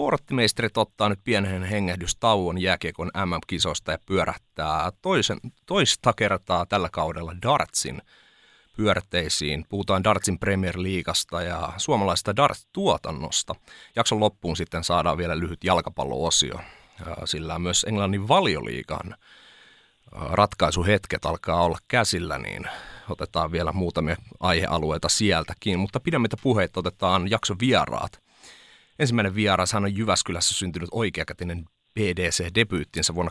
Sporttimeisterit ottaa nyt pienen hengähdystauon jääkiekon MM-kisoista ja pyörähtää toista kertaa tällä kaudella dartsin pyörteisiin. Puhutaan dartsin Premier Leaguesta ja suomalaisesta darts-tuotannosta. Jakson loppuun sitten saadaan vielä lyhyt jalkapallo-osio, sillä myös Englannin Valioliigan ratkaisuhetket alkaa olla käsillä, niin otetaan vielä muutamia aihealueita sieltäkin, mutta pidemmittä puheita otetaan jakson vieraat. Ensimmäinen vieras, hän on Jyväskylässä syntynyt oikeakätinen BDC-debyyttinsä vuonna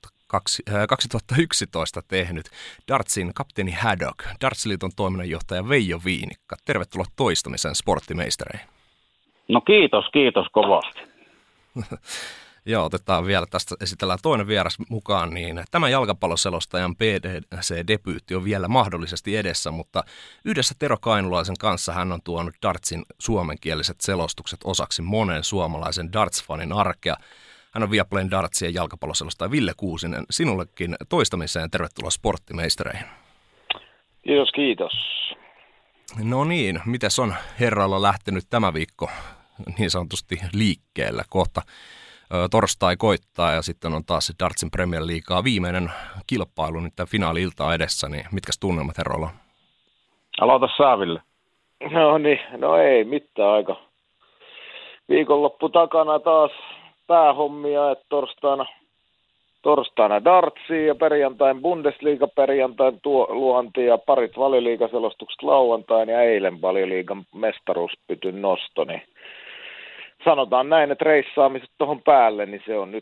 2011 tehnyt dartsin kapteeni Haddock, Dartsliiton toiminnanjohtaja Veijo Viinikka. Tervetuloa toistamiseen Sporttimeistereihin. No kiitos kovasti. Joo, otetaan vielä tästä, esitellään toinen vieras mukaan, niin tämä jalkapalloselostajan BDC-debyytti on vielä mahdollisesti edessä, mutta yhdessä Tero Kainulaisen kanssa hän on tuonut dartsin suomenkieliset selostukset osaksi monen suomalaisen darts-fanin arkea. Hän on Viaplayn dartsien jalkapalloselostaja Ville Kuusinen. Sinullekin toistamiseen tervetuloa Sporttimeistereihin. Kiitos. No niin, mites on herralla lähtenyt tämä viikko niin sanotusti liikkeelle kohta? Torstai koittaa ja sitten on taas Dartsin Premier Leaguea viimeinen kilpailu, nyt tämän finaali-iltaa edessä, niin mitkäs tunnelmat herroilla on? Aloita sä, Ville. No ei mitään aika. Viikonloppu takana taas päähommia, että torstaina dartsia ja perjantain Bundesliga, perjantain luonti ja parit valioliigaselostukset lauantain ja eilen valioliigan mestaruuspytyn nosto, niin sanotaan näin, että reissaamiset tuohon päälle, niin se on nyt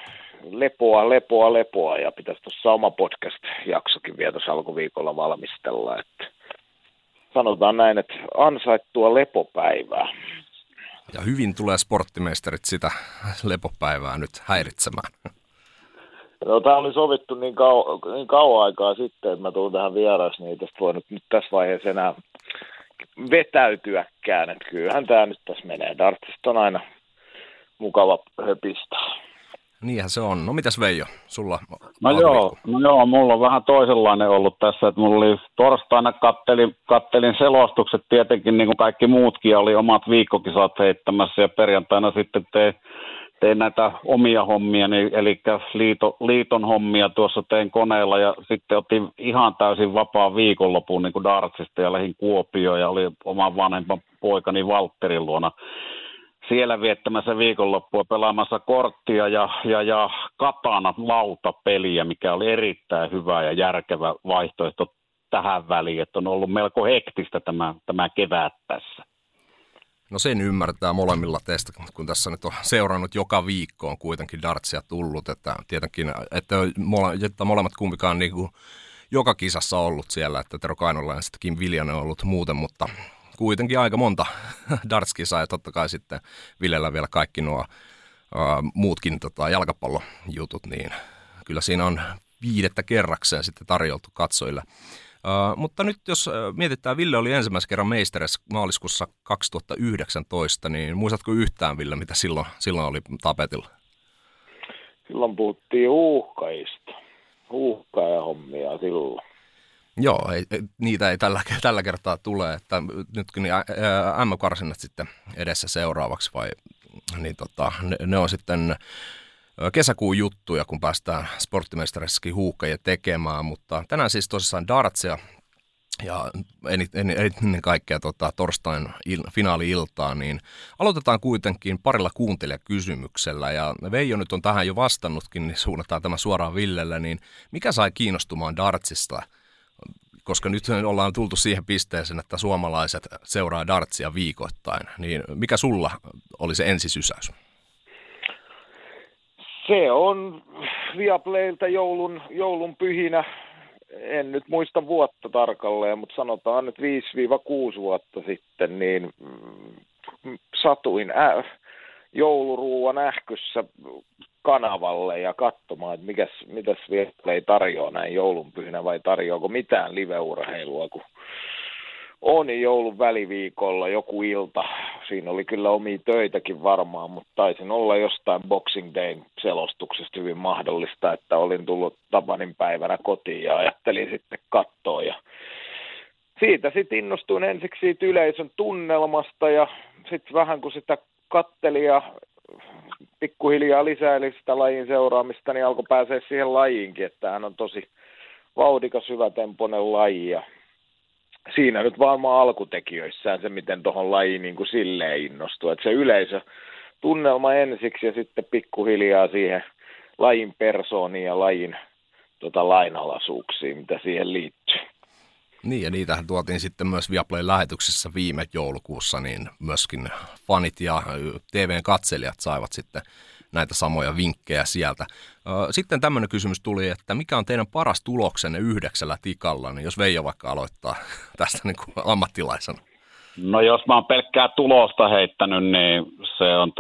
lepoa ja pitäisi tuossa oma podcast-jaksokin vielä tuossa alkuviikolla valmistella. Että sanotaan näin, että ansaittua lepopäivää. Ja hyvin tulee Sporttimeisterit sitä lepopäivää nyt häiritsemään. No, tämä oli sovittu niin kauan aikaa sitten, että mä tulin tähän vieraaksi, niin tästä voi nyt tässä vaiheessa enää vetäytyäkään, että kyllähän tämä nyt tässä menee. Dartsista on aina mukava höpistää. Niinhän se on. No mitäs Veijo, sulla? No joo, mulla on vähän toisenlainen ollut tässä, että mulla oli torstaina kattelin selostukset tietenkin niin kuin kaikki muutkin, oli omat viikkokisat heittämässä ja perjantaina sitten tein näitä omia hommia, eli liiton hommia tuossa tein koneella ja sitten otin ihan täysin vapaan viikonlopun niin kuin dartsista ja lähdin Kuopioon ja oli oman vanhempan poikani Valtterin luona siellä viettämässä viikonloppua pelaamassa korttia ja katana lautapeliä, mikä oli erittäin hyvä ja järkevä vaihtoehto tähän väliin, että on ollut melko hektistä tämä kevät tässä. No sen ymmärtää molemmilla teistä, kun tässä nyt on seurannut joka viikko on kuitenkin dartsia tullut, että tietenkin, että molemmat kumpikaan niin kuin joka kisassa ollut siellä, että Tero Kainulainen ja sitten Kim Viljanen on ollut muuten, mutta kuitenkin aika monta darts-kisaa ja totta kai sitten Villellä vielä kaikki nuo muutkin jalkapallojutut, niin kyllä siinä on 5. kerrakseen sitten tarjoltu katsojille. Mutta nyt jos mietitään, Ville oli ensimmäisen kerran meistereissä maaliskuussa 2019, niin muistatko yhtään, Ville, mitä silloin oli tapetilla? Silloin puhuttiin uhkaista, hommia silloin. Joo, niitä ei tällä kertaa tule, että nyt kun M-karsinnat sitten edessä seuraavaksi, niin ne on sitten kesäkuun juttuja, kun päästään Sporttimeistereissäkin huuhkajia tekemään, mutta tänään siis tosissaan dartsia ja ennen kaikkea torstain finaali-iltaan, niin aloitetaan kuitenkin parilla kuuntelijakysymyksellä, ja Veijo nyt on tähän jo vastannutkin, niin suunnataan tämä suoraan Villelle, niin mikä sai kiinnostumaan dartsista, koska nyt ollaan tultu siihen pisteeseen, että suomalaiset seuraa dartsia viikoittain, niin mikä sulla oli se ensisysäys? Se on Viaplaylta joulun pyhinä, en nyt muista vuotta tarkalleen, mutta sanotaan nyt 5-6 vuotta sitten, niin satuin jouluruuan ähkyssä kanavalle ja katsomaan, että mitäs Viaplay tarjoaa näin joulun pyhinä vai tarjoako mitään live-urheilua, kun on joulun väliviikolla joku ilta. Siinä oli kyllä omia töitäkin varmaan, mutta taisin olla jostain Boxing Dayn selostuksesta hyvin mahdollista, että olin tullut Tapanin päivänä kotiin ja ajattelin sitten katsoa. Ja siitä sitten innostuin ensiksi siitä yleisön tunnelmasta ja sitten vähän kun sitä kattelin ja pikkuhiljaa lisäili sitä lajin seuraamista, niin alkoi pääsee siihen lajiinkin, että hän on tosi vauhdikas, hyvätempoinen laji ja siinä nyt varmaan alkutekijöissään se, miten tuohon lajiin niin kuin silleen innostuu, että se yleisötunnelma ensiksi ja sitten pikkuhiljaa siihen lajin persooniin ja lajin lainalaisuuksiin, mitä siihen liittyy. Niin, ja niitähän tuotiin sitten myös Viaplayn lähetyksessä viime joulukuussa, niin myöskin fanit ja TVn katselijat saivat sitten näitä samoja vinkkejä sieltä. Sitten tämmöinen kysymys tuli, että mikä on teidän paras tuloksenne 9 tikalla, niin jos Veijo vaikka aloittaa tästä niin kuin ammattilaisena. No jos mä oon pelkkää tulosta heittänyt, niin se on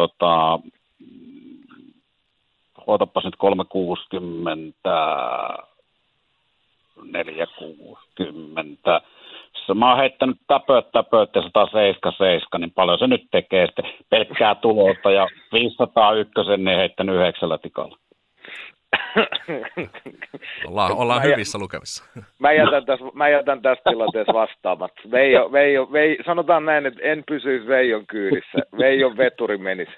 otapas nyt 360, 460. Mä oon heittänyt täpöt ja 177, niin paljon se nyt tekee sitten pelkkää tulosta ja 501 niin heittänyt 9 tikalla. Ollaan hyvissä lukemissa. Mä jätän tässä tilanteessa vastaamatta. Veijo, sanotaan näin, että en pysyisi Veijon kyydissä. Veijon veturi menisi.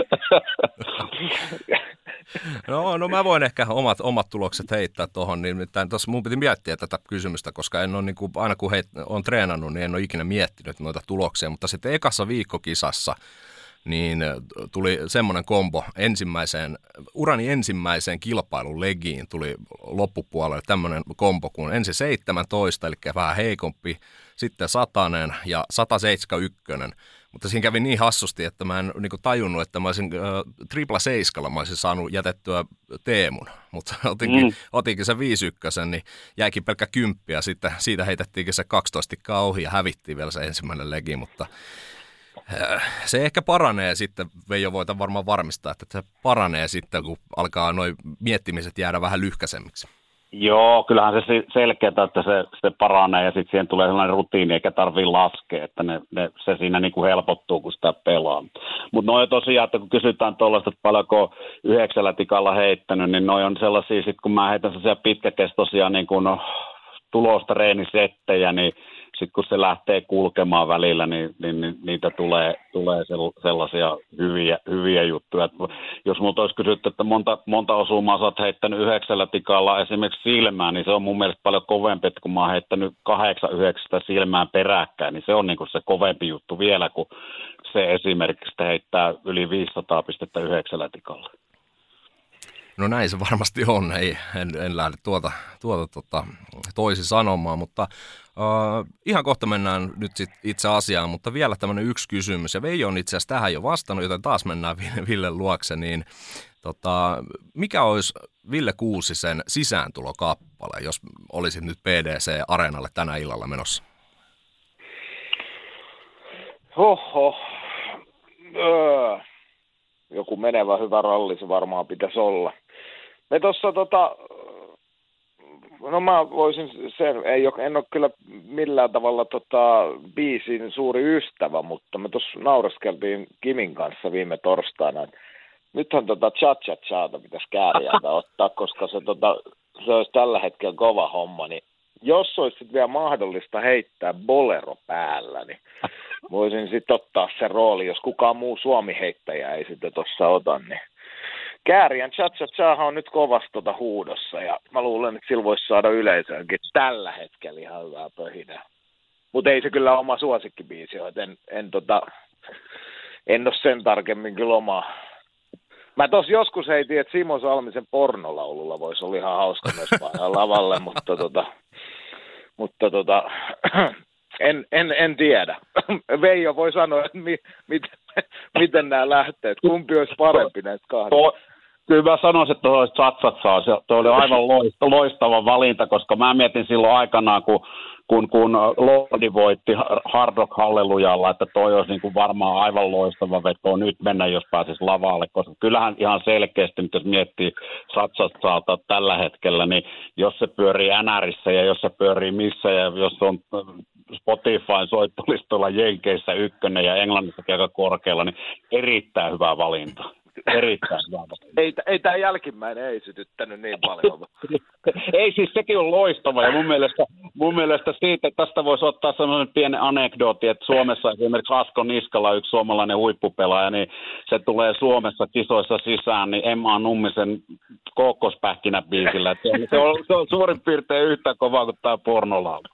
No mä voin ehkä omat tulokset heittää tuohon, niin tuossa mun piti miettiä tätä kysymystä, koska en ole niin kuin, aina kun on treenannut, niin en ole ikinä miettinyt noita tuloksia, mutta sitten ekassa viikkokisassa niin tuli semmoinen kombo urani ensimmäiseen kilpailun legiin tuli loppupuolelle tämmöinen kombo kuin ensin 17, eli vähän heikompi, sitten 100 ja 171. Mutta siinä kävi niin hassusti, että mä en niin kuin tajunnut, että mä olisin tripla seiskalla, mä olisin saanut jätettyä Teemun. Mutta otinkin se 51, niin jäikin pelkkä 10 ja sitten siitä heitettiinkin se 12 ohi ja hävittiin vielä se ensimmäinen legi, mutta se ehkä paranee sitten, Veijo voita varmaan varmistaa, että se paranee sitten, kun alkaa nuo miettimiset jäädä vähän lyhkäisemmiksi. Joo, kyllähän se selkeää, että se paranee ja sitten siihen tulee sellainen rutiini, eikä tarvitse laskea, että se siinä niin kuin helpottuu, kun sitä pelaa. Mutta noi tosiaan, että kun kysytään tuollaista, että paljonko 9 tikalla heittänyt, niin noi on sellaisia, sit kun mä heitän sellaisia pitkäkestoisia niin kuin tulosta reenisettejä, niin sitten kun se lähtee kulkemaan välillä, niin niitä tulee sellaisia hyviä juttuja. Et jos multa olisi kysytty, että monta osumaa sä oot heittänyt 9 tikalla esimerkiksi silmään, niin se on mun mielestä paljon kovempi, että kun mä oon heittänyt 8-9 silmään peräkkäin, niin se on niinku se kovempi juttu vielä, kun se esimerkiksi heittää yli 500 pistettä 9 tikalla. No näin se varmasti on, en lähde tuota toisin sanomaan, mutta ihan kohta mennään nyt sit itse asiaan, mutta vielä tämmöinen yksi kysymys, ja Veijo on itse asiassa tähän jo vastannut, joten taas mennään Ville luokse, niin mikä olisi Ville Kuusisen sisääntulokappale, jos olisit nyt PDC-areenalle tänä illalla menossa? Joku menevä hyvä ralli se varmaan pitäisi olla. Me tuossa no mä voisin en ole kyllä millään tavalla biisin suuri ystävä, mutta me tuossa nauraskeltiin Kimin kanssa viime torstaina, että nythän cha-cha-chata pitäisi Kääriältä ottaa, koska se olisi tällä hetkellä kova homma, niin jos olisi sitten vielä mahdollista heittää bolero päällä, niin voisin sitten ottaa se rooli, jos kukaan muu Suomi-heittäjä ei sitä tuossa ota, niin Kääriän cha-cha-chahan on nyt kovasti huudossa, ja mä luulen, että sillä voisi saada yleisöönkin tällä hetkellä ihan hyvää pöhinää. Mutta ei se kyllä oma suosikkibiisi ole, että en ole sen tarkemmin kyllä omaa. Mä tossa joskus heitin, että Simo Salmisen pornolaululla voisi olla ihan hauska myös painaa lavalle, mutta en tiedä. Veijo voi sanoa, että miten nämä lähtee, että kumpi olisi parempi näistä kahdesta. Kyllä mä sanoisin, että tuo olisi Chatsatsaa. Se oli aivan loistava valinta, koska mä mietin silloin aikanaan, kun Lordi voitti Hard Rock Hallelujalla, että toi olisi niin kuin varmaan aivan loistava veto nyt mennä, jos pääsisi lavalle, koska kyllähän ihan selkeästi, nyt jos miettii Chatsatsaata tällä hetkellä, niin jos se pyörii NRissä ja jos se pyörii missä ja jos on Spotifyn soittolistolla Jenkeissä 1 ja Englannissakin aika korkealla, niin erittäin hyvä valinta. Erittäin hyvä. Ei tämä jälkimmäinen ei sytyttänyt niin paljon. Ei siis, sekin on loistava ja mun mun mielestä tästä voisi ottaa sellainen pieni anekdootti, että Suomessa esimerkiksi Asko Niskala, yksi suomalainen huippupelaaja, niin se tulee Suomessa kisoissa sisään, niin Emma Nummisen Kookospähkinä-biisillä. Se on suurin piirtein yhtä kova kuin tämä pornolaulu.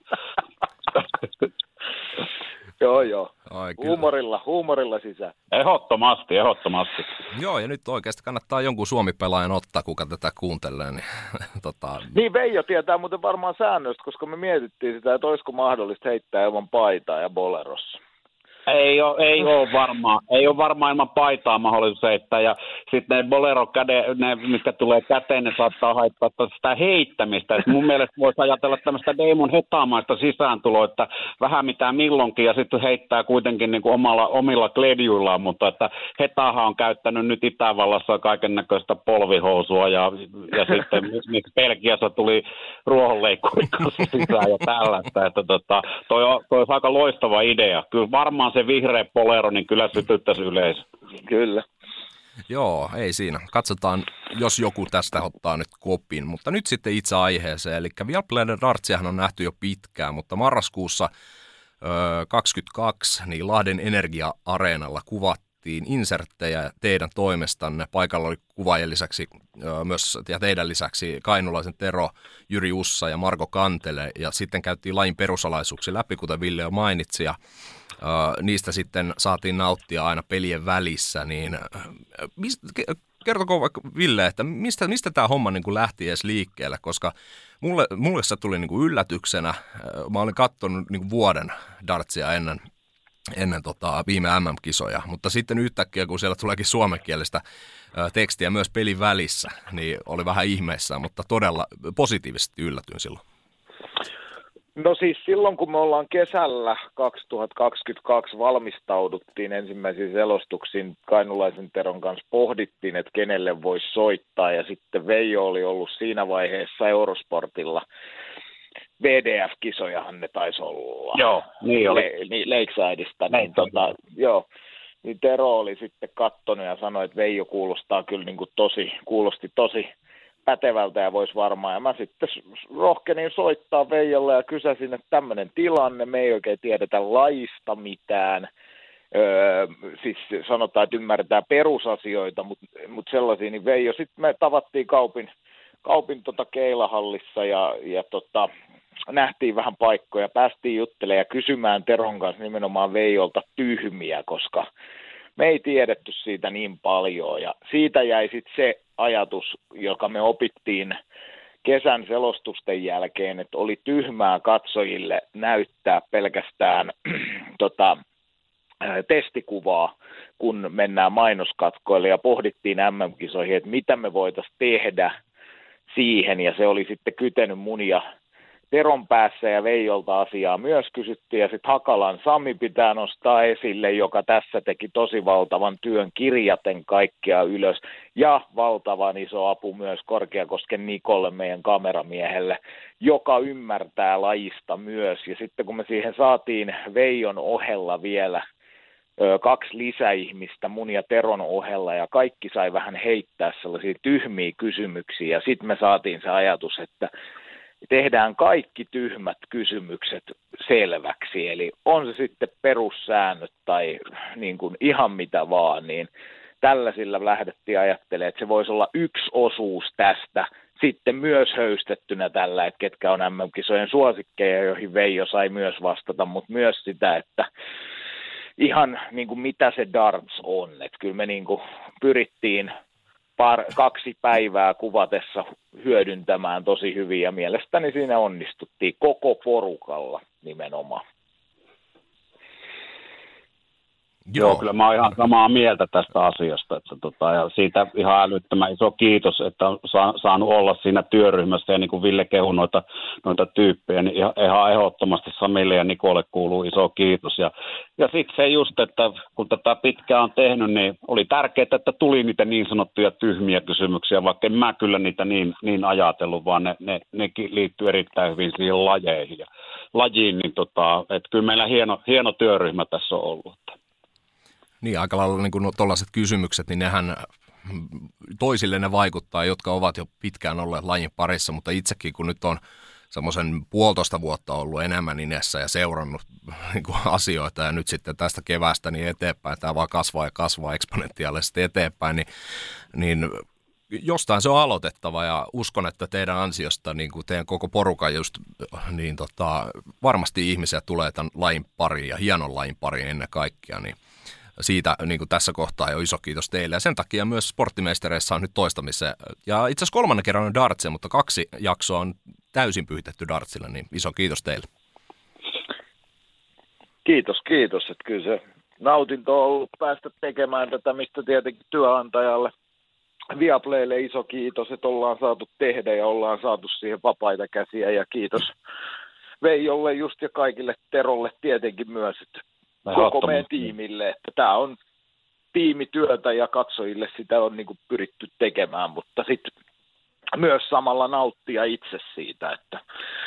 Joo. Ai, huumorilla sisään. Ehdottomasti. Joo, ja nyt oikeasti kannattaa jonkun Suomi-pelaajan ottaa, kuka tätä kuuntelee. Niin, Niin Veijo tietää muuten varmaan säännöistä, koska me mietittiin sitä, että olisiko mahdollista heittää ilman paitaa ja bolerossa. Ei ole varmaan ilman paitaa mahdollisuus heittää, ja sitten ne bolero-ne, mitkä tulee käteen, ne saattaa haittaa sitä heittämistä. Et mun mielestä voisi ajatella tämmöistä Damon Hetaamaista sisääntuloa, että vähän mitä milloinkin, ja sitten heittää kuitenkin niin kuin omilla kledjuillaan, mutta että Hetahan on käyttänyt nyt Itävallassa kaiken näköistä polvihousua, ja sitten miksi Belgiassa tuli ruohonleikkurin kanssa sisään ja tällaista, että toi olisi aika loistava idea. Kyllä varmaan se vihreä polero, niin kyllä sytyttäisi yleisö. Kyllä. Joo, ei siinä. Katsotaan, jos joku tästä ottaa nyt kopin. Mutta nyt sitten itse aiheeseen. Eli Viaplayn dartsiahan on nähty jo pitkään, mutta marraskuussa 2022 niin Lahden Energia-areenalla kuvattiin inserttejä teidän toimestanne. Paikalla oli kuvaajien lisäksi myös ja teidän lisäksi Kainulaisen Tero, Jyri Ussa ja Marko Kantele. Ja sitten käytiin lajin perusalaisuuksia läpi, kuten Ville jo mainitsi. Ja niistä sitten saatiin nauttia aina pelien välissä. Niin, kertoko vaikka Ville, että mistä tämä homma niin kuin lähti edes liikkeelle? Koska mulle se tuli niin kuin yllätyksenä. Mä olin katsonut niin kuin vuoden dartsia ennen viime MM-kisoja, mutta sitten yhtäkkiä, kun siellä tuleekin suomenkielistä tekstiä myös pelin välissä, niin oli vähän ihmeissään, mutta todella positiivisesti yllätyin silloin. No siis silloin, kun me ollaan kesällä 2022 valmistauduttiin ensimmäisiin selostuksiin, Kainulaisen Teron kanssa pohdittiin, että kenelle voisi soittaa, ja sitten Veijo oli ollut siinä vaiheessa Eurosportilla. VDF-kisojahan ne taisi olla. Joo, niin oli. Lakesideista. Niin Tero oli sitten kattonut ja sanoi, että Veijo kuulostaa kyllä niin kuin kuulosti tosi pätevältä ja voisi varmaan. Ja mä sitten rohkenin soittaa Veijolle ja kysäsin, että tämmöinen tilanne, me ei oikein tiedetä lajista mitään. Siis sanotaan, että ymmärretään perusasioita, mutta sellaisia, niin Veijo sitten me tavattiin kaupin keilahallissa ja nähtiin vähän paikkoja, päästiin juttelemaan ja kysymään Teron kanssa nimenomaan Veijolta tyhmiä, koska me ei tiedetty siitä niin paljon, ja siitä jäi sitten se ajatus, joka me opittiin kesän selostusten jälkeen, että oli tyhmää katsojille näyttää pelkästään testikuvaa, kun mennään mainoskatkoille, ja pohdittiin MM-kisoihin, että mitä me voitaisiin tehdä siihen, ja se oli sitten kytenyt mun ja Teron päässä, ja Veijolta asiaa myös kysyttiin, ja sitten Hakalan Sami pitää nostaa esille, joka tässä teki tosi valtavan työn kirjaten kaikkea ylös, ja valtavan iso apu myös Korkeakosken Nikolle, meidän kameramiehelle, joka ymmärtää lajista myös, ja sitten kun me siihen saatiin Veijon ohella vielä 2 lisäihmistä mun ja Teron ohella, ja kaikki sai vähän heittää sellaisia tyhmiä kysymyksiä, ja sitten me saatiin se ajatus, että tehdään kaikki tyhmät kysymykset selväksi, eli on se sitten perussäännöt tai niin kuin ihan mitä vaan, niin tällaisilla lähdettiin ajattelemaan, että se voisi olla yksi osuus tästä, sitten myös höystettynä tällä, että ketkä on MM-kisojen suosikkeja, joihin Veijo sai myös vastata, mutta myös sitä, että ihan niin kuin mitä se darts on, että kyllä me niin kuin pyrittiin 2 päivää kuvatessa hyödyntämään tosi hyvin, ja mielestäni siinä onnistuttiin koko porukalla nimenomaan. Joo, kyllä mä oon ihan samaa mieltä tästä asiasta, että ja siitä ihan älyttömän iso kiitos, että on saanut olla siinä työryhmässä, ja niin kuin Ville kehui noita tyyppejä, niin ihan ehdottomasti Samille ja Nikolle kuuluu iso kiitos, ja sitten se just, että kun tätä pitkään on tehnyt, niin oli tärkeää, että tuli niitä niin sanottuja tyhmiä kysymyksiä, vaikka en mä kyllä niitä niin ajatellut, vaan ne liittyy erittäin hyvin siihen lajiin, niin että kyllä meillä hieno työryhmä tässä on ollut. Niin, aika lailla niin kuin tuollaiset kysymykset, niin nehän toisille ne vaikuttaa, jotka ovat jo pitkään olleet lajin parissa, mutta itsekin kun nyt on semmoisen 1,5 vuotta ollut enemmän Inessä ja seurannut niin kuin asioita ja nyt sitten tästä keväästä niin eteenpäin, tämä vaan kasvaa ja kasvaa eksponentiaalisesti eteenpäin, niin jostain se on aloitettava ja uskon, että teidän ansiosta, niin kuin teidän koko porukan just, niin varmasti ihmisiä tulee tämän lajin pariin ja hienon lajin pariin ennen kaikkea, niin siitä niin kuin tässä kohtaa jo iso kiitos teille. Ja sen takia myös sporttimeistereissä on nyt toistamisen. Ja itse asiassa 3. kerran on dartsia, mutta 2 jaksoa on täysin pyhitetty dartsilla, niin iso kiitos teille. Kiitos. Että kyllä se nautinto on ollut päästä tekemään tätä, mistä tietenkin työnantajalle Viaplaylle iso kiitos, että ollaan saatu tehdä ja ollaan saatu siihen vapaita käsiä. Ja kiitos Veijolle just ja kaikille Terolle tietenkin myös, että koko meidän tiimille, että tämä on tiimityötä ja katsojille sitä on niin kuin pyritty tekemään, mutta sitten myös samalla nauttia itse siitä, että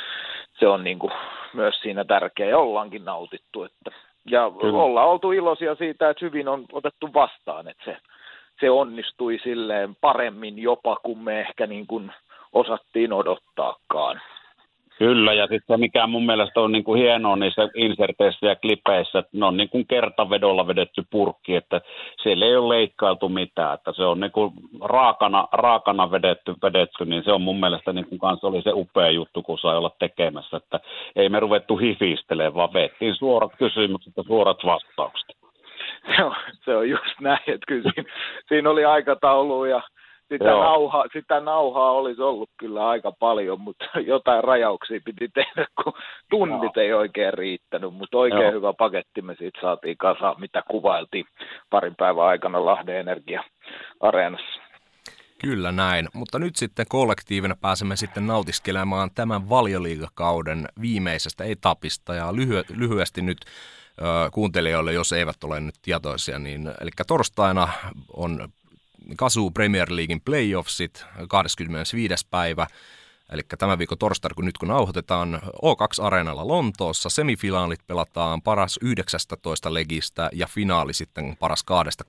se on niin kuin myös siinä tärkeää ja ollaankin nautittu. Ja ollaan oltu iloisia siitä, että hyvin on otettu vastaan, että se onnistui silleen paremmin jopa kuin me ehkä niin kuin osattiin odottaakaan. Kyllä, ja sitten se, mikä mun mielestä on niin kuin hienoa niissä inserteissä ja klipeissä, että ne on niin kuin kertavedolla vedetty purkki, että siellä ei ole leikkailtu mitään, että se on niin kuin raakana vedetty, niin se on mun mielestä niin kuin kanssa oli se upea juttu, kun sai olla tekemässä, että ei me ruvettu hifistelemään, vaan vettiin suorat kysymykset ja suorat vastaukset. Se on just näin, että kyllä siinä oli aikataulu ja sitä nauhaa olisi ollut kyllä aika paljon, mutta jotain rajauksia piti tehdä, kun tunnit ei oikein riittänyt, mutta oikein hyvä paketti me siitä saatiin kasaan, mitä kuvailtiin parin päivän aikana Lahden Energia-areenassa. Kyllä näin, mutta nyt sitten kollektiivina pääsemme sitten nautiskelemaan tämän Valioliigakauden viimeisestä etapista ja lyhyesti nyt kuuntelijoille, jos eivät ole nyt tietoisia, niin eli torstaina on KASU Premier Leaguein playoffsit 25. päivä, eli tämän viikon torstaina, kun nauhoitetaan O2-areenalla Lontoossa, semifinaalit pelataan paras 19 legistä ja finaali sitten paras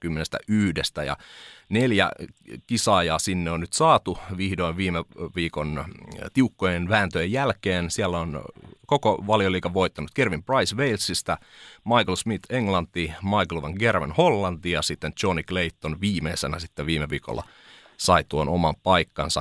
21. Ja 4 kisaajaa sinne on nyt saatu vihdoin viime viikon tiukkojen vääntöjen jälkeen. Siellä on koko Valioliigan voittanut Kevin Price Walesista, Michael Smith Englanti, Michael van Gerwen Hollanti ja sitten Johnny Clayton viimeisenä sitten viime viikolla sai tuon oman paikkansa.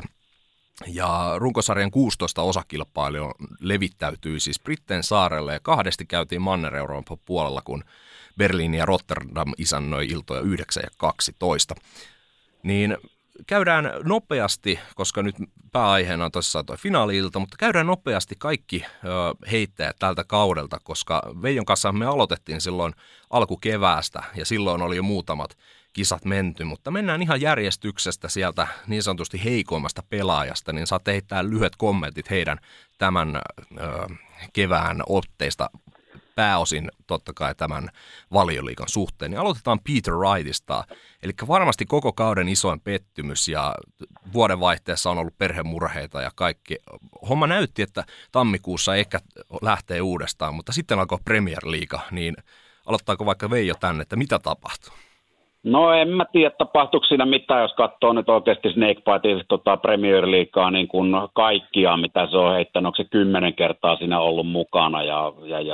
Ja runkosarjan 16 osakilpailua levittäytyi siis Britteen saarelle ja 2 käytiin Manner-Euroopan puolella, kun Berliin ja Rotterdam isännöi iltoja 9 ja 12. Niin käydään nopeasti, koska nyt pääaiheena on tosissaan tuo finaali-ilta, mutta käydään nopeasti kaikki heittäjät tältä kaudelta, koska Veijon kanssa me aloitettiin silloin alkukeväästä ja silloin oli jo muutamat kisat menty, mutta mennään ihan järjestyksestä sieltä niin sanotusti heikoimmasta pelaajasta, niin saatte heittää lyhyet kommentit heidän tämän kevään otteista pääosin totta kai tämän Valioliigan suhteen. Niin aloitetaan Peter Wrightista, eli varmasti koko kauden isoin pettymys ja vuodenvaihteessa on ollut perhemurheita ja kaikki. Homma näytti, että tammikuussa ehkä lähtee uudestaan, mutta sitten alkoi Premier League, niin aloittaako vaikka Veijo tänne, että mitä tapahtuu? No en mä tiedä, tapahtuuko siinä mitään, jos katsoo nyt oikeasti Snakebitin Premier Leaguea niin kuin kaikkia, mitä se on heittänyt, onko se 10 kertaa siinä ollut mukana ja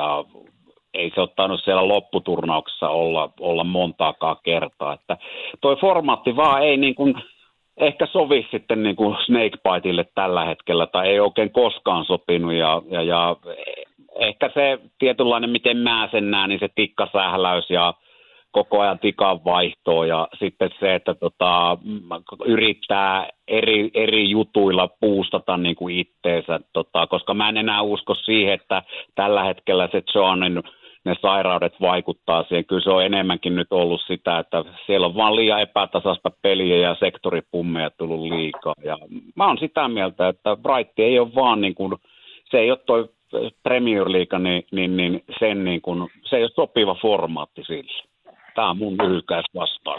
ei se ottanut siellä lopputurnauksessa olla montaakaan kertaa. Että toi formaatti vaan ei niin kuin ehkä sovi sitten niin kuin Snakebitelle tällä hetkellä tai ei oikein koskaan sopinut ja ehkä se tietynlainen, miten mä sen näen, niin se tikkasähläys ja koko ajan tikan vaihtoa ja sitten se, että yrittää eri jutuilla puustata niin kuin itteensä, koska mä en enää usko siihen, että tällä hetkellä se Johnin ne sairaudet vaikuttaa siihen. Kyllä se on enemmänkin nyt ollut sitä, että siellä on vaan liian epätasaista peliä ja sektoripummeja tullut liikaa. Ja mä oon sitä mieltä, että Bright ei ole vaan niin kuin, se ei ole toi Premier League, niin sen niin kuin, se ei ole sopiva formaatti sille. Tämä on mun lyhykäis vastaus.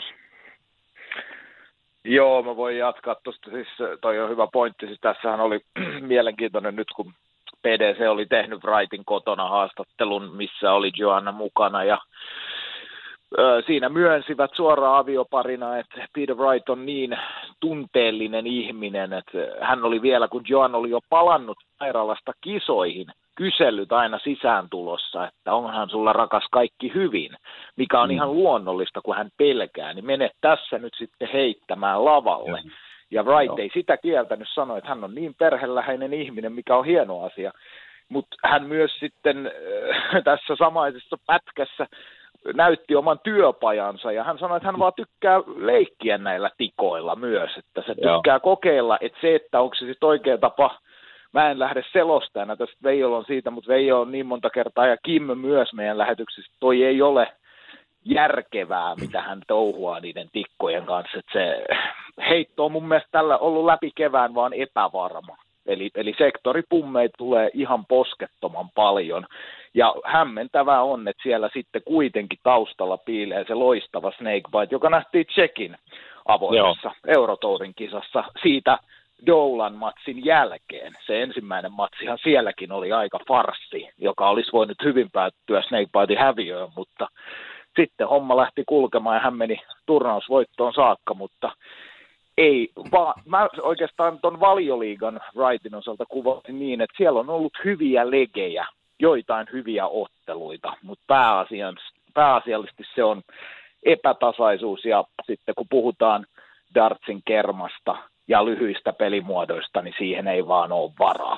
Joo, mä voin jatkaa tuosta. Siis toi on hyvä pointti. Siis tässähän oli mielenkiintoinen nyt, kun PDC oli tehnyt Wrightin kotona haastattelun, missä oli Joanna mukana. Ja Siinä myönsivät suoraan avioparina, että Peter Wright on niin tunteellinen ihminen, että hän oli vielä, kun Joan oli jo palannut sairaalasta kisoihin, kysellyt aina sisääntulossa, että onhan sulla rakas kaikki hyvin, mikä on ihan luonnollista, kun hän pelkää, niin mene tässä nyt sitten heittämään lavalle. Ja Wright ei sitä kieltänyt, sanoi, että hän on niin perheläheinen ihminen, mikä on hieno asia. Mutta hän myös sitten tässä samaisessa pätkässä näytti oman työpajansa ja hän sanoi, että hän vaan tykkää leikkiä näillä tikoilla myös, että se tykkää kokeilla, että se, että onko se sitten oikea tapa, mä en lähde selostajana, tästä Veijolla on siitä, mutta Veijo on niin monta kertaa ja Kim myös meidän lähetyksessä, toi ei ole järkevää, mitä hän touhuaa niiden tikkojen kanssa, että se heitto on mun mielestä tällä ollut läpi kevään vaan epävarma. Eli sektoripummeita tulee ihan poskettoman paljon. Ja hämmentävää on, että siellä sitten kuitenkin taustalla piilee se loistava snakebite, joka nähtiin Tšekin avoimessa Eurotourin kisassa siitä Doulan matsin jälkeen. Se ensimmäinen matsihan sielläkin oli aika farssi, joka olisi voinut hyvin päättyä snakebitein häviöön, mutta sitten homma lähti kulkemaan ja hän meni turnausvoittoon saakka, mutta ei, vaan mä oikeastaan ton Valioliigan Wrightin osalta kuvasin niin, että siellä on ollut hyviä legejä, joitain hyviä otteluita, mutta pääasiallisesti se on epätasaisuus ja sitten kun puhutaan dartsin kermasta ja lyhyistä pelimuodoista, niin siihen ei vaan ole varaa.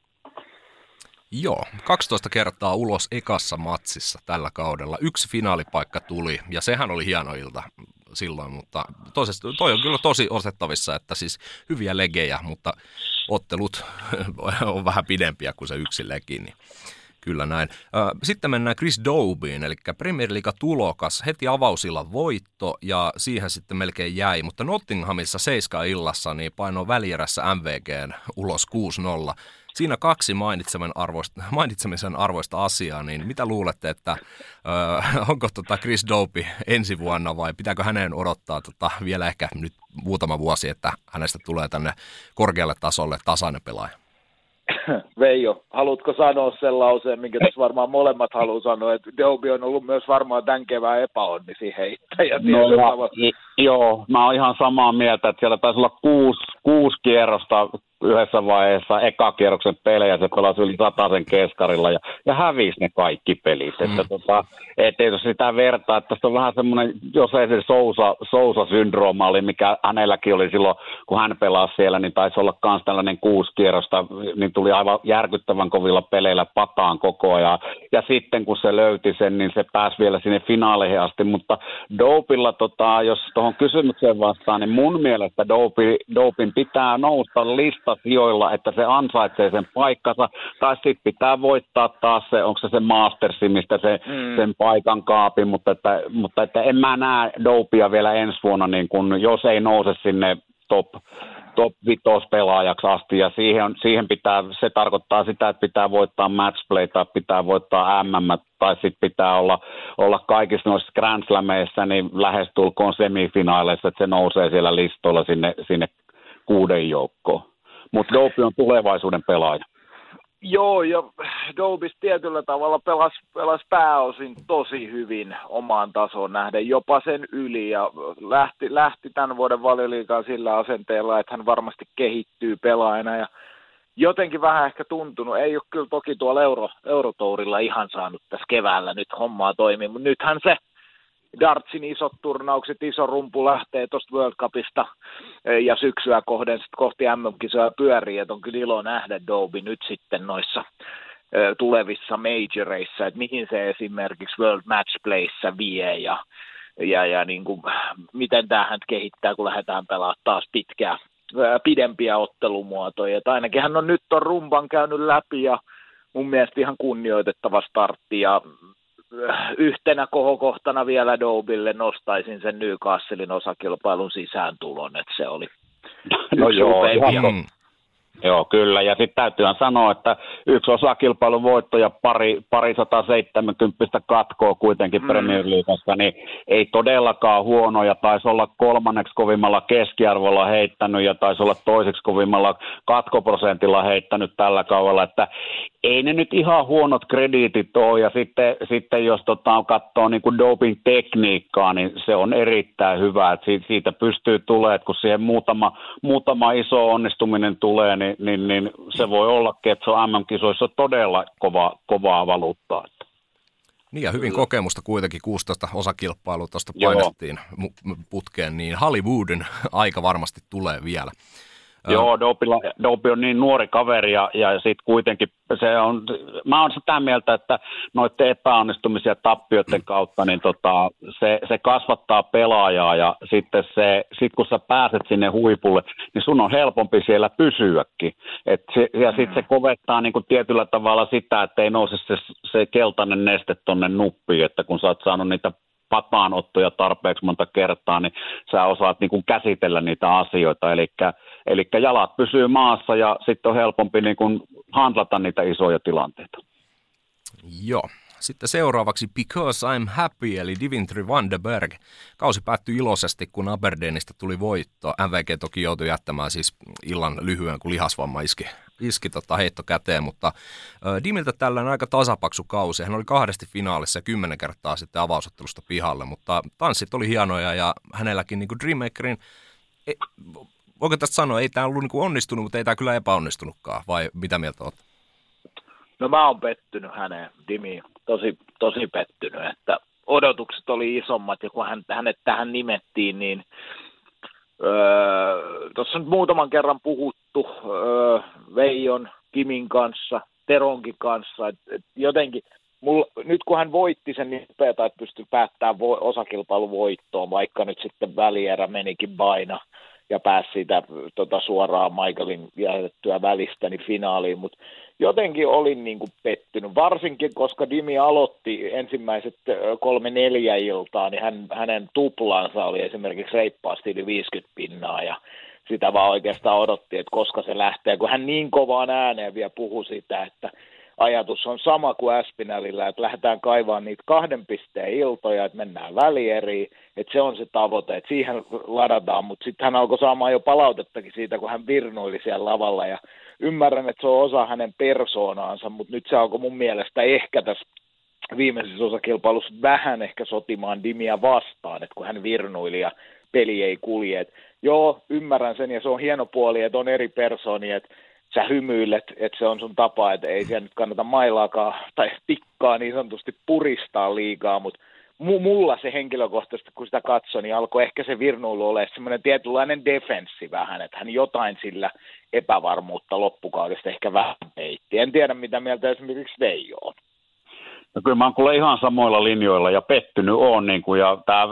Joo, 12 kertaa ulos ekassa matsissa tällä kaudella. 1 finaalipaikka tuli ja sehän oli hieno ilta silloin, mutta toi on kyllä tosi osettavissa, että siis hyviä legejä, mutta ottelut on vähän pidempiä kuin se 1 legi, niin kyllä näin. Sitten mennään Chris Dobeen, eli Premier League-tulokas, heti avausillan voitto ja siihen sitten melkein jäi, mutta Nottinghamissa 7 illassa niin painoi välierässä MVGn ulos 6-0. Siinä 2 mainitsemisen arvoista asiaa, niin mitä luulette, että onko Chris Dobey ensi vuonna vai pitääkö hänen odottaa vielä ehkä nyt muutama vuosi, että hänestä tulee tänne korkealle tasolle tasainen pelaaja? Veijo, haluatko sanoa sen lauseen, minkä tässä varmaan molemmat haluaa sanoa, että Dobey on ollut myös varmaan tämän kevään epäonnisi heittäjä. Joo, mä oon ihan samaa mieltä, että siellä taisi olla 6 kierrosta yhdessä vaiheessa ekakierroksen pelejä, se pelasi yli 100 keskarilla ja hävisi ne kaikki pelit. Että jos sitä vertaa, että tässä on vähän semmoinen, jos ei se Sousa-syndrooma oli, mikä hänelläkin oli silloin, kun hän pelasi siellä, niin taisi olla myös tällainen 6 kierrosta, niin tuli aivan järkyttävän kovilla peleillä pataan koko ajan. Ja sitten kun se löyti sen, niin se pääsi vielä sinne finaaleihin asti, mutta Dobeylla, jos tuohon kysymykseen vastaan, niin mun mielestä Dobeyn pitää nousta listasijoilla, että se ansaitsee sen paikkansa, tai sitten pitää voittaa taas se, onko se Mastersi, mistä sen paikan kaapi, mutta että en mä näe Dobeya vielä ensi vuonna, niin kun, jos ei nouse sinne top 5 pelaajaksi asti, ja siihen pitää, se tarkoittaa sitä, että pitää voittaa matchplay, tai pitää voittaa tai sitten pitää olla kaikissa noissa Grand Slameissa, niin lähestulkoon semifinaaleissa, että se nousee siellä listoilla sinne 6 joukkoon. Mutta Dobey on tulevaisuuden pelaaja. Joo, ja Dobey tietyllä tavalla pelasi pääosin tosi hyvin omaan tasoon nähden, jopa sen yli, ja lähti tämän vuoden Valioliigaan sillä asenteella, että hän varmasti kehittyy pelaajana, ja jotenkin vähän ehkä tuntunut, ei ole kyllä toki tuolla Eurotourilla ihan saanut tässä keväällä nyt hommaa toimia, mutta nythän se dartsin isot turnaukset, iso rumpu lähtee tuosta World Cupista ja syksyä kohti MM-kisoja pyörii, että on kyllä ilo nähdä Dobey nyt sitten noissa tulevissa majoreissa, että mihin se esimerkiksi World Matchplayssä vie ja niin kuin, miten tämähän kehittää, kun lähdetään pelaamaan taas pidempiä ottelumuotoja. Että ainakin hän on nyt ton rumpan käynyt läpi ja mun mielestä ihan kunnioitettava startti ja yhtenä kohokohtana vielä Dobeylle nostaisin sen Newcastlein osakilpailun sisääntulon, että se oli Joo, kyllä. Ja sitten täytyyhän sanoa, että yksi osakilpailun voitto ja pari 170 katkoa kuitenkin Premier Leaguesta, niin ei todellakaan huonoja. Taisi olla kolmanneksi kovimmalla keskiarvolla heittänyt ja taisi olla toiseksi kovimmalla katkoprosentilla heittänyt tällä kaudella, että ei ne nyt ihan huonot krediitit ole. Ja sitten jos katsoo niin kuin doping-tekniikkaa, niin se on erittäin hyvä, että siitä pystyy tulemaan, että kun siihen muutama iso onnistuminen tulee, niin se voi ollakin, että se on MM-kisoissa todella kovaa valuuttaa. Niin ja hyvin kokemusta kuitenkin, 16 osakilpailua tuosta painettiin putkeen, niin Hollywoodin aika varmasti tulee vielä. Joo, Dopi on niin nuori kaveri ja sitten kuitenkin mä oon sitä mieltä, että noiden epäonnistumisia tappioiden kautta, niin se kasvattaa pelaajaa ja sitten kun sä pääset sinne huipulle, niin sun on helpompi siellä pysyäkin. Ja sitten se kovettaa niin kuin tietyllä tavalla sitä, että ei nouse se keltainen neste tonne nuppiin, että kun sä oot saanut niitä pataanottoja tarpeeksi monta kertaa, niin sä osaat niin kuin käsitellä niitä asioita, eli jalat pysyy maassa ja sitten on helpompi niin kuin handlata niitä isoja tilanteita. Joo. Sitten seuraavaksi Because I'm Happy, eli Dimitri van den Berg. Kausi päättyi iloisesti, kun Aberdeenistä tuli voitto. MVG toki joutui jättämään siis illan lyhyen, kun lihasvamma iski heitto käteen, mutta Dimiltä tällainen aika tasapaksu kausi. Hän oli 2 finaalissa ja 10 kertaa sitten avausottelusta pihalle, mutta tanssit oli hienoja ja hänelläkin niin kuin Dreammakerin, voiko tästä sanoa, ei tämä ollut niin kuin onnistunut, mutta ei tämä kyllä epäonnistunutkaan, vai mitä mieltä olet? No mä oon pettynyt häneen, Dimiin, tosi pettynyt, että odotukset oli isommat ja kun hänet tähän nimettiin, niin tuossa on nyt muutaman kerran puhuttu Veijon, Kimin kanssa, Teronkin kanssa, että jotenkin nyt kun hän voitti sen niin nopeata, että pystyi päättämään osakilpailun voittoon, vaikka nyt sitten välierä menikin baina ja pääsi siitä suoraan Michaelin jätettyä välistä niin finaaliin, mutta jotenkin olin niin kuin pettynyt, varsinkin koska Dimi aloitti ensimmäiset 3-4 iltaa, niin hänen tuplansa oli esimerkiksi reippaasti yli 50 pinnaa ja sitä vaan oikeastaan odotti, että koska se lähtee, kun hän niin kovaan ääneen vielä puhui sitä, että ajatus on sama kuin Aspinallilla, että lähdetään kaivaan niitä 2 pisteen iltoja, että mennään välieriin, että se on se tavoite, että siihen ladataan, mutta sitten hän alkoi saamaan jo palautettakin siitä, kun hän virnuili siellä lavalla ja ymmärrän, että se on osa hänen persoonaansa, mutta nyt se alkoi mun mielestä ehkä tässä viimeisessä osakilpailussa vähän ehkä sotimaan Dimiä vastaan, että kun hän virnuili ja peli ei kulje. Että joo, ymmärrän sen ja se on hieno puoli, että on eri persoonia, että sä hymyilet, että se on sun tapa, että ei siellä nyt kannata mailaakaan tai tikkaa niin sanotusti puristaa liikaa, mutta mulla se henkilökohtaisesti, kun sitä katsoi, niin alkoi ehkä se virnuilu olla semmoinen tietynlainen defenssi vähän, että hän jotain sillä epävarmuutta loppukaudesta ehkä vähän peitti. En tiedä, mitä mieltä esimerkiksi Veijo on. No kyllä mä oon kuule ihan samoilla linjoilla ja pettynyt oon, niin kuin, ja tämä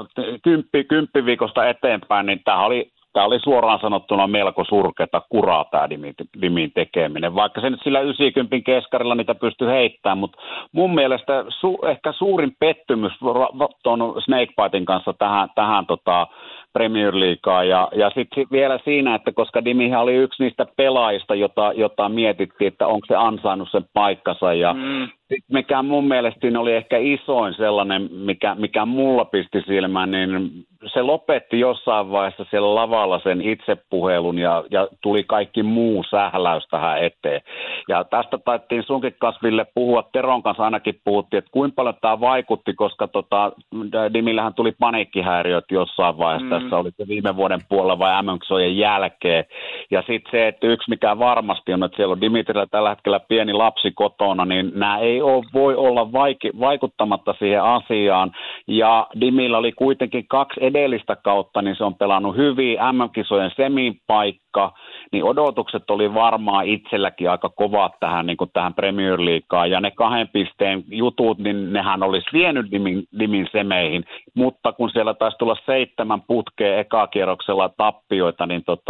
10 viikosta eteenpäin, niin tämä oli suoraan sanottuna melko surkeata kuraa tämä Dimin tekeminen, vaikka se nyt sillä 90 keskarilla niitä pystyy heittämään, mutta mun mielestä ehkä suurin pettymys tuon Snakebitin kanssa tähän Premier Leaguea ja sitten vielä siinä, että koska Dimihän oli yksi niistä pelaajista, jota mietittiin, että onko se ansainnut sen paikkansa ja mikä mun mielestä oli ehkä isoin sellainen, mikä mulla pisti silmään, niin se lopetti jossain vaiheessa siellä lavalla sen itsepuhelun ja tuli kaikki muu sähläys tähän eteen. Ja tästä taittiin sunkin kanssa, Ville, puhua, Teron kanssa ainakin puhuttiin, että kuinka paljon tämä vaikutti, koska Dimillähän tuli paniikkihäiriöt jossain vaiheessa, tässä oli se viime vuoden puolella vai MM-kisojen jälkeen. Ja sitten se, että yksi mikä varmasti on, että siellä on Dimitrillä tällä hetkellä pieni lapsi kotona, niin nämä ei voi olla vaikuttamatta siihen asiaan. Ja Dimillä oli kuitenkin 2 edellistä kautta, niin se on pelannut hyvin, MM-kisojen semipaikka, niin odotukset oli varmaan itselläkin aika kovat tähän, niin kuin tähän Premier Leagueaan, ja ne 2 pisteen jutut, niin nehän olisi vienyt Dimin semeihin, mutta kun siellä taisi tulla 7 putkeen ekakierroksella tappioita,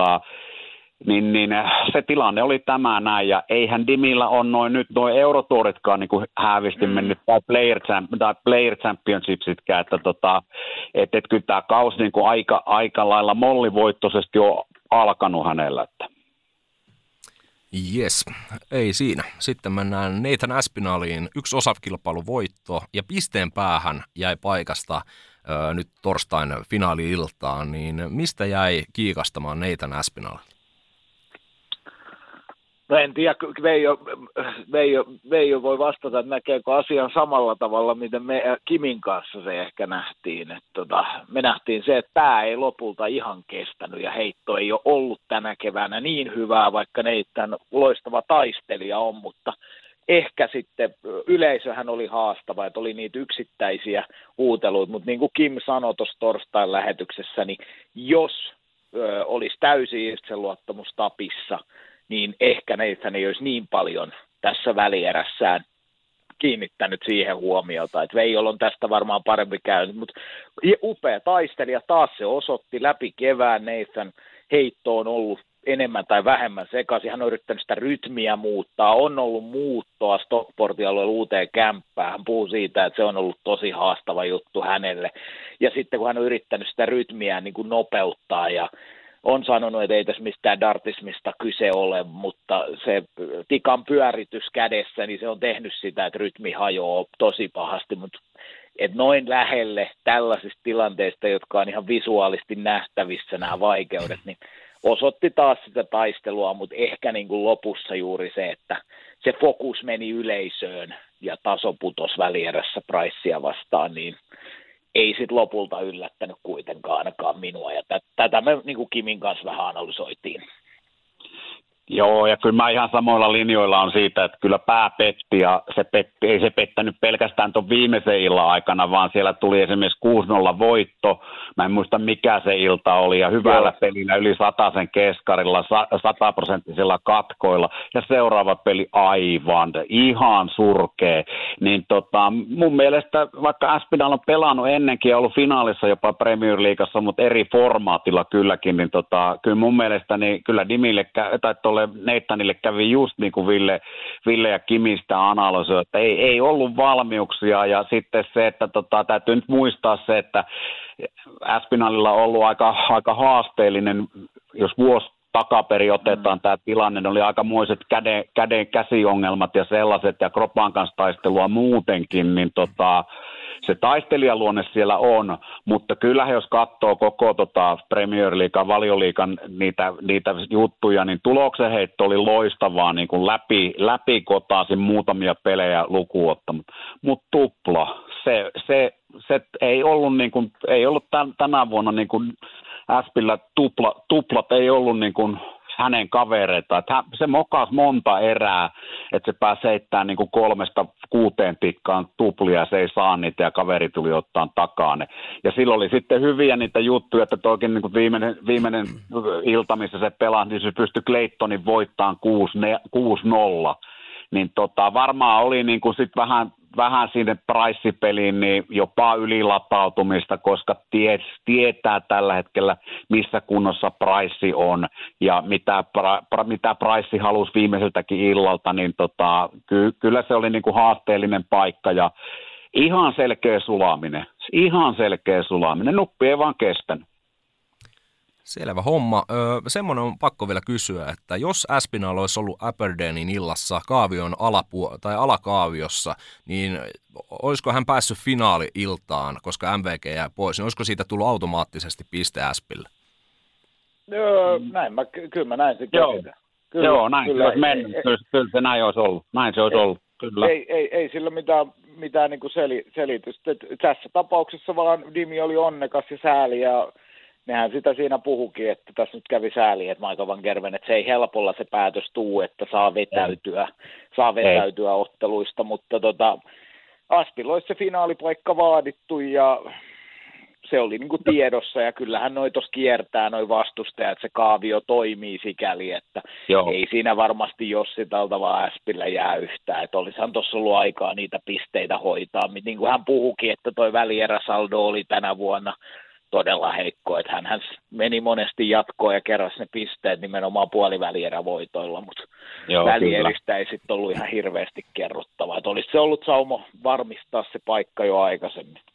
niin se tilanne oli tämä näin, ja eihän Dimillä ole noin Eurotoritkaan niin kuin häävisti mennyt, tai Player Championshipsitkään, että kyllä tämä kausi niin kuin aika lailla mollivoittoisesti on alkanut hänellä. Jes, ei siinä. Sitten mennään Nathan Aspinalliin. 1 osakilpailuvoitto ja pisteen päähän jäi paikasta nyt torstain finaali-iltaan. Niin mistä jäi kiikastamaan Nathan Aspinall? No en tiedä, Veijo voi vastata, että näkeekö asian samalla tavalla, miten me Kimin kanssa se ehkä nähtiin. Me nähtiin se, että pää ei lopulta ihan kestänyt ja heitto ei ole ollut tänä keväänä niin hyvää, vaikka Nathan loistava taistelija on, mutta ehkä sitten yleisöhän oli haastava, että oli niitä yksittäisiä huuteluita, mutta niin kuin Kim sanoi tuossa torstain lähetyksessä, niin jos olisi täysin itseluottamus tapissa, niin ehkä Nathan ei olisi niin paljon tässä välierässään kiinnittänyt siihen huomiota, että Veijolla on tästä varmaan parempi käynyt, mutta upea taistelija, taas se osoitti läpi kevään, Nathan heitto on ollut enemmän tai vähemmän sekaisin, hän on yrittänyt sitä rytmiä muuttaa, on ollut muuttoa Stockportin-alueella uuteen kämppään, hän puhuu siitä, että se on ollut tosi haastava juttu hänelle, ja sitten kun hän on yrittänyt sitä rytmiä niin kuin nopeuttaa ja on sanonut, että ei tässä mistään dartismista kyse ole, mutta se tikan pyöritys kädessä, niin se on tehnyt sitä, että rytmi hajoaa tosi pahasti, mutta että noin lähelle tällaisista tilanteista, jotka on ihan visuaalisesti nähtävissä nämä vaikeudet, niin osoitti taas sitä taistelua, mutta ehkä niin kuin lopussa juuri se, että se fokus meni yleisöön ja taso putosi välierässä Pricea vastaan, niin ei sitten lopulta yllättänyt kuitenkaan ainakaan minua, ja tätä me niin kuin Kimin kanssa vähän analysoitiin. Joo, ja kyllä mä ihan samoilla linjoilla on siitä, että kyllä pää petti, ja ei se pettänyt pelkästään tuon viimeisen illan aikana, vaan siellä tuli esimerkiksi 6-0 voitto, mä en muista mikä se ilta oli, ja hyvällä pelillä yli 100 keskarilla, 100% katkoilla, ja seuraava peli aivan, ihan surkea, niin mun mielestä, vaikka Aspinall on pelannut ennenkin ja ollut finaalissa jopa Premier Leagueassa, mutta eri formaatilla kylläkin, niin kyllä mun mielestä, niin kyllä Dimille tai tuolle Nathanille kävi just niin kuin Ville ja Kimistä analysoi, että ei ollut valmiuksia, ja sitten se, että täytyy nyt muistaa se, että Aspinallilla on ollut aika haasteellinen, jos vuosi takaperin otetaan tämä tilanne, ne oli aikamoiset käsiongelmat ja sellaiset, ja kropan kanssa taistelua muutenkin, niin se taistelijaluonne siellä on, mutta kyllähän jos katsoo koko Premier Leaguean, Valioliigan niitä juttuja, niin tuloksen heitto oli loistavaa niin kuin läpi kotaisin muutamia pelejä lukuun ottamatta, mutta tupla, se ei ollut, niin kuin, ei ollut tänä vuonna niin kuin Aspillä tuplat ei ollut niin kuin hänen kavereita. Että se mokasi monta erää, että se pääsi heittämään niin kuin 3-6 tikkaan tuplia ja se ei saa niitä ja kaveri tuli ottaa takaan. Ja silloin oli sitten hyviä niitä juttuja, että toikin niin kuin viimeinen ilta, missä se pelasi, niin se pystyi Claytonin voittamaan 6-0. Niin varmaan oli niin kuin sit vähän sinne Price-peliin niin jopa ylilatautumista, koska tietää tällä hetkellä, missä kunnossa Price on ja mitä Price halusi viimeiseltäkin illalta, niin kyllä se oli niin kuin haasteellinen paikka ja ihan selkeä sulaminen, nuppi ei vaan kestänyt. Selvä homma. Semmoinen on pakko vielä kysyä, että jos Aspinall olisi ollut Aberdeenin illassa kaavion alakaaviossa, niin olisiko hän päässyt finaali-iltaan, koska MVG jää pois, niin olisiko siitä tullut automaattisesti piste Aspille? Kyllä mä näin se käsitän. Joo, näin kyllä, se olisi mennyt. Kyllä se näin olisi ollut. Näin se olisi ollut. Kyllä. Ei sillä mitään niin kuin selitystä. Tässä tapauksessa vaan Dimi oli onnekas ja sääli ja nehän sitä siinä puhukin, että tässä nyt kävi sääli, että Michael van Gerwen, että se ei helpolla se päätös tuu, että saa vetäytyä otteluista, mutta Aspilla olisi se finaalipaikka vaadittu ja se oli niin kuin tiedossa ja kyllähän noi tuossa kiertää noi vastustajat, että se kaavio toimii sikäli, että ei siinä varmasti Jossitalta vaan Aspillä jää yhtään, että olisihan tuossa ollut aikaa niitä pisteitä hoitaa, niin kuin hän puhukin, että toi välieräsaldo oli tänä vuonna todella heikko, että hän meni monesti jatkoon ja keräsi ne pisteet nimenomaan puolivälierävoitoilla, mutta välieristä ei sitten ollut ihan hirveästi kerrottavaa, että olisi se ollut saumo varmistaa se paikka jo aikaisemmin.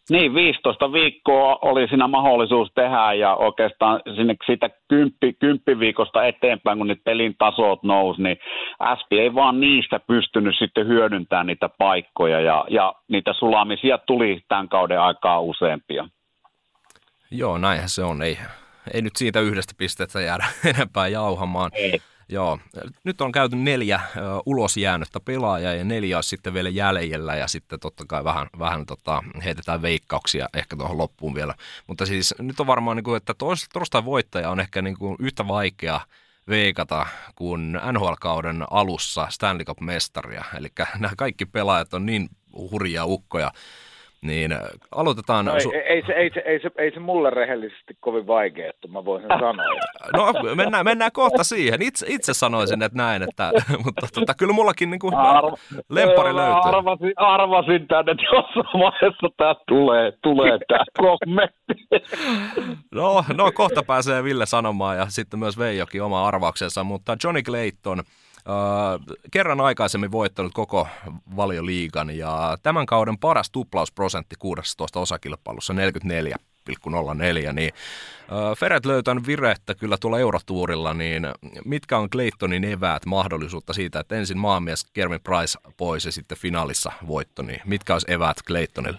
Niin, 15 viikkoa oli siinä mahdollisuus tehdä ja oikeastaan sinne siitä 10 viikosta eteenpäin, kun niitä pelin tasot nousi, niin SP ei vaan niistä pystynyt sitten hyödyntämään niitä paikkoja ja niitä sulamisia tuli tämän kauden aikaa useampia. Joo, näinhän se on. Ei nyt siitä yhdestä pisteestä jäädä enempää jauhamaan. Ei. Joo, nyt on käyty 4 ulos jäänyttä pelaajaa ja 4 olisi sitten vielä jäljellä ja sitten totta kai vähän heitetään veikkauksia ehkä tuohon loppuun vielä. Mutta siis nyt on varmaan, että torstain voittaja on ehkä yhtä vaikea veikata kuin NHL-kauden alussa Stanley Cup-mestaria. Eli nämä kaikki pelaajat on niin hurjia ukkoja. Niin aloitetaan... No, ei se mulle rehellisesti kovin vaikea, että mä voisin sanoa. No mennään kohta siihen. Itse sanoisin, että näin, mutta kyllä mullakin lemppari löytyy. Arvasin tänne, että jossain vaiheessa tämä tulee tämä kommentti. No kohta pääsee Ville sanomaan ja sitten myös Veijokin oma arvauksensa, mutta Johnny Clayton... kerran aikaisemmin voittanut koko Valioliigan ja tämän kauden paras tuplausprosentti 16 osakilpailussa 44,04, niin Ferret löytänyt virettä kyllä tuolla Eurotuurilla, niin mitkä on Claytonin eväät mahdollisuutta siitä, että ensin maamies Carey Price pois ja sitten finaalissa voitto, niin mitkä olisi eväät Claytonille?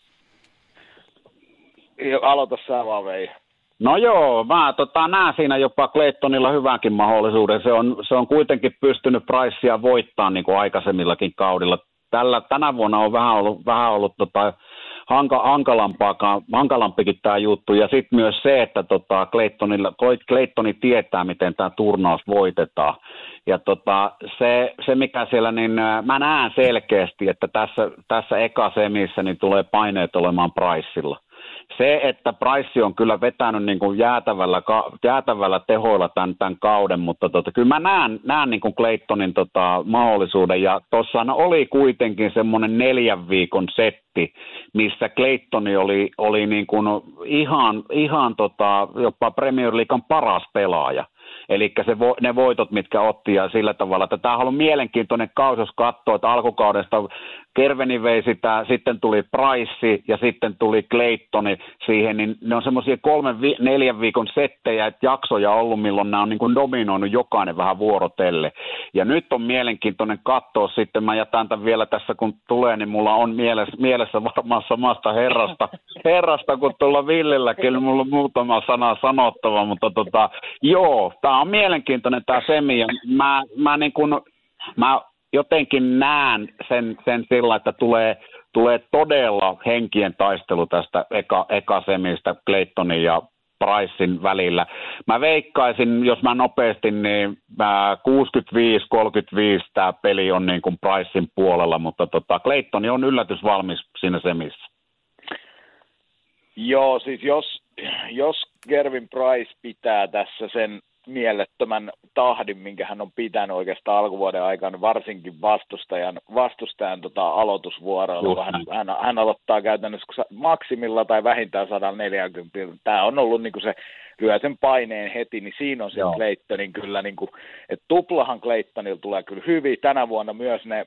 Aloita sä vaan, Vei. No joo, mä näen siinä jopa Claytonilla hyvänkin mahdollisuuden. Se on kuitenkin pystynyt Pricea voittamaan niin kuin aikaisemmillakin kaudilla. Tänä vuonna on vähän ollut hankalampikin tämä juttu. Ja sitten myös se, että Claytoni tietää, miten tämä turnaus voitetaan. Ja se mikä siellä, niin mä näen selkeästi, että tässä ekasemissä niin tulee paineet olemaan Pricella. Se, että Price on kyllä vetänyt niin kuin jäätävällä tehoilla tämän kauden, mutta kyllä mä näen niin kuin Claytonin mahdollisuuden, ja tuossa oli kuitenkin semmoinen 4 viikon setti, missä Claytoni oli niin kuin ihan jopa Premier Leaguean paras pelaaja. Eli ne voitot, mitkä otti ja sillä tavalla, että tämä on ollut mielenkiintoinen kausi, jos katsoo, että alkukaudesta Kerveni vei sitä, sitten tuli Price ja sitten tuli Claytoni siihen, niin ne on semmoisia 3-4 viikon settejä, että jaksoja ollut, milloin nämä on niin kuin dominoinut jokainen vähän vuorotelle. Ja nyt on mielenkiintoinen katsoa sitten, mä jätän tämän vielä tässä kun tulee, niin mulla on mielessä varmaan samasta herrasta kuin tuolla Villellä, kyllä mulla on muutama sana sanottava, mutta joo, tämä on mielenkiintoinen tämä semi, ja mä jotenkin näen sen sillä, että tulee todella henkien taistelu tästä eka semistä Claytonin ja Pricein välillä. Mä veikkaisin, jos mä nopeasti, niin 65-35 tämä peli on niin kuin Pricein puolella, mutta Clayton on yllätysvalmis siinä semissä. Joo, siis jos Gervin Price pitää tässä sen mielettömän tahdin, minkä hän on pitänyt oikeastaan alkuvuoden aikana, varsinkin vastustajan aloitusvuoroilla. Hän aloittaa käytännössä maksimilla tai vähintään 140. Tämä on ollut niin kuin se lyö sen paineen heti, niin siinä on se Claytonin kyllä, niin kuin, että tuplahan Claytonilla tulee kyllä hyvin. Tänä vuonna myös ne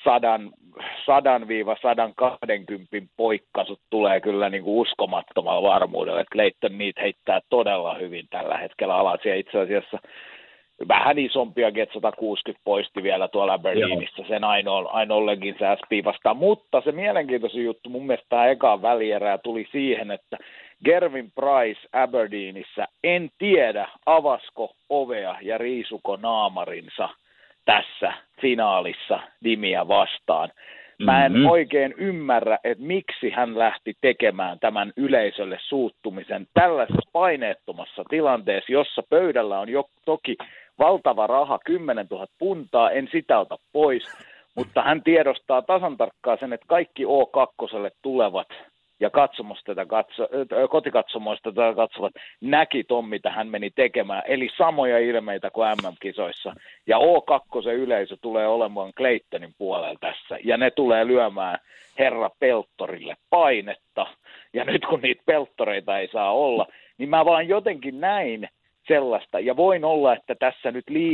100-120 poikkasut tulee kyllä niin kuin uskomattomalla varmuudella, että Clayton niitä heittää todella hyvin tällä hetkellä alas, ja itse asiassa vähän isompiakin, että 160 poisti vielä tuolla Aberdeenissa sen ainoallekin se SP vastaan, mutta se mielenkiintoisin juttu mun mielestä tämä eka välierää tuli siihen, että Gervin Price Aberdeenissä, en tiedä avasko ovea ja riisuko naamarinsa tässä finaalissa Dimiä vastaan. Mä en oikein ymmärrä, että miksi hän lähti tekemään tämän yleisölle suuttumisen tällaisessa paineettomassa tilanteessa, jossa pöydällä on jo toki valtava raha, 10 000 puntaa, en sitä ota pois, mutta hän tiedostaa tasan tarkkaan sen, että kaikki O2 tulevat ja kotikatsomoista tätä katsovat näki ton, mitä hän meni tekemään, eli samoja ilmeitä kuin MM-kisoissa. Ja O2-yleisö tulee olemaan Claytonin puolella tässä, ja ne tulee lyömään herra Peltorille painetta. Ja nyt kun niitä pelttoreita ei saa olla, niin mä vaan jotenkin näin sellaista, ja voin olla, että tässä nyt liian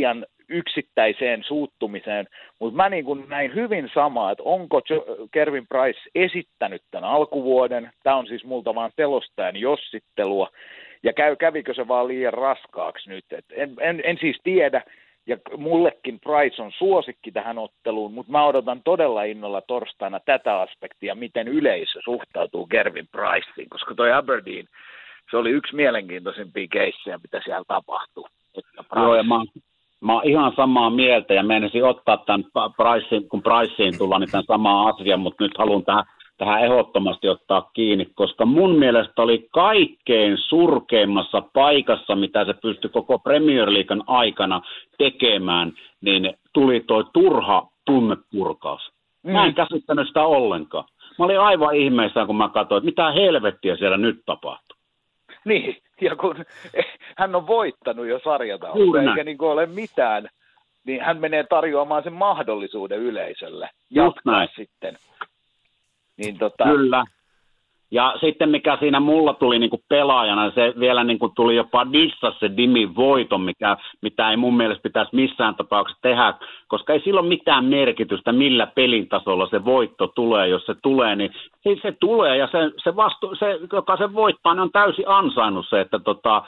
yksittäiseen suuttumiseen, mutta mä niin kuin näin hyvin samaa, että onko Kervin Price esittänyt tämän alkuvuoden, tämä on siis multa vaan selostajan jossittelua, ja kävikö se vaan liian raskaaksi nyt, en siis tiedä, ja mullekin Price on suosikki tähän otteluun, mutta mä odotan todella innolla torstaina tätä aspektia, miten yleisö suhtautuu Kervin Priceen, koska toi Aberdeen, se oli yksi mielenkiintoisimpia keissejä, mitä siellä tapahtui. Joo, ja mä oon ihan samaa mieltä, ja menisin ottaa tämän Priceen, kun Priceen tullaan, niin tämän samaa asiaa, mutta nyt haluan tähän ehdottomasti ottaa kiinni, koska mun mielestä oli kaikkein surkeimmassa paikassa, mitä se pystyi koko Premier Leaguen aikana tekemään, niin tuli toi turha tunnepurkaus. Mä en käsittänyt sitä ollenkaan. Mä olin aivan ihmeissään, kun mä katsoin, että mitä helvettiä siellä nyt tapahtuu. Niin, ja kun hän on voittanut jo sarjataulussa, eikä niin ole mitään, niin hän menee tarjoamaan sen mahdollisuuden yleisölle jatkaa sitten. Niin Kyllä. Ja sitten mikä siinä mulla tuli niinku pelaajana, se vielä niinku tuli jopa dissas se Dimin voiton, mitä ei mun mielestä pitäisi missään tapauksessa tehdä, koska ei sillä ole mitään merkitystä, millä pelin tasolla se voitto tulee. Jos se tulee, niin se tulee, ja se joka sen voittaa, niin on täysin ansainnut se, että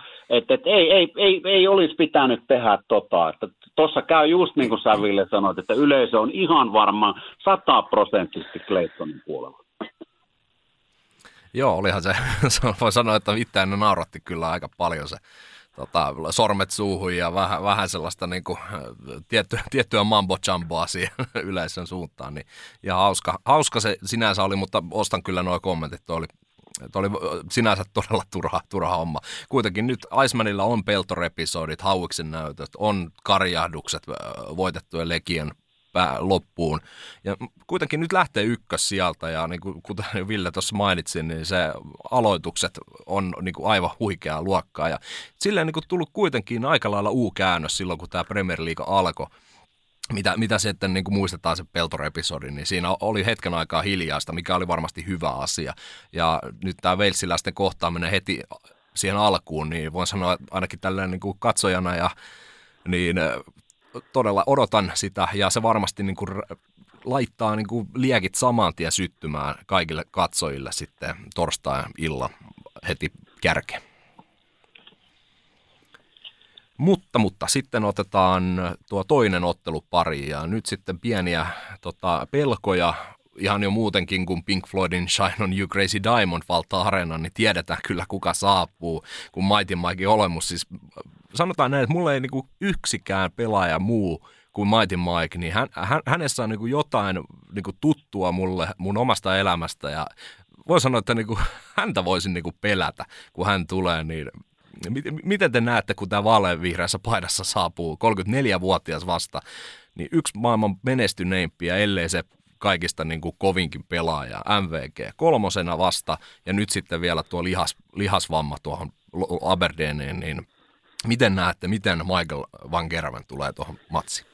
ei olisi pitänyt tehdä että tuossa käy just niin kuin sä, Ville, sanoit, että yleisö on ihan varmaan 100% Claytonin puolella. Joo, olihan se, voi sanoa, että itseään nauratti kyllä aika paljon se sormet suuhun ja vähän sellaista niin kuin, tiettyä mambo-jamboa siihen yleisön suuntaan. Niin, ja hauska se sinänsä oli, mutta ostan kyllä nuo kommentit, tuo oli sinänsä todella turha homma. Kuitenkin nyt Icemanilla on Peltor-episodit, Hauiksen näytöt, on karjahdukset voitettujen Legion loppuun. Ja kuitenkin nyt lähtee ykkös sieltä, ja niin kuin, kuten Ville tuossa mainitsi, niin se aloitukset on niin kuin aivan huikeaa luokkaa. Ja silleen niin kuin tullut kuitenkin aika lailla U-käännös silloin, kun tämä Premier League alkoi. Mitä sitten niin kuin muistetaan se Peltor-episodi, niin siinä oli hetken aikaa hiljaista, mikä oli varmasti hyvä asia. Ja nyt tämä Walesiläisten kohtaaminen heti siihen alkuun, niin voin sanoa ainakin tällainen niin kuin katsojana ja niin todella odotan sitä, ja se varmasti niin kuin laittaa niin kuin liekit saman tien syttymään kaikille katsojille sitten torstai-illan heti kärkeen. Mutta sitten otetaan tuo toinen ottelupari, ja nyt sitten pieniä pelkoja, ihan jo muutenkin, kun Pink Floydin Shine on You Crazy Diamond valtaa areenan, niin tiedetään kyllä kuka saapuu, kun Mighty Mikein olemus. Siis sanotaan näin, että mulla ei niinku yksikään pelaaja muu kuin Mighty Mike, niin hänessä on niinku jotain niinku tuttua mulle mun omasta elämästä, ja voi sanoa, että niinku, häntä voisin niinku pelätä, kun hän tulee, niin miten te näette, kun tämä vaaleanvihreässä paidassa saapuu 34-vuotias vasta, niin yksi maailman menestyneimpiä, ellei se kaikista niin kuin kovinkin pelaaja, MVG, 3. vasta, ja nyt sitten vielä tuo lihasvamma tuohon Aberdeeniin, niin miten näette, miten Michael Van Gerwen tulee tuohon matsiin?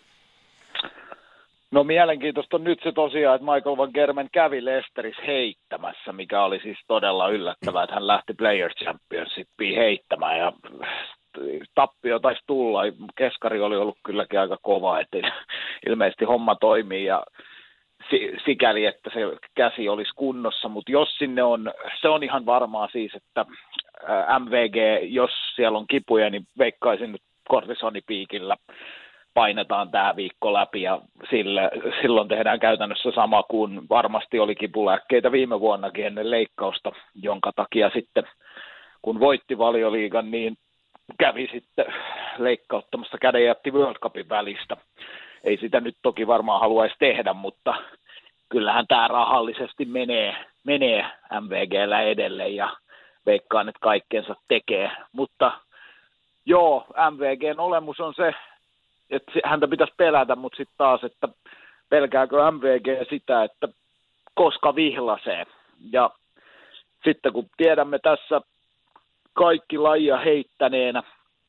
No mielenkiintoista on nyt se tosiaan, että Michael Van Gerwen kävi Leicesterissä heittämässä, mikä oli siis todella yllättävää, että hän lähti Players Championshipiin heittämään, ja tappio taisi tulla. Keskari oli ollut kylläkin aika kova, että ilmeisesti homma toimii, ja sikäli, että se käsi olisi kunnossa, mutta jos sinne on, se on ihan varmaa siis, että MVG, jos siellä on kipuja, niin veikkaisin nyt kortisonipiikillä painetaan tämä viikko läpi, ja silloin tehdään käytännössä sama kuin varmasti oli kipulääkkeitä viime vuonnakin ennen leikkausta, jonka takia sitten kun voitti Valioliigan, niin kävi sitten leikkauttamassa kädenjätti World Cupin välistä. Ei sitä nyt toki varmaan haluaisi tehdä, mutta kyllähän tämä rahallisesti menee MVG:llä edelle, ja veikkaan, että kaikkeensa tekee. Mutta joo, MVG:n olemus on se, että häntä pitäisi pelätä, mutta sitten taas, että pelkääkö MVG sitä, että koska vihlasee. Ja sitten kun tiedämme tässä kaikki lajia heittäneenä,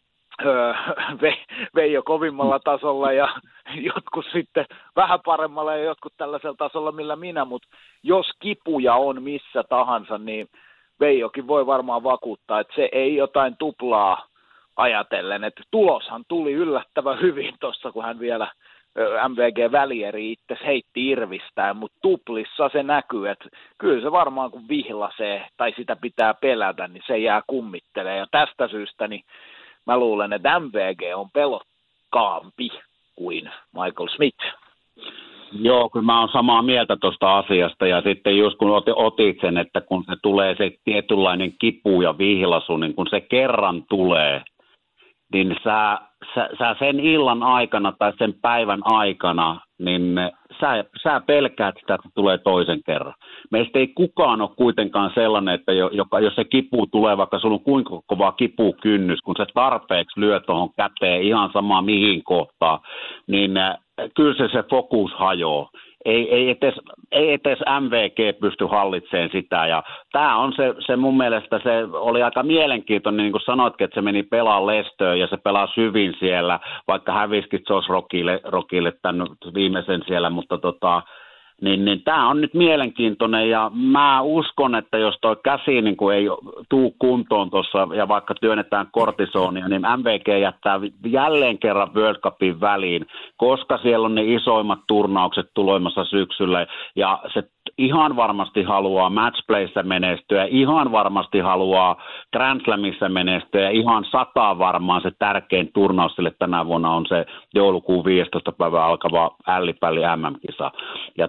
Veijo kovimmalla tasolla ja jotkut sitten vähän paremmalla ja jotkut tällaisella tasolla, millä minä, mutta jos kipuja on missä tahansa, niin Veijokin voi varmaan vakuuttaa, että se ei jotain tuplaa ajatellen, että tuloshan tuli yllättävän hyvin tuossa, kun hän vielä MVG-välieri itse heitti irvistään, mutta tuplissa se näkyy, että kyllä se varmaan kun vihlasee tai sitä pitää pelätä, niin se jää kummittelee. Ja tästä syystä niin mä luulen, että MVG on pelokkaampi kuin Michael Smith. Joo, kyllä mä oon samaa mieltä tuosta asiasta ja sitten just kun otit sen, että kun se tulee se tietynlainen kipu ja vihlasu, niin kun se kerran tulee, niin sä sen illan aikana tai sen päivän aikana, niin sä pelkäät sitä, että se tulee toisen kerran. Meistä ei kukaan ole kuitenkaan sellainen, että jos se kipu tulee, vaikka sulla on kuinka kova kipukynnys, kun se tarpeeksi lyö tuohon käteen ihan sama mihin kohtaan, niin kyllä se fokus hajoaa. Ei edes MVG pysty hallitsemaan sitä, ja tämä on se mun mielestä, se oli aika mielenkiintoinen, niin kuin sanoitkin, että se meni pelaa Lestöön, ja se pelasi hyvin siellä, vaikka hävisikin Josh Rockille tämän viimeisen siellä, mutta niin tämä on nyt mielenkiintoinen, ja mä uskon, että jos toi käsi niin kuin ei tuu kuntoon tuossa, ja vaikka työnnetään kortisonia, niin MVG jättää jälleen kerran World Cupin väliin, koska siellä on ne isoimmat turnaukset tuloimassa syksyllä, ja se ihan varmasti haluaa matchplayssä menestyä, ihan varmasti haluaa Grand Slamissa menestyä, ja ihan 100 varmaan se tärkein turnaus sille tänä vuonna on se joulukuun 15. päivä alkava ällipälli MM-kisa. Ja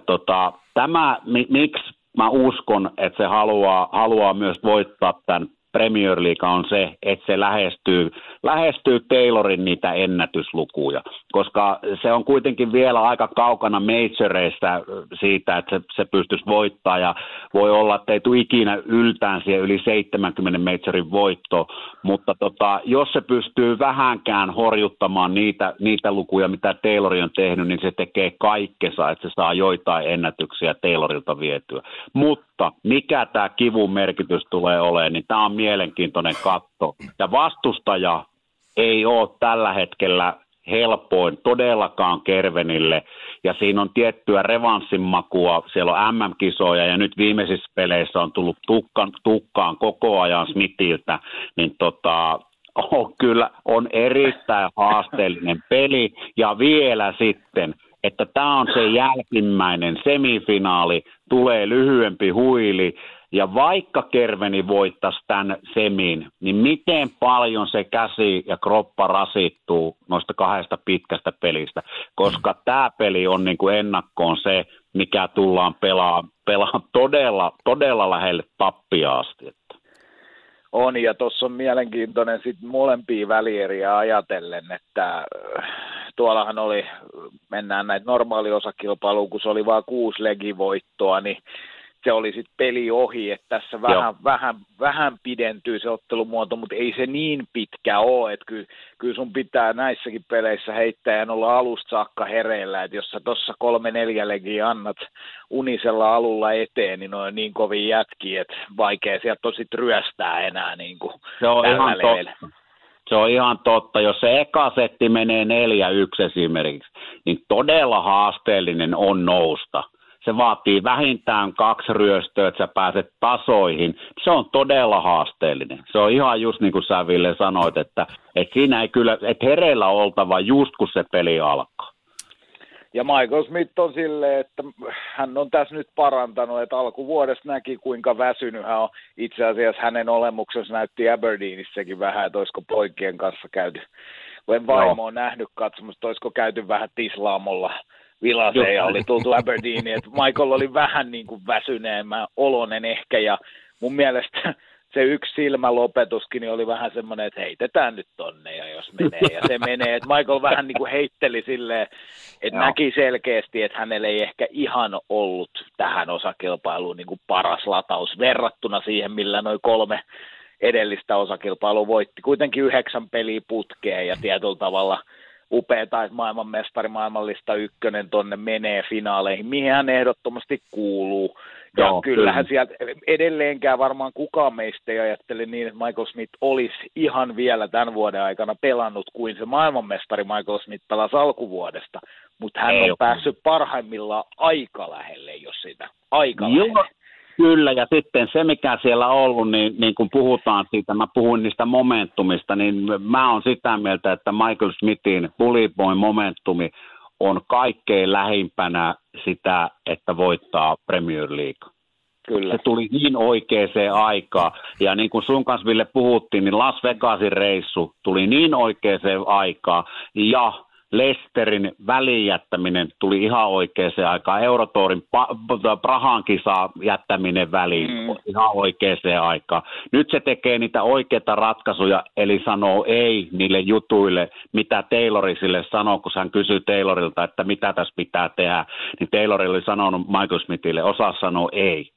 miksi mä uskon, että se haluaa myös voittaa tämän Premier League on se, että se lähestyy Taylorin niitä ennätyslukuja, koska se on kuitenkin vielä aika kaukana majoreista siitä, että se pystyisi voittamaan, ja voi olla, että ei tule ikinä yltään siihen yli 70 majorin voitto, mutta jos se pystyy vähänkään horjuttamaan niitä lukuja, mitä Taylor on tehnyt, niin se tekee kaikkensa, että se saa joitain ennätyksiä Taylorilta vietyä. Mutta mikä tämä kivun merkitys tulee olemaan, niin tämä on mielenkiintoinen katto. Ja vastustaja ei ole tällä hetkellä helpoin todellakaan Kervenille, ja siinä on tiettyä revanssin makua, siellä on MM-kisoja, ja nyt viimeisissä peleissä on tullut tukkaan koko ajan Smithiltä, niin kyllä on erittäin haasteellinen peli, ja vielä sitten, että tämä on se jälkimmäinen semifinaali, tulee lyhyempi huili, ja vaikka Kerveni voittaisi tämän semin, niin miten paljon se käsi ja kroppa rasittuu noista kahdesta pitkästä pelistä, koska tämä peli on niin kuin ennakkoon se, mikä tullaan pelaamaan todella lähelle tappia asti. On, ja tuossa on mielenkiintoinen sitten molempia välieriä ajatellen, että tuollahan mennään näitä normaaliosakilpailuun, kun se oli vain 6 legivoittoa, niin se oli sitten peli ohi, että tässä vähän pidentyy se ottelumuoto, mutta ei se niin pitkä ole, että kyllä sun pitää näissäkin peleissä heittää ja olla alusta saakka hereillä, että jos sä tuossa 3-4 legiä annat unisella alulla eteen, niin ne on niin kovin jätkiä, että vaikea sieltä on sitten ryöstää enää niin kuin tällä leveillä. Se on ihan totta. Jos se eka setti menee 4-1 esimerkiksi, niin todella haasteellinen on nousta. Se vaatii vähintään 2 ryöstöä, että sä pääset tasoihin. Se on todella haasteellinen. Se on ihan just niin kuin sä, Ville, sanoit, että siinä ei kyllä, että hereillä oltava just kun se peli alkaa. Ja Michael Smith on silleen, että hän on tässä nyt parantanut, että alkuvuodesta näki kuinka väsynyt hän on. Itse asiassa hänen olemuksensa näytti Aberdeenissäkin vähän, että olisiko poikien kanssa käyty. Kun vaimo on nähnyt katsomassa, että olisiko käyty vähän tislaamolla Vilaseen ja oli tultu Aberdeeniin, että Michael oli vähän niin kuin väsyneemmä oloinen ehkä, ja mun mielestä se yksi silmälopetuskin niin oli vähän semmoinen, että heitetään nyt tonne, ja jos menee, ja se menee, että Michael vähän niin kuin heitteli silleen, että näki selkeästi, että hänellä ei ehkä ihan ollut tähän osakilpailuun niin kuin paras lataus verrattuna siihen, millä noin 3 edellistä osakilpailua voitti kuitenkin 9 peliä putkeen, ja tietyllä tavalla upea tai maailmanmestari, maailmanlista 1 tonne menee finaaleihin, mihin hän ehdottomasti kuuluu. Ja kyllähän sieltä edelleenkään varmaan kukaan meistä ei ajattele niin, että Michael Smith olisi ihan vielä tämän vuoden aikana pelannut kuin se maailmanmestari Michael Smith pelasi alkuvuodesta. Mutta hän on päässyt parhaimmillaan aika lähelle, jos sitä aika lähelle. Kyllä, ja sitten se, mikä siellä on ollut, niin kun puhutaan siitä, mä puhuin niistä momentumista, niin mä oon sitä mieltä, että Michael Smithin Bully Boy momentumi on kaikkein lähimpänä sitä, että voittaa Premier League. Kyllä. Se tuli niin oikeaan aikaan, ja niin kuin sun kanssa, Ville, puhuttiin, niin Las Vegasin reissu tuli niin oikeaan aikaan, ja Leicesterin välijättäminen tuli ihan oikeaan aikaan. Eurotourin Prahan kisa jättäminen väliin ihan oikeaan aikaan. Nyt se tekee niitä oikeita ratkaisuja, eli sanoo ei niille jutuille, mitä Taylor sille sanoo, kun hän kysyy Taylorilta, että mitä tässä pitää tehdä. Niin Taylor oli sanonut Michael Smithille, osaa sanoa ei.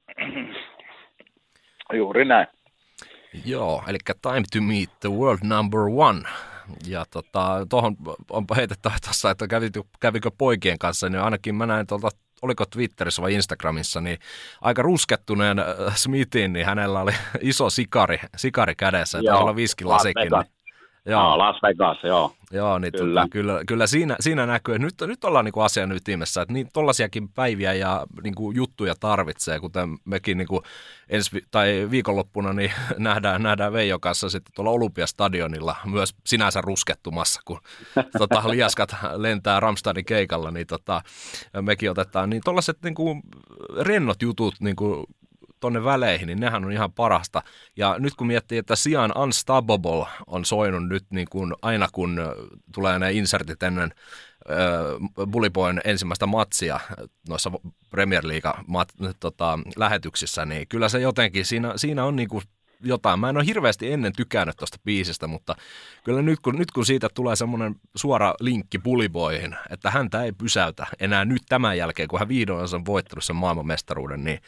Juuri näin. Joo, eli time to meet the world number one. Ja tuohon on heitettävä tuossa, että kävikö poikien kanssa, niin ainakin mä näin tuolta, oliko Twitterissä vai Instagramissa, niin aika ruskettuneen Smithin, niin hänellä oli iso sikari kädessä, taisi olla viskilasikin. Joo, Las Vegas, joo. Joo, niin kyllä siinä näkyy, että nyt ollaan niinku asian ytimessä, että niin tollaisiakin päiviä ja niinku juttuja tarvitsee, kuten mekin niinku viikonloppuna niin nähdään Veijon kanssa sitten tuolla Olympiastadionilla myös sinänsä ruskettumassa, kun liaskat lentää Ramstadin keikalla, niin mekin otetaan, niin tollaiset niinku rennot jutut niinku tonne väleihin, niin nehän on ihan parasta. Ja nyt kun miettii, että Sian Unstoppable on soinut nyt niin kuin aina kun tulee ne insertit ennen Bully Boyn ensimmäistä matsia noissa Premier League-lähetyksissä, niin kyllä se jotenkin, siinä on niin kuin jotain. Mä en ole hirveästi ennen tykännyt tuosta biisistä, mutta kyllä nyt kun siitä tulee semmoinen suora linkki Bully Boyhin, että häntä ei pysäytä enää nyt tämän jälkeen, kun hän vihdoin on voittanut sen maailmanmestaruuden, niin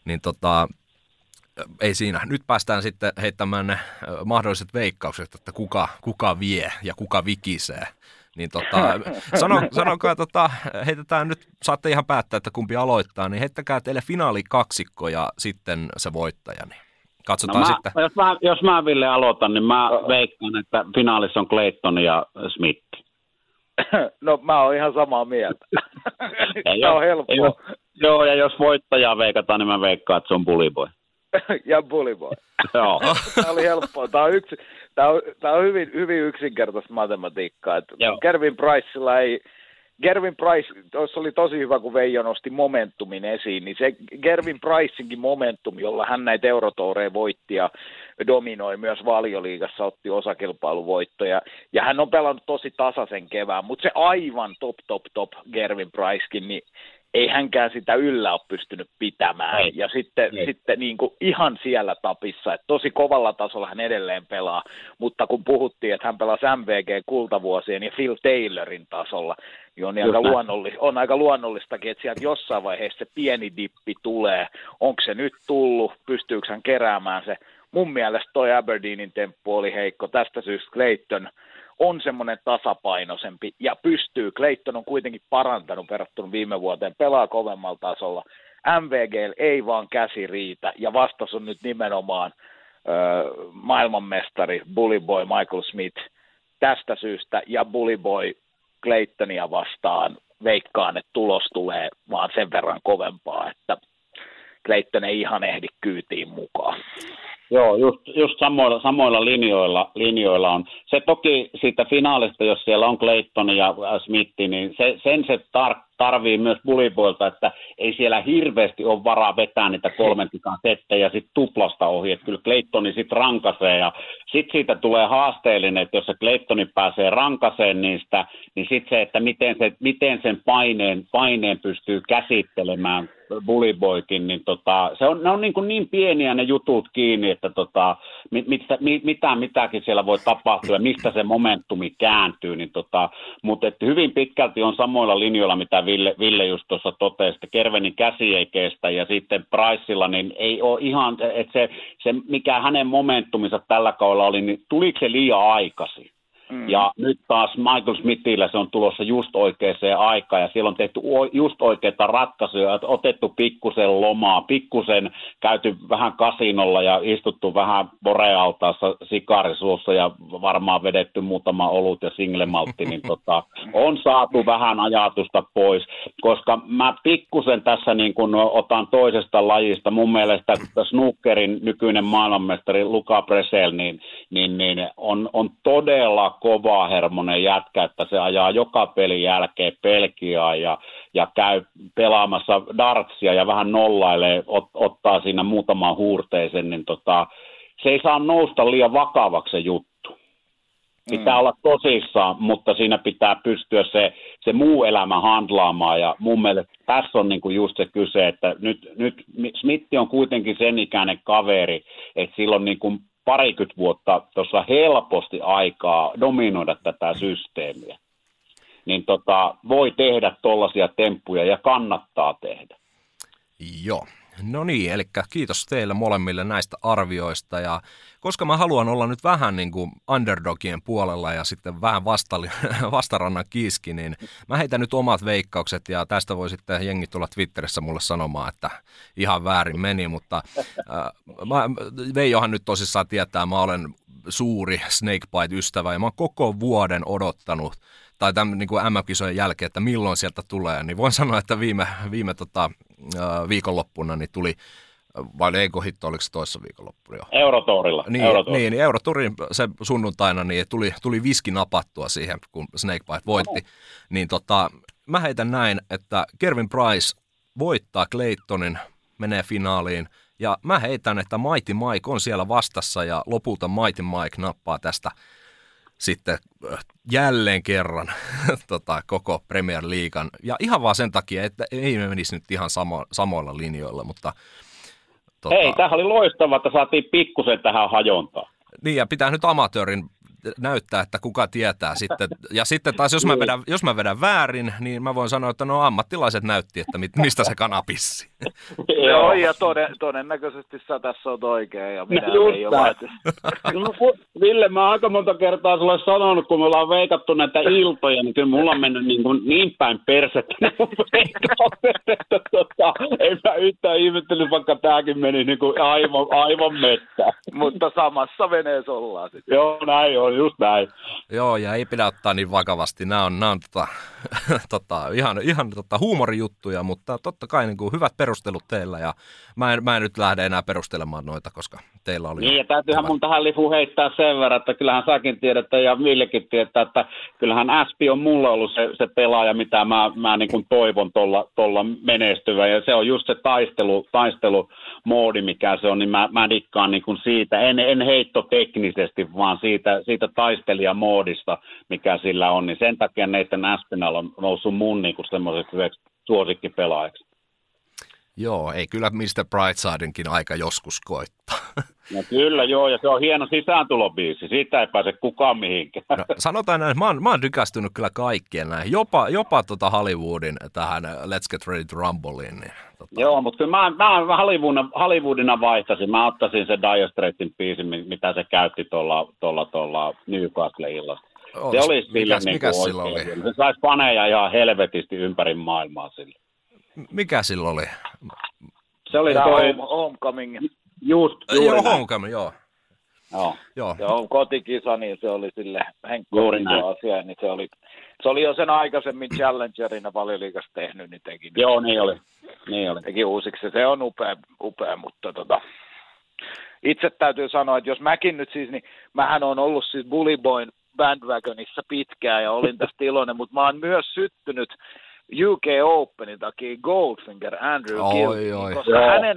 ei siinä. Nyt päästään sitten heittämään ne mahdolliset veikkaukset, että kuka vie ja kuka vikisee. Niin sanokaa, heitetään nyt, saatte ihan päättää, että kumpi aloittaa, niin heittäkää teille finaalikaksikko ja sitten se voittaja, niin katsotaan sitten. Jos mä Ville aloitan, niin mä veikkaan, että finaalissa on Clayton ja Smith. No mä oon ihan samaa mieltä. Tämä on helppoa. Joo, ja jos voittajaa veikataan, niin mä veikkaan, että se on Bully Boy. Ja Bully Boy. Joo. Tämä oli helppoa. Tämä on hyvin yksinkertaista matematiikkaa. Gervin Price, tuossa oli tosi hyvä, kun Veijo nosti momentumin esiin, niin se Gervin Pricinkin momentum, jolla hän näitä Eurotoureja voitti ja dominoi myös Valioliigassa, otti osakilpailuvoittoja, ja hän on pelannut tosi tasaisen kevään, mutta se aivan top Gervin Pricekin, niin ei hänkään sitä yllä ole pystynyt pitämään. Ei. Ja sitten niin kuin ihan siellä tapissa, että tosi kovalla tasolla hän edelleen pelaa, mutta kun puhuttiin, että hän pelasi MVG-kultavuosien ja Phil Taylorin tasolla, niin on aika luonnollistakin, että sieltä jossain vaiheessa se pieni dippi tulee. Onko se nyt tullut? Pystyykö hän keräämään se? Mun mielestä toi Aberdeenin temppu oli heikko. Tästä syystä Clayton on semmoinen tasapainoisempi ja pystyy. Clayton on kuitenkin parantanut verrattuna viime vuoteen, pelaa kovemmalla tasolla. MVG ei vaan käsi riitä ja vastas on nyt nimenomaan maailmanmestari Bully Boy Michael Smith tästä syystä ja Bully Boy Claytonia vastaan veikkaan, että tulos tulee vaan sen verran kovempaa, että Clayton ei ihan ehdi kyytiin mukaan. Joo, just samoilla linjoilla on. Se toki siitä finaalista, jos siellä on Clayton ja Smith, niin se tarvii myös Bully Boylta, että ei siellä hirveästi ole varaa vetää niitä kolmen tikan settejä sitten tuplasta ohi, että kyllä Claytoni sitten rankasee ja sitten siitä tulee haasteellinen, että jos se Claytoni pääsee rankaseen niistä, niin sitten se, että miten sen paineen pystyy käsittelemään Bully Boykin, niin ne on niin pieniä ne jutut kiinni, että mitäkin siellä voi tapahtua ja mistä se momentumi kääntyy, niin mutta että hyvin pitkälti on samoilla linjoilla, mitä Ville just tuossa totesi, että Kervenin käsi ei kestä ja sitten Pricella niin ei ole ihan, että se mikä hänen momentuminsa tällä kaudella oli, niin tuliko se liian aikaisin? Ja nyt taas Michael Smithillä se on tulossa just oikeaan aikaan ja siellä on tehty just oikeita ratkaisuja, otettu pikkusen lomaa, pikkusen käyty vähän kasinolla ja istuttu vähän Borealtaassa sikarisuussa ja varmaan vedetty muutama olut ja singlemaltti, niin on saatu vähän ajatusta pois, koska mä pikkusen tässä niin kun otan toisesta lajista, mun mielestä snookerin nykyinen maailmanmestari Luca Brecel, niin on todella kovahermonen jätkä, että se ajaa joka pelin jälkeen Belgiaa ja käy pelaamassa dartsia ja vähän nollailee, ottaa siinä muutaman huurteisen, niin se ei saa nousta liian vakavaksi se juttu. Pitää olla tosissaan, mutta siinä pitää pystyä se muu elämä handlaamaan ja mun mielestä tässä on niinku just se kyse, että nyt Smith on kuitenkin sen ikäinen kaveri, että sillä on niinku parikymmentä vuotta tuossa helposti aikaa dominoida tätä systeemiä. Niin voi tehdä tollaisia temppuja ja kannattaa tehdä. Joo. No niin, eli kiitos teille molemmille näistä arvioista ja koska mä haluan olla nyt vähän niin kuin underdogien puolella ja sitten vähän vastarannan kiiski, niin mä heitän nyt omat veikkaukset ja tästä voi sitten jengi tulla Twitterissä mulle sanomaan, että ihan väärin meni, mutta Veijohan nyt tosissaan tietää, mä olen suuri Snakebite-ystävä ja mä oon koko vuoden odottanut tai tämän niin kuin MM-kisojen jälkeen, että milloin sieltä tulee, niin voin sanoa, että viime viikonloppuna niin tuli, vai eikö hitto, oliko se toissa viikonloppuna jo? Eurotourilla. Niin, Eurotourin se sunnuntaina, niin tuli viski napattua siihen, kun Snakebite voitti. Niin mä heitän näin, että Gervin Price voittaa Claytonin, menee finaaliin, ja mä heitän, että Mighty Mike on siellä vastassa, ja lopulta Mighty Mike nappaa tästä sitten jälleen kerran koko Premier Leaguean. Ja ihan vaan sen takia, että ei me menisi nyt ihan samoilla linjoilla, mutta Hei, tämähän oli loistavaa, että saatiin pikkusen tähän hajontaan. Niin, ja pitää nyt amatöörin näyttää, että kuka tietää sitten. Ja sitten taas, jos mä vedän väärin, niin mä voin sanoa, että no ammattilaiset näytti, että mistä se kana pissi. Joo, ja todennäköisesti sä tässä oot oikein, ja minä ei ole. Ville, mä aika monta kertaa sulle sanonut, kun me ollaan veikattu näitä iltoja, niin kyllä mulla on mennyt niin päin persettä. Ei mä yhtään ihmettely, vaikka tääkin meni niin kuin aivan mettään. Mutta samassa veneessä ollaan sitten. Joo, näin on, just näin. Joo, ja ei pidä ottaa niin vakavasti. Nämä on ihan huumorijuttuja, mutta totta kai niin kuin hyvät perustelut teillä, ja mä en nyt lähde enää perustelemaan noita, koska teillä oli... Niin, ja täytyyhän mun tähän lipuun heittää sen verran, että kyllähän säkin tiedät, ja Villekin tietää, että kyllähän Aspi on mulla ollut se pelaaja, mitä mä niin kuin toivon tuolla menestyvä, ja se on just se taistelumoodi, mikä se on, niin mä dikkaan niin kuin siitä, en heittoteknisesti, vaan siitä taistelijamoodista, mikä sillä on, niin sen takia Nathan Aspinall on noussut mun niin kuin semmoiseksi suosikkipelaajaksi. Joo, ei kyllä Mr. Brightsidenkin aika joskus koittaa. No kyllä joo, ja se on hieno sisääntulobiisi, siitä ei pääse kukaan mihinkään. No, sanotaan näin, mä oon dykästynyt kyllä kaikkien näin, jopa Hollywoodin tähän Let's Get Ready to Rumbleiin. Niin, Joo, mutta kyllä mä Hollywoodina vaihtaisin, mä ottaisin se Dire Straightin biisin, mitä se käytti tuolla Newcastle-illasta. Se olisi mikä sillä oli? Se saisi faneja ihan helvetisti ympäri maailmaa sille. Mikä sillä oli? Se oli Homecoming. Just joo, Homecoming, joo. Joo. Se on kotikisa, niin se oli sille henkkoinen asia, niin se oli jo sen aikaisemmin Challengerina Valioliigassa tehnyt, niin teki. Joo, niin oli. Teki uusiksi, se on upea, mutta itse täytyy sanoa, että jos mäkin nyt siis, niin mähän on ollut siis Bully Boyn bandwagonissa pitkään ja olin tästä iloinen, mutta mä oon myös syttynyt UK Openin takia Goldfinger Andrew Gill, koska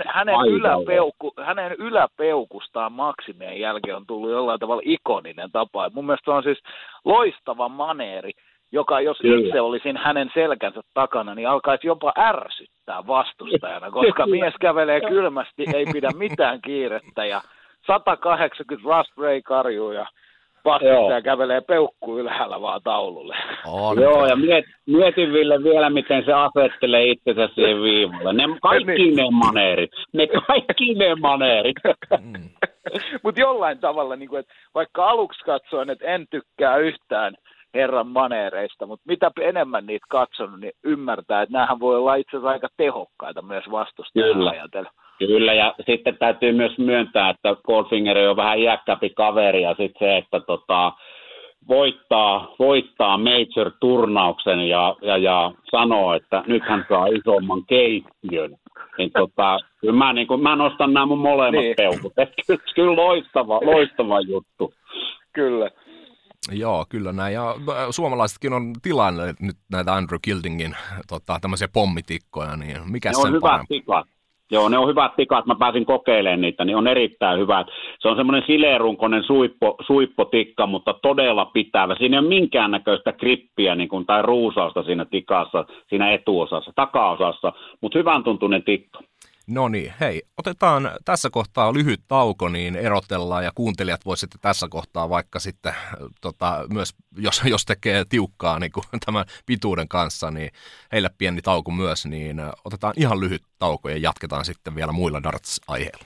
hänen yläpeukustaan maksimien jälkeen on tullut jollain tavalla ikoninen tapa. Mun mielestä se on siis loistava maneeri, joka jos itse olisin hänen selkänsä takana, niin alkaisi jopa ärsyttää vastustajana, koska mies kävelee kylmästi, ei pidä mitään kiirettä ja 180 Rust Ray karjuu ja vastustaja kävelee peukku ylhäällä vaan taululle. Joo, ja mietin Ville vielä, miten se asettelee itsensä siihen viivalle. Kaikki ne maneerit. Mutta jollain tavalla, niin kuin, että vaikka aluksi katsoin, että en tykkää yhtään herran maneereista, mutta mitä enemmän niitä katsonut, niin ymmärtää, että näähän voi olla itse asiassa aika tehokkaita myös vastustajia ajatella. Kyllä, ja sitten täytyy myös myöntää, että Goldfinger on vähän iäkkäämpi kaveri, ja sitten se, että voittaa major-turnauksen ja sanoo, että nyt hän saa isomman keittiön. Niin kyllä mä nostan nämä mun molemmat peukut. Kyllä loistava juttu. Kyllä. Joo, kyllä näin. Ja suomalaisetkin on tilanne nyt näitä Andrew Gildingin tämmöisiä pommitikkoja, niin mikä sen parempi? Tikat. Joo, ne on hyvät tikat. Mä pääsin kokeilemaan niitä, niin on erittäin hyvät. Se on semmoinen sileerunkoinen suippotikka, mutta todella pitävä. Siinä ei ole minkäännäköistä grippiä tai ruusausta siinä tikassa, siinä etuosassa, takaosassa, mutta hyvän tuntuinen tikka. No niin, hei, otetaan tässä kohtaa lyhyt tauko, niin erotellaan ja kuuntelijat voi sitten tässä kohtaa vaikka sitten myös, jos tekee tiukkaa niin kuin tämän pituuden kanssa, niin heille pieni tauko myös, niin otetaan ihan lyhyt tauko ja jatketaan sitten vielä muilla darts-aiheilla.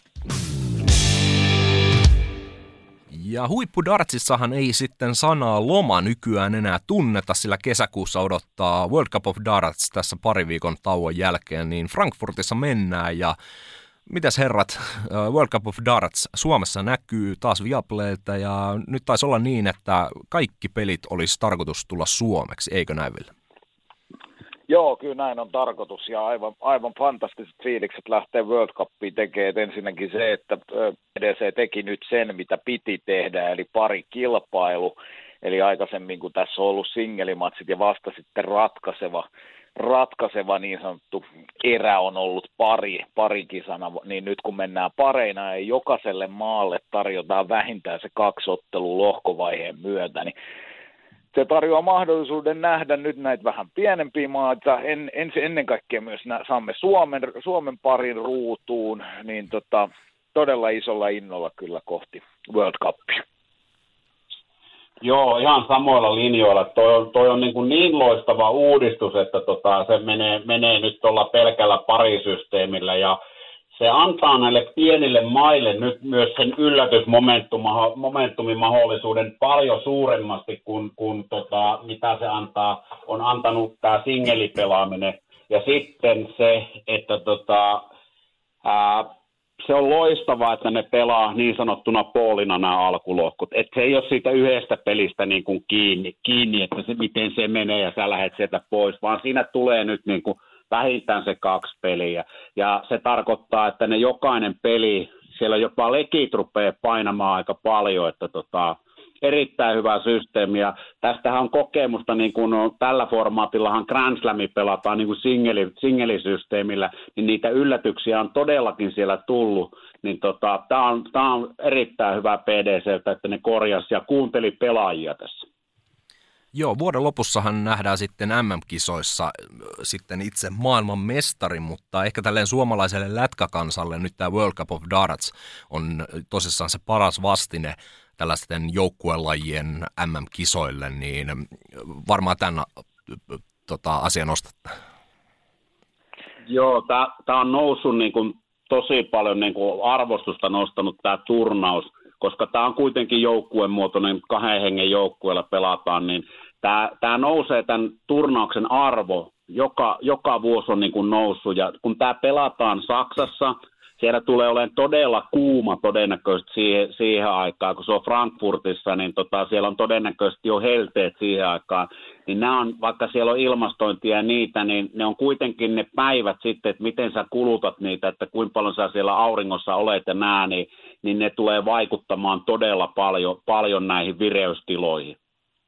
Ja huippudartsissahan ei sitten sanaa loma nykyään enää tunneta, sillä kesäkuussa odottaa World Cup of Darts tässä pari viikon tauon jälkeen, niin Frankfurtissa mennään ja mitäs herrat, World Cup of Darts Suomessa näkyy taas Viaplaylta ja nyt taisi olla niin, että kaikki pelit olisi tarkoitus tulla suomeksi, eikö näin Ville? Joo, kyllä näin on tarkoitus ja aivan fantastiset fiilikset lähtee World Cupiin tekemään. Et ensinnäkin se, että PDC teki nyt sen, mitä piti tehdä, eli pari kilpailu. Eli aikaisemmin, kun tässä on ollut singelimatsit ja vasta sitten ratkaiseva niin sanottu erä on ollut parikisana, niin nyt kun mennään pareina ja jokaiselle maalle tarjotaan vähintään se 2 ottelua lohkovaiheen myötä, niin se tarjoaa mahdollisuuden nähdä nyt näitä vähän pienempiä maita. Ennen kaikkea myös saamme Suomen parin ruutuun, niin todella isolla innolla kyllä kohti World Cupia. Joo, ihan samoilla linjoilla. Toi on niin loistava uudistus, että se menee nyt tuolla pelkällä parisysteemillä ja se antaa näille pienille maille nyt myös sen yllätysmomentumin mahdollisuuden paljon suuremmasti kuin mitä se on antanut tämä singelipelaaminen. Ja sitten se, että se on loistavaa, että ne pelaa niin sanottuna poolina nämä alkulohkot. Että se ei ole siitä yhdestä pelistä niin kuin kiinni, että se, miten se menee ja sä lähdet sieltä pois, vaan siinä tulee nyt niin kuin vähintään se 2 peliä. Ja se tarkoittaa, että ne jokainen peli, siellä jopa legit rupeaa painamaan aika paljon, että erittäin hyvä systeemi. Ja tästähän on kokemusta, niin kuin tällä formaatillahan Grand Slami pelataan niin kuin singelisysteemillä, niin niitä yllätyksiä on todellakin siellä tullut. Niin tämä on erittäin hyvä PDC:ltä, että ne korjasi ja kuunteli pelaajia tässä. Joo, vuoden lopussahan nähdään sitten MM-kisoissa sitten itse maailman mestari, mutta ehkä tälleen suomalaiselle lätkäkansalle nyt tämä World Cup of Darts on tosissaan se paras vastine tällaisten joukkuelajien MM-kisoille, niin varmaan tämän asian nostatte. Joo, tämä on noussut niin kuin tosi paljon niin kuin arvostusta nostanut tämä turnaus, koska tämä on kuitenkin joukkuemuotoinen, 2 hengen joukkueella pelataan, niin tämä nousee tämän turnauksen arvo, joka vuosi on niin kuin noussut, ja kun tämä pelataan Saksassa, siellä tulee olemaan todella kuuma todennäköisesti siihen aikaan, kun se on Frankfurtissa, niin siellä on todennäköisesti jo helteet siihen aikaan, niin nämä on, vaikka siellä on ilmastointia ja niitä, niin ne on kuitenkin ne päivät sitten, että miten sä kulutat niitä, että kuinka paljon sä siellä auringossa olet ja nää, niin ne tulee vaikuttamaan todella paljon näihin vireystiloihin.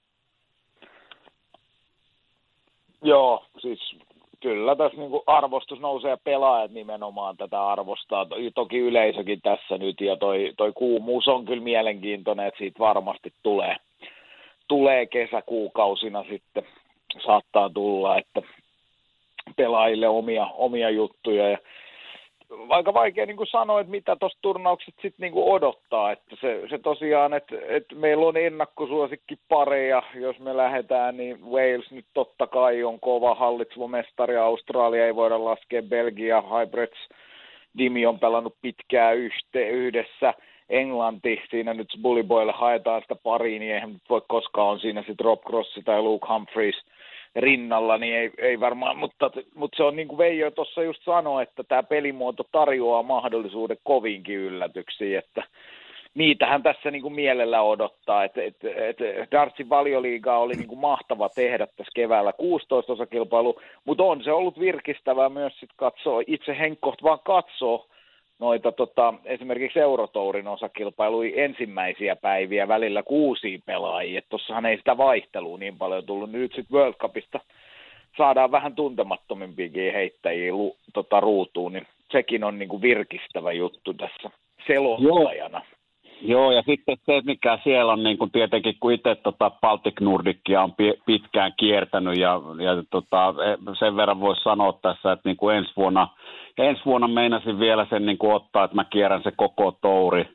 Joo, siis kyllä tässä niin kuin arvostus nousee ja pelaajat nimenomaan tätä arvostaa. Toki yleisökin tässä nyt ja toi kuumuus on kyllä mielenkiintoinen, että siitä varmasti tulee kesäkuukausina sitten. Saattaa tulla, että pelaajille omia juttuja. Ja aika vaikea niin kuin sanoa, että mitä tuosta turnauksesta sitten niin kuin odottaa. Että se tosiaan, että meillä on ennakkosuosikki pareja. Jos me lähdetään, niin Wales nyt totta kai on kova hallitseva mestari. Australia ei voida laskea. Belgia, Hybrids, Dimi on pelannut pitkään yhdessä. Englanti, siinä nyt Bully Boylle haetaan sitä pariin, niin eihän voi koskaan on siinä sitten Rob Cross tai Luke Humphries rinnalla, niin ei varmaan, mutta se on niin kuin Veijo tuossa just sanoi, että tämä pelimuoto tarjoaa mahdollisuuden kovinkin yllätyksiin, että niitähän tässä niin kuin mielellä odottaa, että Dartsin Valioliigaa oli niin kuin mahtava tehdä tässä keväällä 16 osakilpailu, mutta on se ollut virkistävää myös sit katsoa, itse henkkoht vaan katsoo noita esimerkiksi Eurotourin osakilpailuja ensimmäisiä päiviä välillä 6 pelaajia, että tossahan ei sitä vaihtelua niin paljon tullut, nyt sitten World Cupista saadaan vähän tuntemattomimpiakin heittäjiä ruutuun, niin sekin on niin kuin virkistävä juttu tässä selostajana. Joo, ja sitten se, mikä siellä on, niin kuin tietenkin, kun itse Baltic Nordicia on pitkään kiertänyt, ja sen verran voisi sanoa tässä, että niin kuin ensi vuonna meinasin vielä sen niin kuin ottaa, että mä kierrän se koko tourin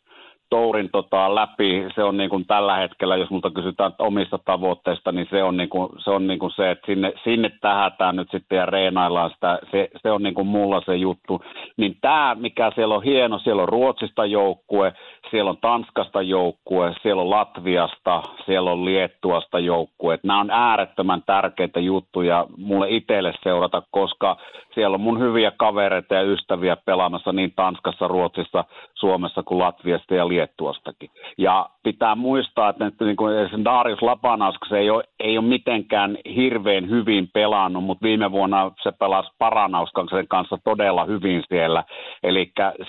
läpi. Se on niin kuin tällä hetkellä, jos multa kysytään omista tavoitteista, niin se on niin kuin se, että sinne tähätään nyt sitten ja reenaillaan sitä. Se on niin kuin mulla se juttu. Niin tämä, mikä siellä on hieno, siellä on Ruotsista joukkue, siellä on Tanskasta joukkue, siellä on Latviasta, siellä on Liettuasta joukkue. Nämä on äärettömän tärkeitä juttuja mulle itselle seurata, koska siellä on mun hyviä kavereita ja ystäviä pelaamassa niin Tanskassa, Ruotsissa, Suomessa kuin Latviasta ja Liettuastakin. Ja pitää muistaa, että niin kuin Darius Lapanauskas ei ole mitenkään hirveän hyvin pelannut, mutta viime vuonna se pelasi Paranauskaksen kanssa todella hyvin siellä. Eli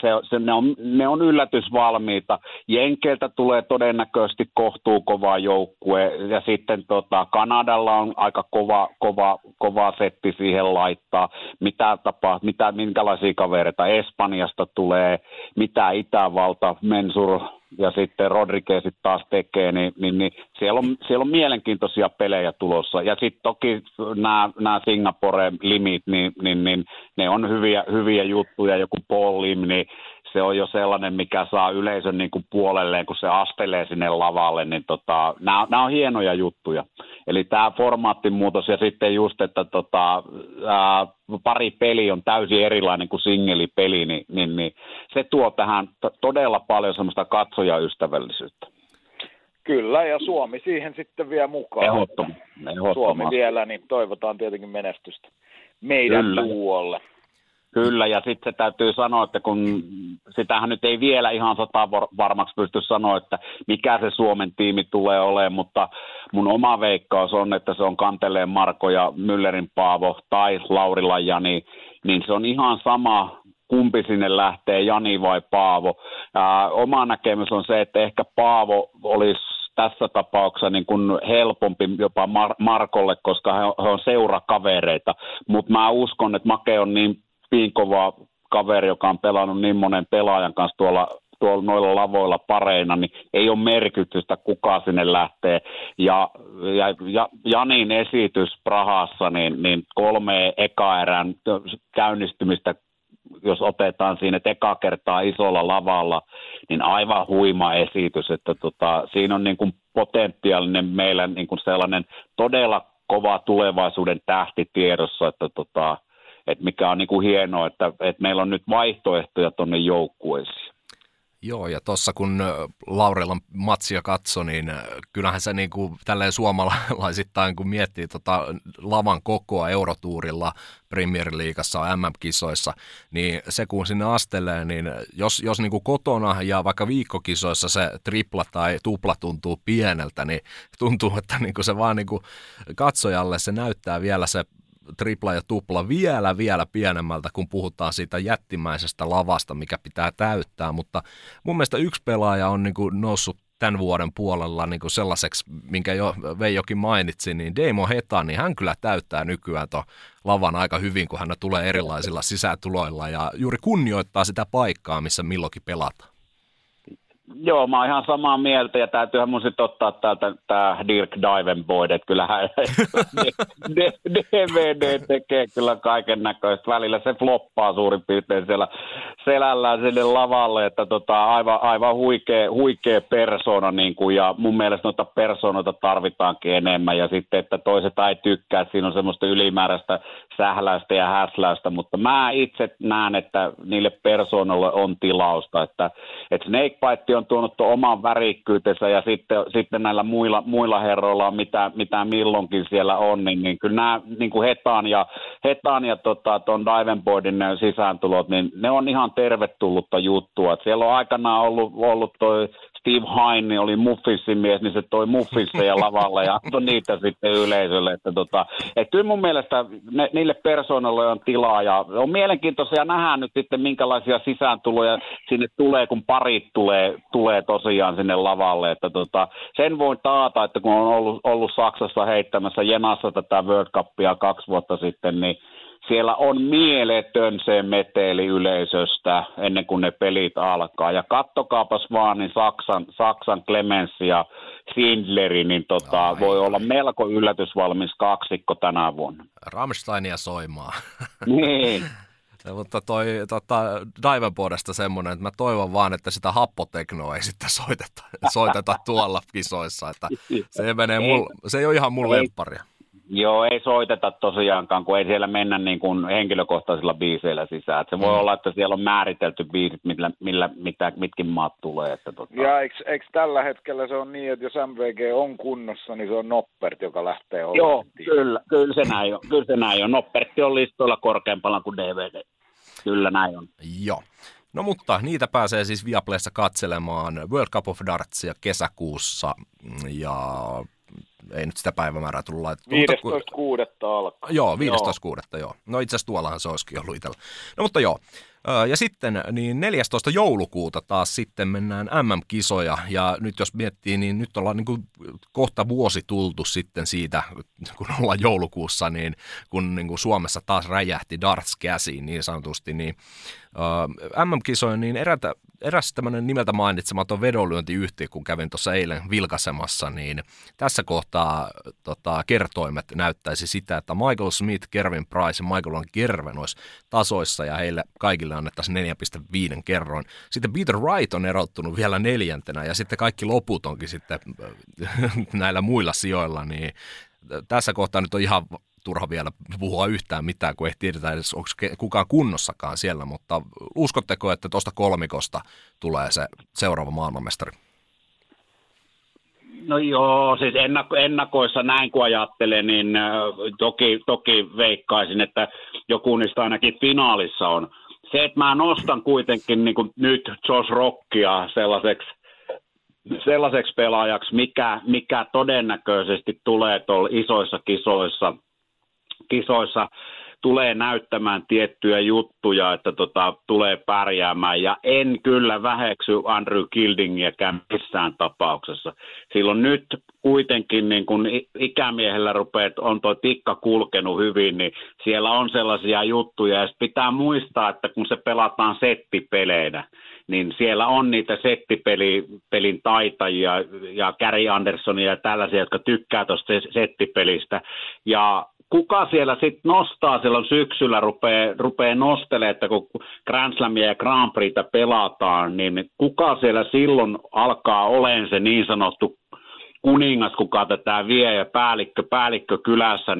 ne on yllätysvalmiita. Jenkeiltä tulee todennäköisesti kohtuukova joukkue ja sitten Kanadalla on aika kova setti siihen laittaa. Minkälaisia kavereita Espanjasta tulee, mitä Itävalta, Mensur ja sitten Rodriguezit taas tekee, niin siellä on mielenkiintoisia pelejä tulossa. Ja sitten toki nämä Singapore-limit, niin ne on hyviä juttuja, joku Paul Lim, niin se on jo sellainen, mikä saa yleisön niin kuin puolelleen, kun se astelee sinne lavalle, niin nämä on hienoja juttuja. Eli tämä formaattimuutos ja sitten just, että pari peli on täysin erilainen kuin singelipeli, niin se tuo tähän todella paljon semmoista katsojaystävällisyyttä. Kyllä, ja Suomi siihen sitten vielä mukaan. Ehdottomasti. Suomi vielä, niin toivotaan tietenkin menestystä meidän tuolle. Kyllä, ja sitten se täytyy sanoa, että kun sitähän nyt ei vielä ihan varmaksi pysty sanoa, että mikä se Suomen tiimi tulee olemaan, mutta mun oma veikkaus on, että se on Kanteleen Marko ja Müllerin Paavo tai Laurila Jani, niin se on ihan sama, kumpi sinne lähtee, Jani vai Paavo. Oma näkemys on se, että ehkä Paavo olisi tässä tapauksessa niin kuin helpompi jopa Markolle, koska he on seurakavereita, mutta mä uskon, että Make on niin kova kaveri, joka on pelannut niin monen pelaajan kanssa tuolla noilla lavoilla pareina, niin ei ole merkitystä, kuka sinne lähtee. Ja Janin esitys Prahassa, niin 3 eka-erän käynnistymistä, jos otetaan siinä eka kertaa isolla lavalla, niin aivan huima esitys, että siinä on niin kuin potentiaalinen meillä niin kuin sellainen todella kova tulevaisuuden tähti tiedossa, että mikä on niin kuin hienoa, että meillä on nyt vaihtoehtoja tuonne joukkueisiin. Joo, ja tuossa kun Laurilan matsia katsoi, niin kyllähän se niin kuin tälleen suomalaisittain, kun miettii lavan kokoa Eurotuurilla, Premier Leaguessa, MM-kisoissa, niin se kun sinne astelee, niin jos niin kuin kotona ja vaikka viikkokisoissa se tripla tai tupla tuntuu pieneltä, niin tuntuu, että niin kuin se vaan niin kuin katsojalle se näyttää vielä se tripla ja tupla vielä pienemmältä, kun puhutaan siitä jättimäisestä lavasta, mikä pitää täyttää, mutta mun mielestä yksi pelaaja on niin kuin noussut tämän vuoden puolella niin kuin sellaiseksi, minkä jo Veijokin mainitsi, niin Damo Heta, niin hän kyllä täyttää nykyään tuon lavan aika hyvin, kun hän tulee erilaisilla sisätuloilla ja juuri kunnioittaa sitä paikkaa, missä milloinkin pelataan. Joo, mä oon ihan samaa mieltä ja täytyyhän mun sitten ottaa täältä tää Dirk Divenboyd, että kyllähän DVD tekee kyllä kaiken näköistä. Välillä se floppaa suurin piirtein selällään sinne lavalle, että aivan huikea persona, niin kuin, ja mun mielestä noita persoonoita tarvitaankin enemmän, ja sitten, että toiset ei tykkää, että siinä on semmoista ylimääräistä sähläistä ja häsläistä, mutta mä itse näen, että niille persoonoille on tilausta, että Snakebite on tuonut oman värikkyytensä, ja sitten näillä muilla herroilla on mitä milloinkin siellä on, niin kyllä nämä niin kuin Hetan ja ton Davenportin sisääntulot, niin ne on ihan tervetullutta juttua. Et siellä on aikanaan ollut toi Steve Hine, oli Muffinsin mies, niin se toi Muffinseja lavalle ja antoi niitä sitten yleisölle. Että kyllä mun mielestä niille persoonalle on tilaa ja on mielenkiintoisia nähdä nyt sitten minkälaisia sisääntuloja sinne tulee, kun parit tulee tosiaan sinne lavalle. Että sen voin taata, että kun on ollut Saksassa heittämässä Jenassa tätä World Cupia 2 vuotta sitten, niin siellä on mieletön se meteli yleisöstä ennen kuin ne pelit alkaa. Ja kattokaapas vaan, niin Saksan Clemens ja Schindleri, niin voi olla melko yllätysvalmis kaksikko tänä vuonna. Rammsteinia soimaa. Niin. Mutta toi Davenportista semmoinen, että mä toivon vaan, että sitä happoteknoa ei sitten soiteta tuolla kisoissa. Että se ei ole ihan mun lempparia. Joo, ei soiteta tosiaankaan, kun ei siellä mennä niin kuin henkilökohtaisilla biiseillä sisään. Et se voi olla, että siellä on määritelty biisit, mitkin maat tulee. Ja eikö tällä hetkellä se on niin, että jos MVG on kunnossa, niin se on Noppert, joka lähtee olemaan? Joo, kyllä se näin on. Noppertti on listoilla korkeampana kuin DVD. Kyllä näin on. Joo. No mutta niitä pääsee siis Viaplayssa katselemaan World Cup of Dartsia kesäkuussa ja ei nyt sitä päivämäärää tullut laittaa. 15.6. alkaa. Joo, 15.6. joo. No itse asiassa tuollahan se olisikin ollut itsellä. No mutta joo. Ja sitten niin 14. joulukuuta taas sitten mennään MM-kisoja ja nyt jos miettii, niin nyt ollaan niin kuin kohta vuosi tultu sitten siitä, kun ollaan joulukuussa, niin kun niin kuin Suomessa taas räjähti darts käsiin niin sanotusti, niin MM-kisoja, niin eräs tämmöinen nimeltä mainitsematon vedonlyöntiyhtiö, kun kävin tuossa eilen vilkaisemassa, niin tässä kohtaa kertoimet näyttäisi sitä, että Michael Smith, Kervin Price ja Michael Kerven olisi tasoissa ja heille kaikille annettaisiin 4,5 kerroin. Sitten Peter Wright on erottunut vielä 4. ja sitten kaikki loput onkin sitten näillä muilla sijoilla, niin tässä kohtaa nyt on ihan turha vielä puhua yhtään mitään, kun ei tiedetä edes, onko kukaan kunnossakaan siellä, mutta uskotteko, että tuosta kolmikosta tulee se seuraava maailmanmestari? No joo, siis ennakoissa näin kun ajattelen, niin toki veikkaisin, että joku niistä ainakin finaalissa on. Se, että mä nostan kuitenkin niin kuin nyt Josh Rockia sellaiseksi pelaajaksi, mikä todennäköisesti tulee tuolla isoissa kisoissa tulee näyttämään tiettyjä juttuja, että tulee pärjäämään. Ja en kyllä väheksy Andrew Gildingiäkään missään tapauksessa. Silloin nyt kuitenkin niin kun ikämiehellä on tuo tikka kulkenut hyvin, niin siellä on sellaisia juttuja. Ja pitää muistaa, että kun se pelataan settipeleinä, niin siellä on niitä settipelin taitajia ja Gary Andersonia ja tällaisia, jotka tykkää tuosta settipelistä. Ja kuka siellä sitten nostaa silloin syksyllä, rupeaa nostelemaan, että kun Grand Slamia ja Grand Prixtä pelataan, niin kuka siellä silloin alkaa olemaan se niin sanottu kuningas, kuka tätä vie ja päällikkö kylässä,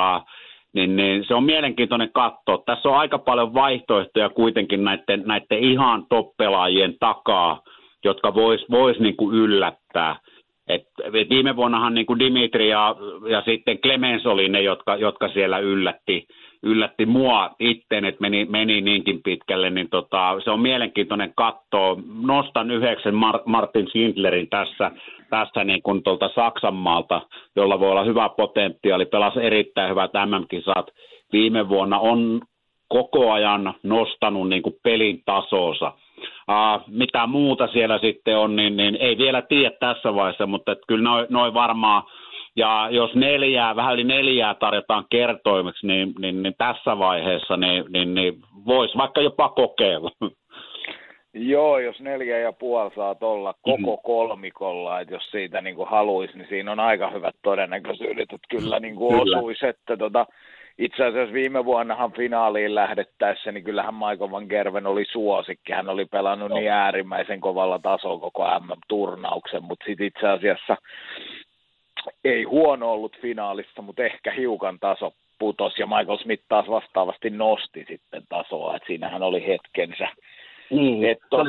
niin se on mielenkiintoinen katsoa. Tässä on aika paljon vaihtoehtoja kuitenkin näiden ihan top-pelaajien takaa, jotka vois niin kuin yllättää. Et viime vuonnahan niin kuin Dimitri ja sitten Clemens oli ne, jotka siellä yllätti mua itteen, että meni niinkin pitkälle, niin se on mielenkiintoinen katsoa. Nostan 9 Martin Schindlerin tässä niin kuin tuolta Saksanmaalta, jolla voi olla hyvä potentiaali, pelasi erittäin hyvät MM-kisat. Viime vuonna on koko ajan nostanut niin kuin pelin tasonsa. Mitä muuta siellä sitten on, niin ei vielä tiedä tässä vaiheessa, mutta kyllä noin varmaan, ja jos vähän yli 4 tarjotaan kertoimeksi, niin tässä vaiheessa niin voisi vaikka jopa kokeilla. Joo, jos 4,5 saa olla koko kolmikolla, että jos siitä niin kuin haluaisi, niin siinä on aika hyvät todennäköisyydet, että kyllä niin kuin osuisi, että itse asiassa viime vuonnahan finaaliin lähdettäessä, niin kyllähän Michael Van Gerwen oli suosikki. Hän oli pelannut niin äärimmäisen kovalla tasolla koko MM-turnauksen, mutta sitten itse asiassa ei huono ollut finaalissa, mutta ehkä hiukan taso putos, ja Michael Smith taas vastaavasti nosti sitten tasoa, että siinähän oli hetkensä. Niin,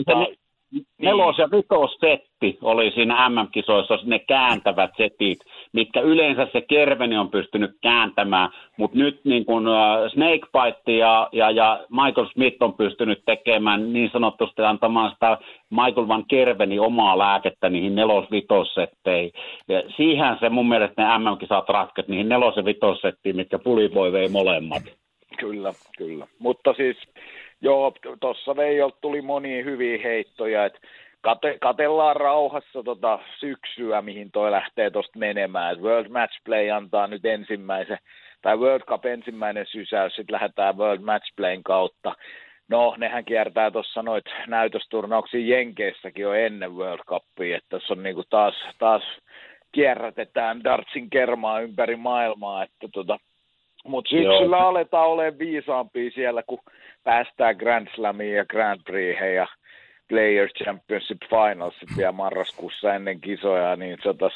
nelos- ja vitossetti oli siinä MM-kisoissa, ne kääntävät setit, mitkä yleensä se Gerwen on pystynyt kääntämään, mutta nyt niin kun Snakebite ja Michael Smith on pystynyt tekemään niin sanotusti antamaan sitä Michael Van Gerwenin omaa lääkettä niihin nelos-vitossetteihin. Ja siihen se mun mielestä ne MM-kisat ratket niihin nelos- ja vitossettiin, mitkä Puliboy vei molemmat. Kyllä. Mutta siis joo, tuossa Veijolta tuli monia hyviä heittoja, että katellaan rauhassa syksyä, mihin toi lähtee tuosta menemään. Et World Match Play antaa nyt World Cup ensimmäinen sysäys, sitten lähdetään World Match Playn kautta. No, nehän kiertää tuossa noit näytösturnauksia Jenkeissäkin jo ennen World Cupia, että tässä on niinku taas kierrätetään dartsin kermaa ympäri maailmaa, että mutta syksyllä aletaan olemaan viisaampia siellä, kun päästään Grand Slamiin ja Grand Prixhen ja Players Championship Finalsit vielä marraskuussa ennen kisoja, niin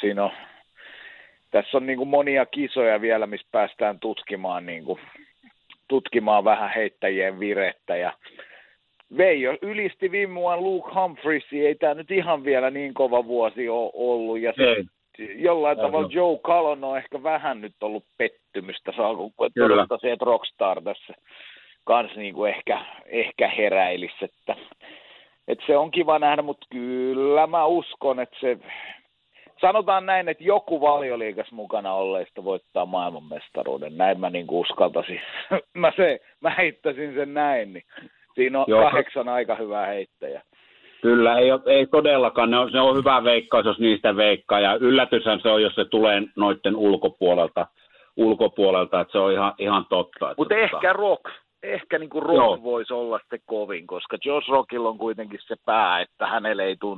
tässä on niinku monia kisoja vielä, missä päästään tutkimaan vähän heittäjien virettä. Ja Veijo ylisti viime vuonna Luke Humphreys, ei tämä nyt ihan vielä niin kova vuosi ole ollut, ja jollain tavalla Joe Cullen on ehkä vähän nyt ollut pettymystä, saako todeta se, että Rockstar tässä kanssa niin kuin ehkä heräilisi, että se on kiva nähdä, mutta kyllä mä uskon, että se, sanotaan näin, että joku Valioliigassa mukana olleista voittaa maailmanmestaruuden, näin mä niin kuin uskaltaisin, mä heittäisin sen näin, niin siinä on 8 aika hyvää heittäjää. Kyllä, ei todellakaan. Se on hyvä veikkaus, jos niistä veikkaa. Ja yllätyshän se on, jos se tulee noiden ulkopuolelta, että se on ihan totta. Mutta ehkä niin kuin Rock voisi olla se kovin, koska Josh Rockilla on kuitenkin se pää, että hänelle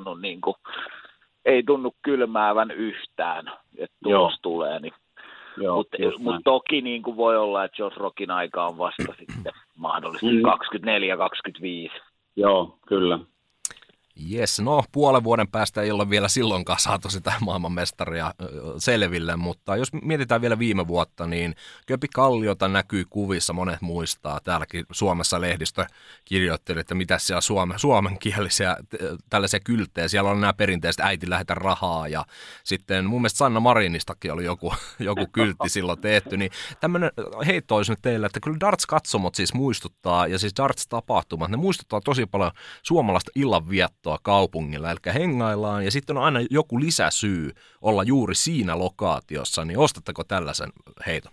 ei tunnu kylmäävän yhtään, että tulos tulee. Niin. Mutta toki niin kuin voi olla, että Josh Rockin aika on vasta sitten mahdollisesti 24-25. Joo, kyllä. Jes, no puolen vuoden päästä ei ole vielä silloinkaan saatu sitä maailmanmestaria selville, mutta jos mietitään vielä viime vuotta, niin Köpi Kalliota näkyy kuvissa, monet muistaa, täälläkin Suomessa lehdistö kirjoitteli, että mitä siellä suomenkielisiä tällaisia kylttejä, siellä on nämä perinteiset äiti lähetä rahaa, ja sitten mun mielestä Sanna Marinistakin oli joku kyltti silloin tehty, niin tämmöinen heitto olisi nyt teillä, että kyllä darts-katsomot siis muistuttaa, ja siis darts-tapahtumat, ne muistuttaa tosi paljon suomalaista illanviettoa kaupungilla, eli hengaillaan, ja sitten on aina joku lisäsyy olla juuri siinä lokaatiossa, niin ostatteko tällaisen heiton?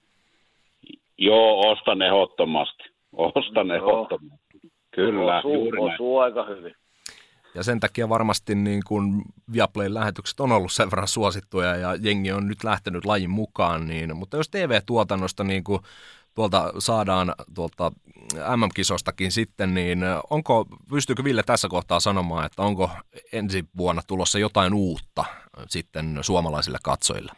Joo, ostan ehdottomasti. Kyllä, osuu aika hyvin. Ja sen takia varmasti niin kun Viaplayn lähetykset on ollut sen verran suosittuja, ja jengi on nyt lähtenyt lajin mukaan, niin, mutta jos TV-tuotannosta niin kuin tuolta saadaan tuolta MM-kisostakin sitten, niin pystyykö Ville tässä kohtaa sanomaan, että onko ensi vuonna tulossa jotain uutta sitten suomalaisille katsojille?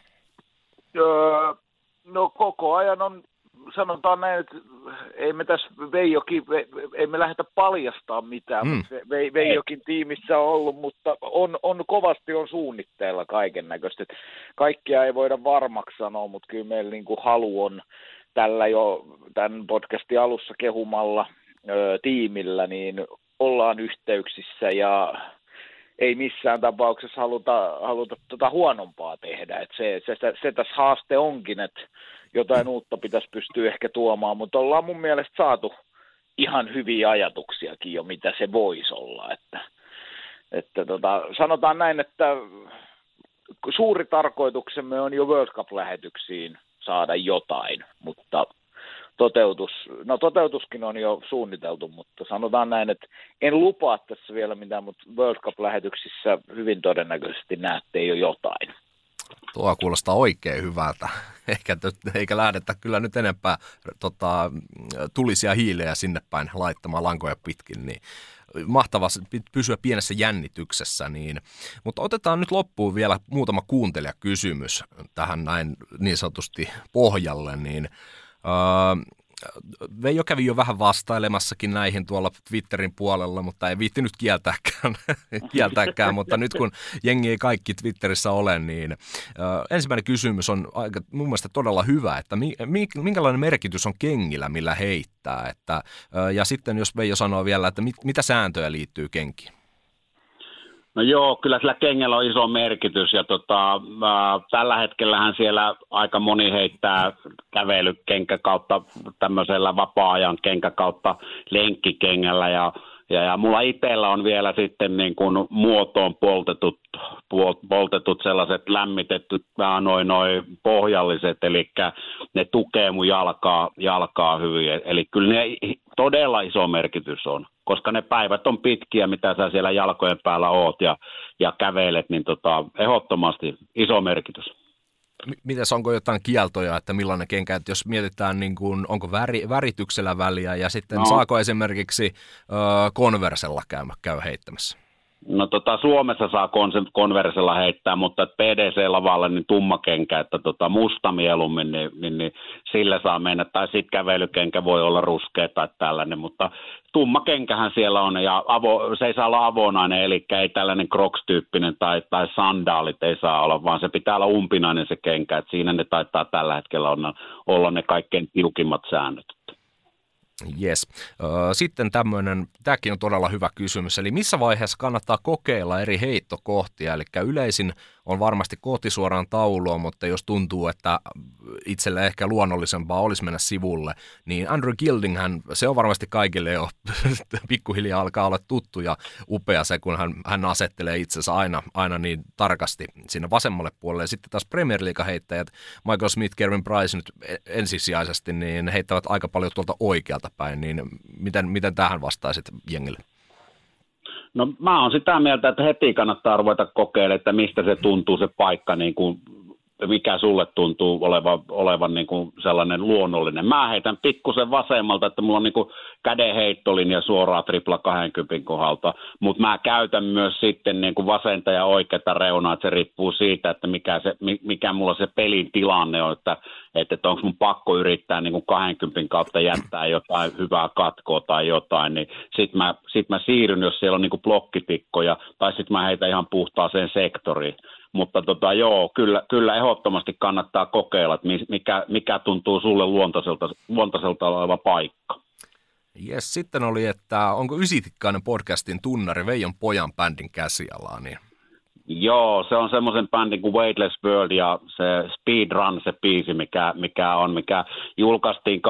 No koko ajan on, sanotaan näin, että ei me tässä ei me lähdetä paljastamaan mitään, mutta Veijokin tiimissä on ollut, mutta kovasti on suunnitteilla kaiken näköistä. Kaikkia ei voida varmaksi sanoa, mutta kyllä meillä niin kuin halu on tällä jo tämän podcastin alussa kehumalla tiimillä, niin ollaan yhteyksissä ja ei missään tapauksessa haluta huonompaa tehdä. Et se tässä haaste onkin, että jotain uutta pitäisi pystyä ehkä tuomaan, mutta ollaan mun mielestä saatu ihan hyviä ajatuksiakin jo, mitä se voisi olla. Että sanotaan näin, että suuri tarkoituksemme on jo World Cup-lähetyksiin saada jotain, mutta toteutuskin on jo suunniteltu, mutta sanotaan näin, että en lupaa tässä vielä mitään, mutta World Cup-lähetyksissä hyvin todennäköisesti näette jo jotain. Tuo kuulostaa oikein hyvältä, eikä lähdetä kyllä nyt enempää tulisia hiilejä sinne päin laittamaan lankoja pitkin, niin mahtavaa pysyä pienessä jännityksessä. Mutta otetaan nyt loppuun vielä muutama kuuntelijakysymys tähän näin niin sanotusti pohjalle, niin Veijo kävi jo vähän vastailemassakin näihin tuolla Twitterin puolella, mutta ei viittinyt kieltääkään, mutta nyt kun jengi ei kaikki Twitterissä ole, niin ensimmäinen kysymys on mun mielestä todella hyvä, että minkälainen merkitys on kengillä, millä heittää, ja sitten jos Veijo sanoo vielä, että mitä sääntöjä liittyy kenkiin? No joo, kyllä sillä kengellä on iso merkitys ja tällä hetkellähän siellä aika moni heittää kävelykenkä kautta tämmöisellä vapaa-ajan kenkä kautta lenkkikengällä ja mulla itsellä on vielä sitten niin kuin muotoon poltetut sellaiset lämmitettyt noin pohjalliset, eli ne tukee mun jalkaa hyvin, eli kyllä ne todella iso merkitys on, koska ne päivät on pitkiä, mitä sä siellä jalkojen päällä oot ja kävelet, niin ehdottomasti iso merkitys. Mites, onko jotain kieltoja, että millainen kenkä, että jos mietitään, niin kuin, onko värityksellä väliä ja sitten saako esimerkiksi Conversella käy heittämässä? No Suomessa saa Conversella heittää, mutta PDC-lavalle niin tumma kenkä, että musta mieluummin, niin sillä saa mennä. Tai sitten kävelykenkä voi olla ruskea tai tällainen, mutta tumma kenkähän siellä on ja se ei saa olla avonainen, eli ei tällainen Crocs-tyyppinen tai sandaalit ei saa olla, vaan se pitää olla umpinainen se kenkä, että siinä ne taitaa tällä hetkellä olla ne kaikkein tiukimmat säännöt. Yes. Sitten tämäkin on todella hyvä kysymys, eli missä vaiheessa kannattaa kokeilla eri heittokohtia, eli yleisin on varmasti kohtisuoraan taulua, mutta jos tuntuu, että itselle ehkä luonnollisempaa olisi mennä sivulle, niin Andrew Gildinghän, se on varmasti kaikille jo pikkuhiljaa alkaa olla tuttu ja upea se, kun hän asettelee itsensä aina niin tarkasti sinne vasemmalle puolelle. Ja sitten taas Premier League-heittäjät, Michael Smith, Gerwyn Price nyt ensisijaisesti, niin heittävät aika paljon tuolta oikealta päin, niin miten tähän vastaisit jengille? No mä oon sitä mieltä, että heti kannattaa ruveta kokeilemaan, että mistä se tuntuu se paikka, niin kuin, mikä sulle tuntuu olevan niin kuin sellainen luonnollinen. Mä heitän pikkusen vasemmalta, että mulla on niin kuin kädenheittolinja suoraan tripla 20 kohdalta, mutta mä käytän myös sitten niin kuin vasenta ja oikeata reunaa, että se riippuu siitä, että mikä mulla se pelin tilanne on, että onko mun pakko yrittää niin kuin 20 kautta jättää jotain hyvää katkoa tai jotain, niin sit mä siirryn, jos siellä on niin kuin blokkitikkoja, tai sit mä heitän ihan puhtaaseen sektoriin. Mutta joo, kyllä ehdottomasti kannattaa kokeilla, että mikä tuntuu sulle luontaiselta oleva paikka. Jes, sitten oli, että onko Ysitikkainen podcastin tunnari Veijon pojan bändin käsialaa, niin... Joo, se on semmoisen bändin kuin Weightless World ja se Speedrun, se biisi, mikä julkaistiin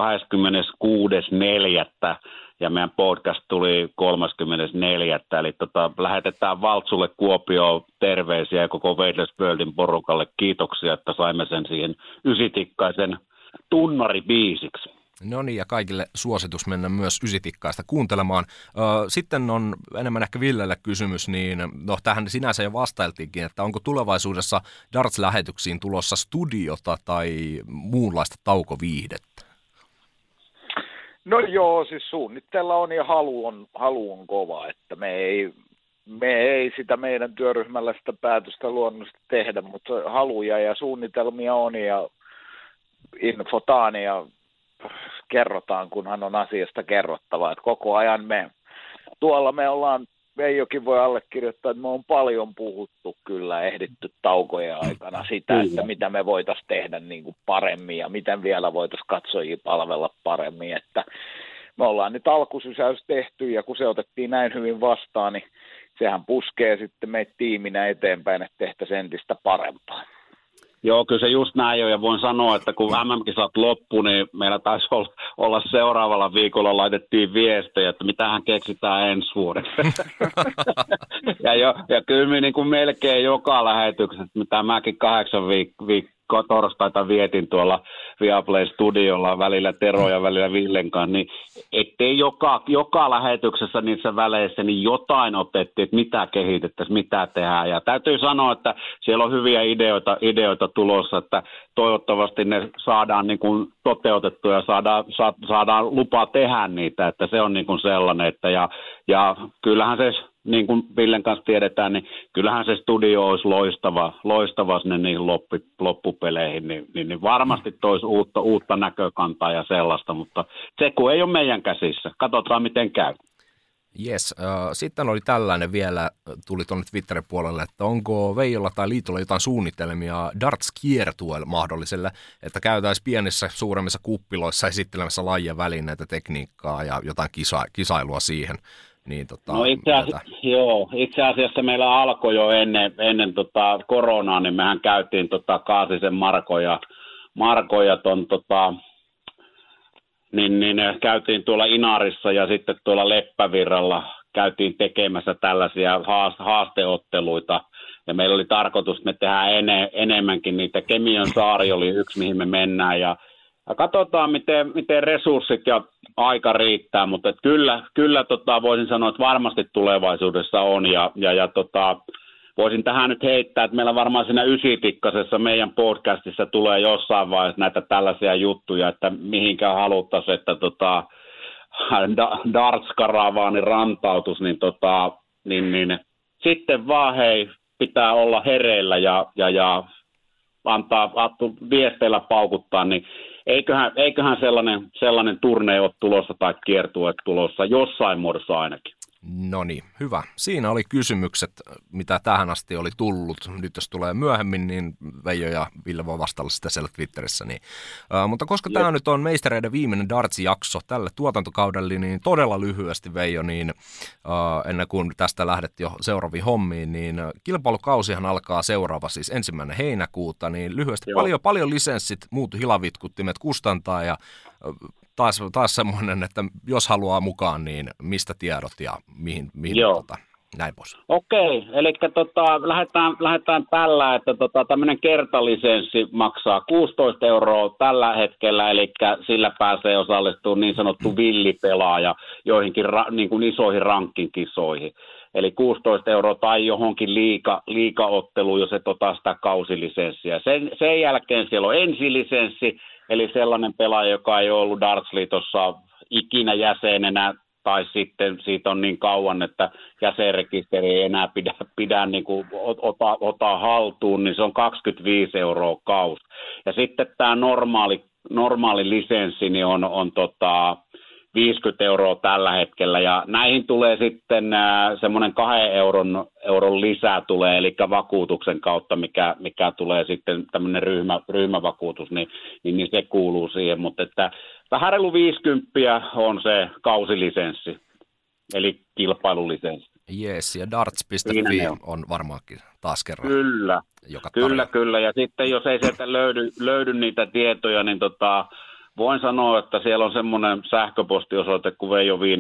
26.4. ja meidän podcast tuli 34. Eli lähetetään Valtsulle Kuopioon terveisiä ja koko Weightless Worldin porukalle kiitoksia, että saimme sen siihen Ysitikkaisen tunnaribiisiksi. No niin, ja kaikille suositus mennä myös Ysitikkaista kuuntelemaan. Sitten on enemmän ehkä Villelle kysymys, niin no tähän sinänsä jo vastailtiinkin, että onko tulevaisuudessa Darts-lähetyksiin tulossa studiota tai muunlaista taukoviihdettä? No joo, siis suunnitteilla on ja halu on kova, että me ei sitä meidän työryhmällä sitä päätöstä luonnollisesti tehdä, mutta haluja ja suunnitelmia on ja infotaan ja kerrotaan, kunhan on asiasta kerrottavaa. Että koko ajan me ollaan, Veijokin voi allekirjoittaa, että me on paljon puhuttu kyllä ehditty taukojen aikana sitä, että mitä me voitaisiin tehdä niin kuin paremmin ja miten vielä voitaisiin katsojia palvella paremmin. Että me ollaan nyt alkusysäys tehty ja kun se otettiin näin hyvin vastaan, niin sehän puskee sitten meitä tiiminä eteenpäin, että tehtäisiin entistä parempaa. Joo, kyllä se just näin on, ja voin sanoa, että kun MM-kisat loppu, niin meillä taisi olla seuraavalla viikolla laitettiin viestejä, että mitähän keksitään ensi vuodeksi. ja kyllä me niin kuin melkein joka lähetyksessä, mitä mäkin 8 viikkoa torstaita vietin tuolla Viaplay Studiolla välillä Tero ja välillä Villen kanssa, niin ettei joka lähetyksessä niissä väleissä niin jotain otettiin, että mitä kehitettäisiin, mitä tehdään. Ja täytyy sanoa, että siellä on hyviä ideoita tulossa, että toivottavasti ne saadaan niin kuin toteutettua ja saadaan lupa tehdä niitä, että se on niin kuin sellainen, että ja kyllähän se niin kuin Villen kanssa tiedetään, niin kyllähän se studio olisi loistava sinne niihin loppupeleihin, niin varmasti toisi uutta näkökantaa ja sellaista, mutta se kun ei ole meidän käsissä. Katsotaan miten käy. Jes, sitten oli tällainen vielä, tuli tuonne Twitterin puolelle, että onko Veijolla tai Liitolla jotain suunnitelmia darts-kiertueelle mahdolliselle, että käytäisiin pienissä suuremmissa kuppiloissa esittelemässä lajien välineitä, tekniikkaa ja jotain kisailua siihen. Niin, no itse asiassa meillä alkoi jo ennen koronaa, niin mehän käytiin Kaasisen Marko ja ton niin käytiin tuolla Inarissa ja sitten tuolla Leppävirralla käytiin tekemässä tällaisia haasteotteluita. Ja meillä oli tarkoitus, että me tehdään enemmänkin niitä. Kemion saari oli yksi, mihin me mennään. Ja katsotaan, miten resurssit ja aika riittää. Mutta kyllä voisin sanoa, että varmasti tulevaisuudessa on. Voisin tähän nyt heittää, että meillä varmaan siinä Ysitikkasessa meidän podcastissa tulee jossain vaiheessa näitä tällaisia juttuja, että mihinkä haluttaisiin, että darts-karavaani rantautus, niin sitten vaan pitää olla hereillä ja antaa viesteillä paukuttaa, niin eiköhän sellainen turne ole tulossa tai kiertue tulossa jossain muodossa ainakin. No niin, hyvä. Siinä oli kysymykset, mitä tähän asti oli tullut. Nyt jos tulee myöhemmin, niin Veijo ja Ville voi vastailla sitä siellä Twitterissä. Mutta koska tämä nyt on meistereiden viimeinen darts-jakso tälle tuotantokaudelle, niin todella lyhyesti Veijo, niin ennen kuin tästä lähdet jo seuraaviin hommiin, niin kilpailukausihan alkaa seuraava siis 1. heinäkuuta, niin lyhyesti paljon lisenssit, muut hilavitkuttimet kustantaa ja taas semmoinen, että jos haluaa mukaan, niin mistä tiedot ja mihin näin pois. Okei, eli lähdetään tällä, että tämmöinen kertalisenssi maksaa 16 € tällä hetkellä, eli sillä pääsee osallistumaan niin sanottu villipelaaja joihinkin niin kuin isoihin rankkinkisoihin. Eli 16 € tai johonkin liikaotteluun, jos et ota sitä kausilisenssiä. Sen jälkeen siellä on ensilisenssi, eli sellainen pelaaja, joka ei ole ollut Darts-liitossa ikinä jäsenenä, tai sitten siitä on niin kauan, että jäsenrekisteri ei enää pidä niin kuin ota haltuun, niin se on 25 € kaus. Ja sitten tämä normaali lisenssi niin on 50 € tällä hetkellä, ja näihin tulee sitten semmoinen 2 euron lisää tulee, eli vakuutuksen kautta, mikä tulee sitten tämmöinen ryhmävakuutus, niin se kuuluu siihen, mutta että vähän reilu 50 on se kausilisenssi, eli kilpailulisenssi. Jees, ja darts.fi on varmaankin taas kerran. Kyllä, ja sitten jos ei sieltä löydy niitä tietoja, niin voin sanoa, että siellä on semmoinen sähköpostiosoite kuin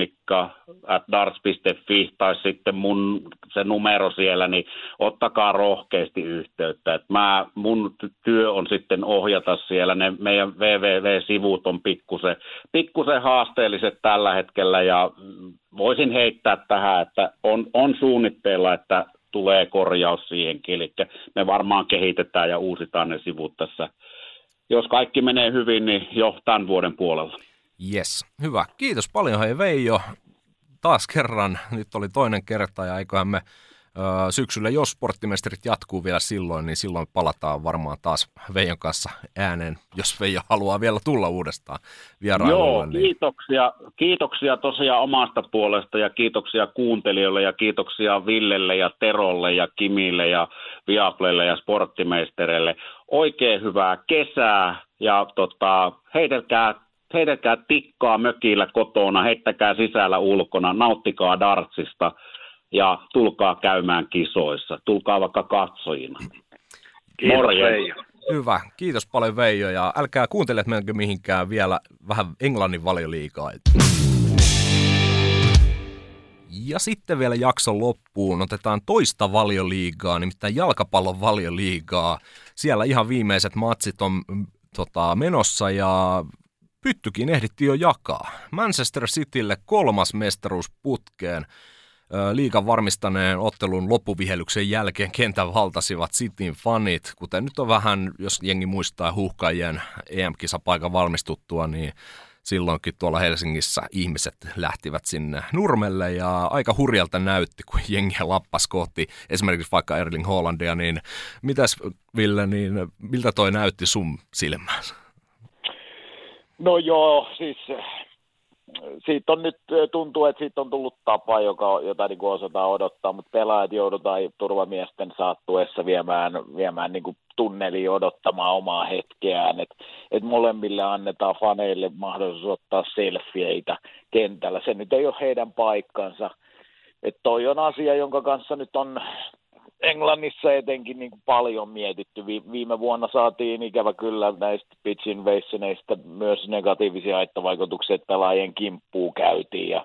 veijoviinikka@darts.fi tai sitten se numero siellä, niin ottakaa rohkeasti yhteyttä. Et mun työ on sitten ohjata siellä. Ne meidän www-sivut on pikkusen haasteelliset tällä hetkellä ja voisin heittää tähän, että on suunnitteilla, että tulee korjaus siihenkin. Eli me varmaan kehitetään ja uusitaan ne sivut tässä. Jos kaikki menee hyvin, niin jo tämän vuoden puolella. Jes, hyvä. Kiitos paljon hei Veijo. Taas kerran, nyt oli toinen kerta ja eiköhän me syksyllä, jos sporttimestarit jatkuu vielä silloin, niin silloin palataan varmaan taas Veijon kanssa ääneen, jos Veijo haluaa vielä tulla uudestaan vierailulle. Joo, kiitoksia tosiaan omasta puolesta ja kiitoksia kuuntelijoille ja kiitoksia Villelle ja Terolle ja Kimille ja Viaplelle ja sporttimeistereille. Oikein hyvää kesää ja heitäkää tikkaa mökillä kotona, heittäkää sisällä ulkona, nauttikaa dartsista ja tulkaa käymään kisoissa, tulkaa vaikka katsojina. Morjens. Hyvä, kiitos paljon Veijo ja älkää kuuntele, että menkö mihinkään vielä vähän Englannin Valioliigaa. Ja sitten vielä jakson loppuun otetaan toista Valioliigaa, nimittäin jalkapallon Valioliigaa. Siellä ihan viimeiset matsit on menossa ja pyttykin ehdittiin jo jakaa. Manchester Citylle 3. mestaruus putkeen. Liigan varmistaneen ottelun loppuvihelyksen jälkeen kentän valtasivat Cityn fanit, kuten nyt on vähän, jos jengi muistaa huuhkajien EM-kisapaikan valmistuttua, niin silloinkin tuolla Helsingissä ihmiset lähtivät sinne Nurmelle ja aika hurjalta näytti, kun jengiä lappas kohti esimerkiksi vaikka Erling Haalandia, niin mitäs Ville, niin miltä toi näytti sun silmään? No joo, siis siitä on nyt, tuntuu, että siitä on tullut tapa, jota niin kuin osataan odottaa, mutta pelaajat joudutaan turvamiesten saattuessa viemään niin kuin tunneliin odottamaan omaa hetkeään, että molemmille annetaan faneille mahdollisuus ottaa selfieitä kentällä. Se nyt ei ole heidän paikkansa. Että toi on asia, jonka kanssa nyt on Englannissa etenkin niin kuin paljon mietitty. Viime vuonna saatiin ikävä kyllä näistä pitch invasioneista myös negatiivisia haittavaikutuksia, että pelaajien kimppuun käytiin ja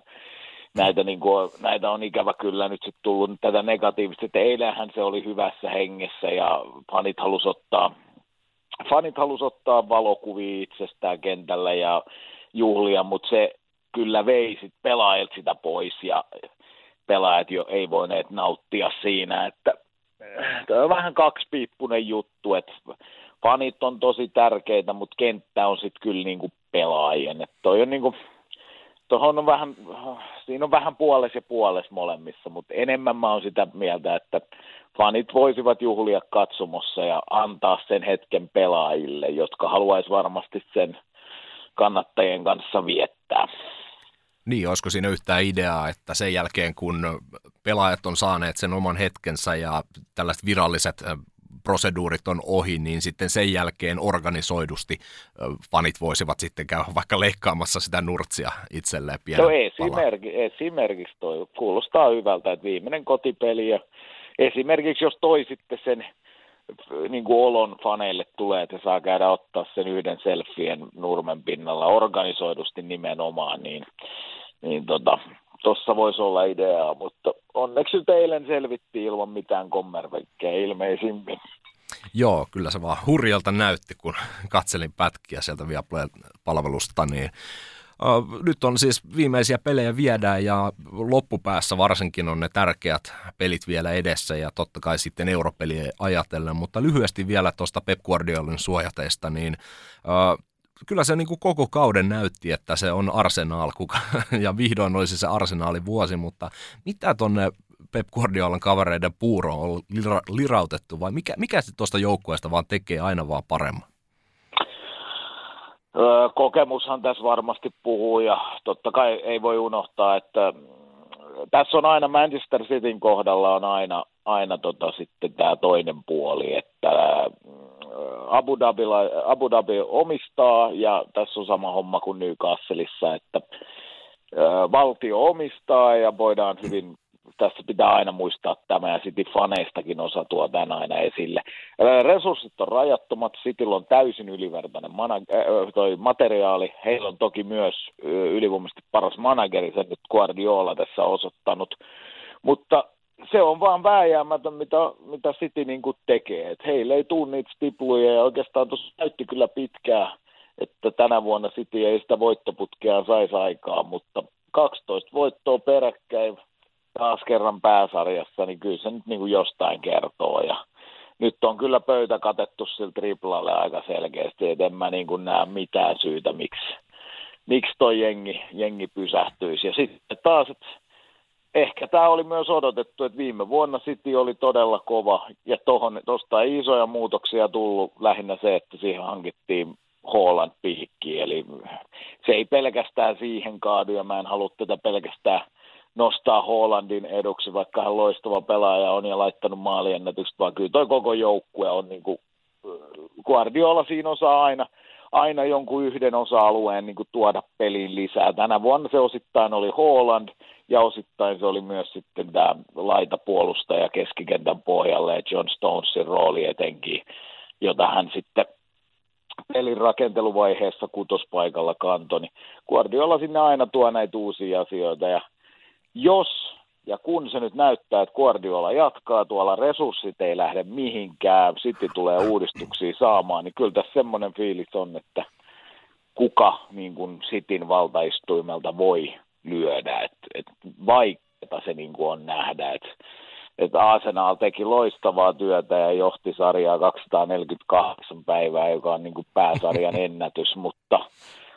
näitä on ikävä kyllä nyt sitten tullut tätä negatiivista, että eilenhän se oli hyvässä hengessä ja fanit halusi ottaa valokuvia itsestään kentällä ja juhlia, mutta se kyllä vei sitten pelaajat sitä pois ja pelaajat jo ei voineet nauttia siinä, että tämä on vähän kaksipiippunen juttu, että fanit on tosi tärkeitä, mutta kenttä on sitten kyllä niinku pelaajien, että toi on niinku siinä on vähän puoles ja puoles molemmissa, mutta enemmän mä oon sitä mieltä, että fanit voisivat juhlia katsomossa ja antaa sen hetken pelaajille, jotka haluaisi varmasti sen kannattajien kanssa viettää. Niin, olisiko siinä yhtään ideaa, että sen jälkeen kun pelaajat on saaneet sen oman hetkensä ja tällaiset viralliset proseduurit on ohi, niin sitten sen jälkeen organisoidusti fanit voisivat sitten käydä vaikka leikkaamassa sitä nurtsia itselleen pienen esimerkiksi toi kuulostaa hyvältä, että viimeinen kotipeli ja esimerkiksi jos toi sitten sen niin kuin olon faneille tulee, että saa käydä ottaa sen yhden selfien Nurmen pinnalla organisoidusti nimenomaan, niin tuossa voisi olla ideaa, mutta onneksi nyt eilen selvittiin ilman mitään kommervenkkejä ilmeisimmin. Joo, kyllä se vaan hurjalta näytti, kun katselin pätkiä sieltä Viaplay-palvelusta, niin nyt on siis viimeisiä pelejä viedään ja loppupäässä varsinkin on ne tärkeät pelit vielä edessä ja totta kai sitten europeliä ajatellen, mutta lyhyesti vielä tuosta Pep Guardiolin suojateista, niin kyllä se niin kuin koko kauden näytti, että se on Arsenal, ja vihdoin olisi se Arsenalin vuosi, mutta mitä tuonne Pep Guardiolan kavereiden puuroon on lirautettu vai mikä se tuosta joukkueesta vaan tekee aina vaan paremmin? Kokemushan tässä varmasti puhuu ja totta kai ei voi unohtaa, että tässä on aina Manchester Cityn kohdalla on aina sitten tämä toinen puoli, että Abu Dhabi omistaa ja tässä on sama homma kuin Newcastleissa, että valtio omistaa ja voidaan hyvin, tässä pitää aina muistaa tämä ja City faneistakin osa tuo tämän aina esille. Resurssit on rajattomat, Cityllä on täysin ylivertainen materiaali, heillä on toki myös ylivoimaisesti paras manageri, sen nyt Guardiola tässä osoittanut, mutta se on vaan vääjäämätön, mitä City niin kuin tekee. Et heillä ei tule niitä stipluja ja oikeastaan tuossa näytti kyllä pitkään, että tänä vuonna City ei sitä voittoputkea saisi aikaan, mutta 12 voittoa peräkkäin taas kerran pääsarjassa, niin kyllä se nyt niin kuin jostain kertoo. Ja nyt on kyllä pöytä katettu sillä triplalle aika selkeästi, että en mä niin kuin näe mitään syytä, miksi toi jengi pysähtyisi. Ja sitten taas, että ehkä tämä oli myös odotettu, että viime vuonna City oli todella kova, ja tuosta ei isoja muutoksia tullut, lähinnä se, että siihen hankittiin Haaland piikkiin, eli se ei pelkästään siihen kaadu, ja mä en halua tätä pelkästään nostaa Haalandin eduksi, vaikka hän loistava pelaaja on ja laittanut maaliennätystä, vaan kyllä toi koko joukkue on niin kuin Guardiola siinä osaa aina jonkun yhden osa-alueen niin kuin tuoda peliin lisää. Tänä vuonna se osittain oli Haaland ja osittain se oli myös sitten tämä laitapuolustaja keskikentän pohjalle, John Stonesin rooli etenkin, jota hän sitten pelin rakenteluvaiheessa kutospaikalla kantoi. Niin Guardiola sinne aina tuo näitä uusia asioita ja jos ja kun se nyt näyttää, että Guardiola jatkaa, tuolla resurssit ei lähde mihinkään, sitten tulee uudistuksia saamaan, niin kyllä tässä semmoinen fiilis on, että kuka niin kuin Cityn valtaistuimelta voi lyödä, että vaikeaa se niin kuin on nähdä, että Arsenal teki loistavaa työtä ja johti sarjaa 248 päivää, joka on niin kuin pääsarjan ennätys, mutta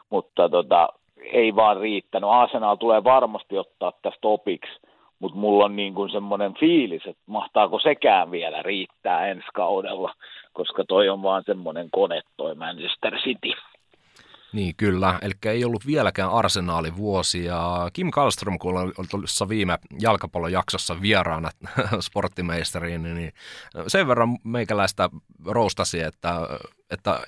mutta ei vaan riittänyt. Arsenal tulee varmasti ottaa tästä opiksi, mutta mulla on niin kuin semmoinen fiilis, että mahtaako sekään vielä riittää ensi kaudella, koska toi on vaan semmoinen kone toi Manchester City. Niin kyllä, eli ei ollut vieläkään Arsenalin vuosi, ja Kim Kallström, kun oli tuossa viime jalkapallon jaksossa vieraana sporttimeistariin, niin sen verran meikäläistä roustasi, että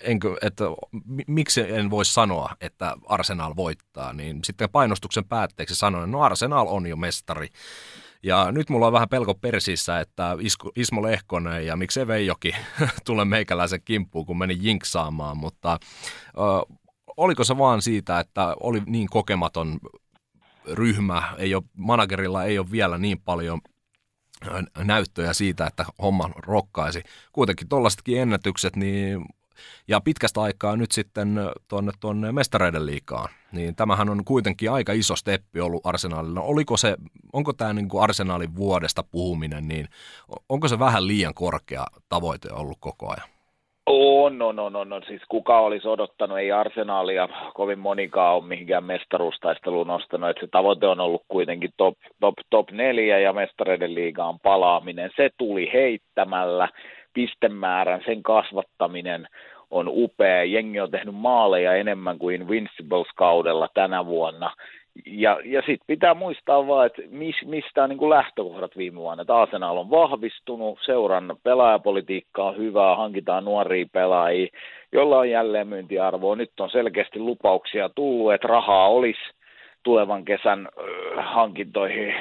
miksi en voi sanoa, että Arsenal voittaa, niin sitten painostuksen päätteeksi sanoin, että no Arsenal on jo mestari. Ja nyt mulla on vähän pelko persissä, että Ismo Lehkonen ja miksei Veijokin tule meikäläisen kimppuun, kun meni jinksaamaan, mutta oliko se vaan siitä, että oli niin kokematon ryhmä, managerilla ei ole vielä niin paljon näyttöjä siitä, että homma rokkaisi. Kuitenkin tollaisetkin ennätykset, niin, ja pitkästä aikaa nyt sitten tuonne Mestareiden liigaan, niin tämähän on kuitenkin aika iso steppi ollut Arsenalilla. Onko tämä niin kuin Arsenalin vuodesta puhuminen, niin onko se vähän liian korkea tavoite ollut koko ajan? No. Siis kuka olisi odottanut, ei Arsenalia kovin monikaan ole mihinkään mestaruustaisteluun nostanut, että se tavoite on ollut kuitenkin top 4 ja Mestareiden liigaan palaaminen. Se tuli heittämällä, pistemäärän, sen kasvattaminen on upea. Jengi on tehnyt maaleja enemmän kuin Invincibles-kaudella tänä vuonna. Ja sitten pitää muistaa vaan, että mistä on niin kuin lähtökohdat viime vuonna. Että Arsenal on vahvistunut, seuran pelaajapolitiikka on hyvää, hankitaan nuoria pelaajia, joilla on jälleen myyntiarvoa. Nyt on selkeästi lupauksia tullut, että rahaa olisi tulevan kesän hankintoihin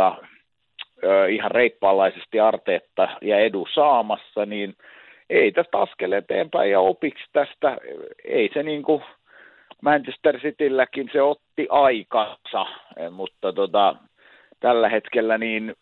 ihan reippaanlaisesti Arteetta ja Edu saamassa, niin ei tästä askel eteenpäin ja opiksi tästä, ei se niin kuin Manchester Citylläkin se otti aikansa, mutta tällä hetkellä niin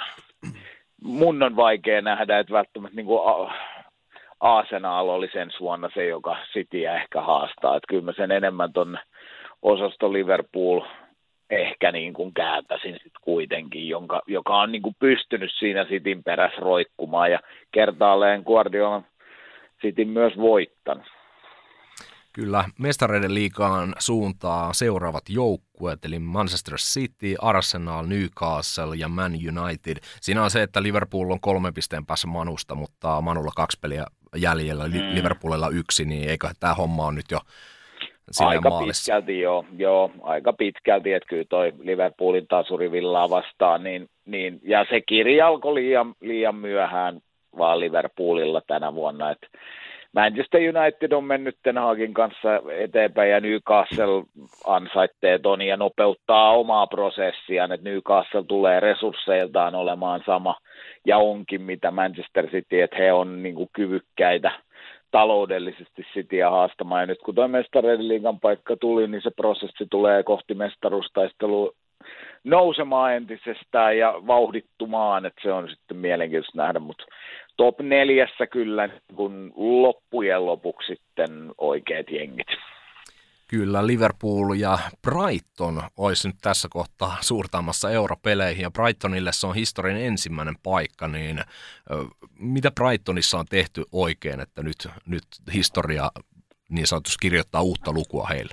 mun on vaikea nähdä, että välttämättä niin kuin Arsenal oli sen vuonna se, joka Cityä ehkä haastaa. Että kyllä mä sen enemmän ton osasto Liverpool ehkä niin kuin kääntäisin sitten kuitenkin, joka on niin kuin pystynyt siinä Cityn perässä roikkumaan ja kertaalleen Guardiolan Cityn myös voittanut. Kyllä, Mestareiden liigaan suuntaa seuraavat joukkueet, eli Manchester City, Arsenal, Newcastle ja Man United. Siinä on se, että Liverpool on 3 pisteen päässä Manusta, mutta Manulla 2 peliä jäljellä, Liverpoolilla 1, niin eikö tämä homma on nyt jo aika maalissa? Pitkälti joo, aika pitkälti, että kyllä toi Liverpoolin tasurivillaa vastaan, niin, ja se kirja alkoi liian myöhään vaan Liverpoolilla tänä vuonna, että Manchester United on mennyt Ten Hagin kanssa eteenpäin ja Newcastle ansaittee ton ja nopeuttaa omaa prosessiaan, että Newcastle tulee resursseiltaan olemaan sama ja onkin mitä Manchester City, että he on niin kuin kyvykkäitä taloudellisesti Cityä haastamaan ja nyt kun tuo Mestareiden liigan paikka tuli, niin se prosessi tulee kohti mestaruustaistelua nousemaan entisestään ja vauhdittumaan, että se on sitten mielenkiintoista nähdä, mutta top 4 kyllä kun loppujen lopuksi sitten oikeat jengit. Kyllä, Liverpool ja Brighton olisi nyt tässä kohtaa suurtaamassa europeleihin, ja Brightonille se on historian ensimmäinen paikka, niin mitä Brightonissa on tehty oikein, että nyt historia niin sanotusti kirjoittaa uutta lukua heille?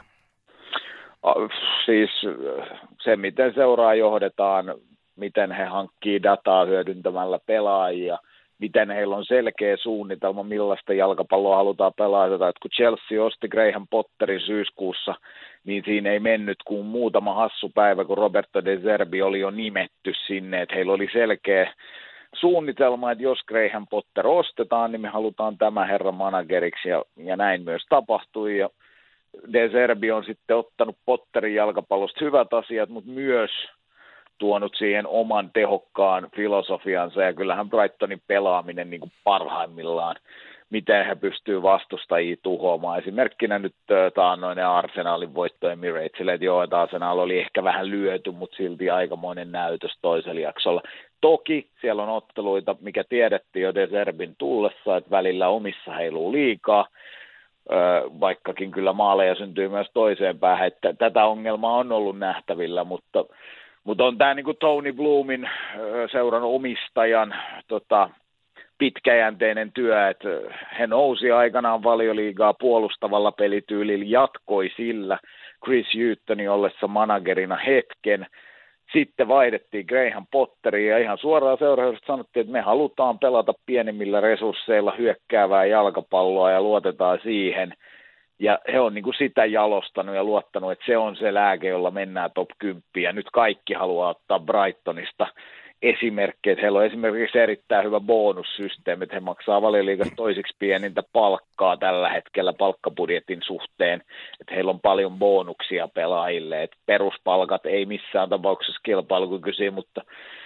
Siis se, miten seuraa johdetaan, miten he hankkii dataa hyödyntämällä pelaajia, miten heillä on selkeä suunnitelma, millaista jalkapalloa halutaan pelata. Että kun Chelsea osti Graham Potterin syyskuussa, niin siinä ei mennyt kuin muutama hassu päivä, kun Roberto De Zerbi oli jo nimetty sinne. Että heillä oli selkeä suunnitelma, että jos Graham Potter ostetaan, niin me halutaan tämä herra manageriksi, ja näin myös tapahtui. Ja De Zerbi on sitten ottanut Potterin jalkapallosta hyvät asiat, mutta myös tuonut siihen oman tehokkaan filosofiansa, ja kyllähän Brightonin pelaaminen niin kuin parhaimmillaan, miten he pystyy vastustajia tuhoamaan. Esimerkkinä nyt taannoinen Arsenalin voitto Emiratesille, että joo, että Arsenal oli ehkä vähän lyöty, mutta silti aikamoinen näytös toisella jaksolla. Toki siellä on otteluita, mikä tiedettiin jo De Zerbin tullessa, että välillä omissa heiluu liikaa, vaikkakin kyllä maaleja syntyy myös toiseen päähän, että tätä ongelmaa on ollut nähtävillä, mutta on tämä niin kuin Tony Bloomin seuran omistajan pitkäjänteinen työ, että he nousi aikanaan Valioliigaa puolustavalla pelityylillä, jatkoi sillä Chris Hughtonin ollessa managerina hetken. Sitten vaihdettiin Graham Potteriin ja ihan suoraan seuraavasti sanottiin, että me halutaan pelata pienemmillä resursseilla hyökkäävää jalkapalloa ja luotetaan siihen. Ja he on niin kuin sitä jalostanut ja luottanut, että se on se lääke, jolla mennään top 10. Ja nyt kaikki haluaa ottaa Brightonista esimerkkejä. Heillä on esimerkiksi erittäin hyvä bonussysteemi, että he maksaa Valioliigassa toiseksi pienintä palkkaa tällä hetkellä palkkabudjetin suhteen. Että heillä on paljon bonuksia pelaajille. Että peruspalkat ei missään tapauksessa kilpailukykyisiä, mutta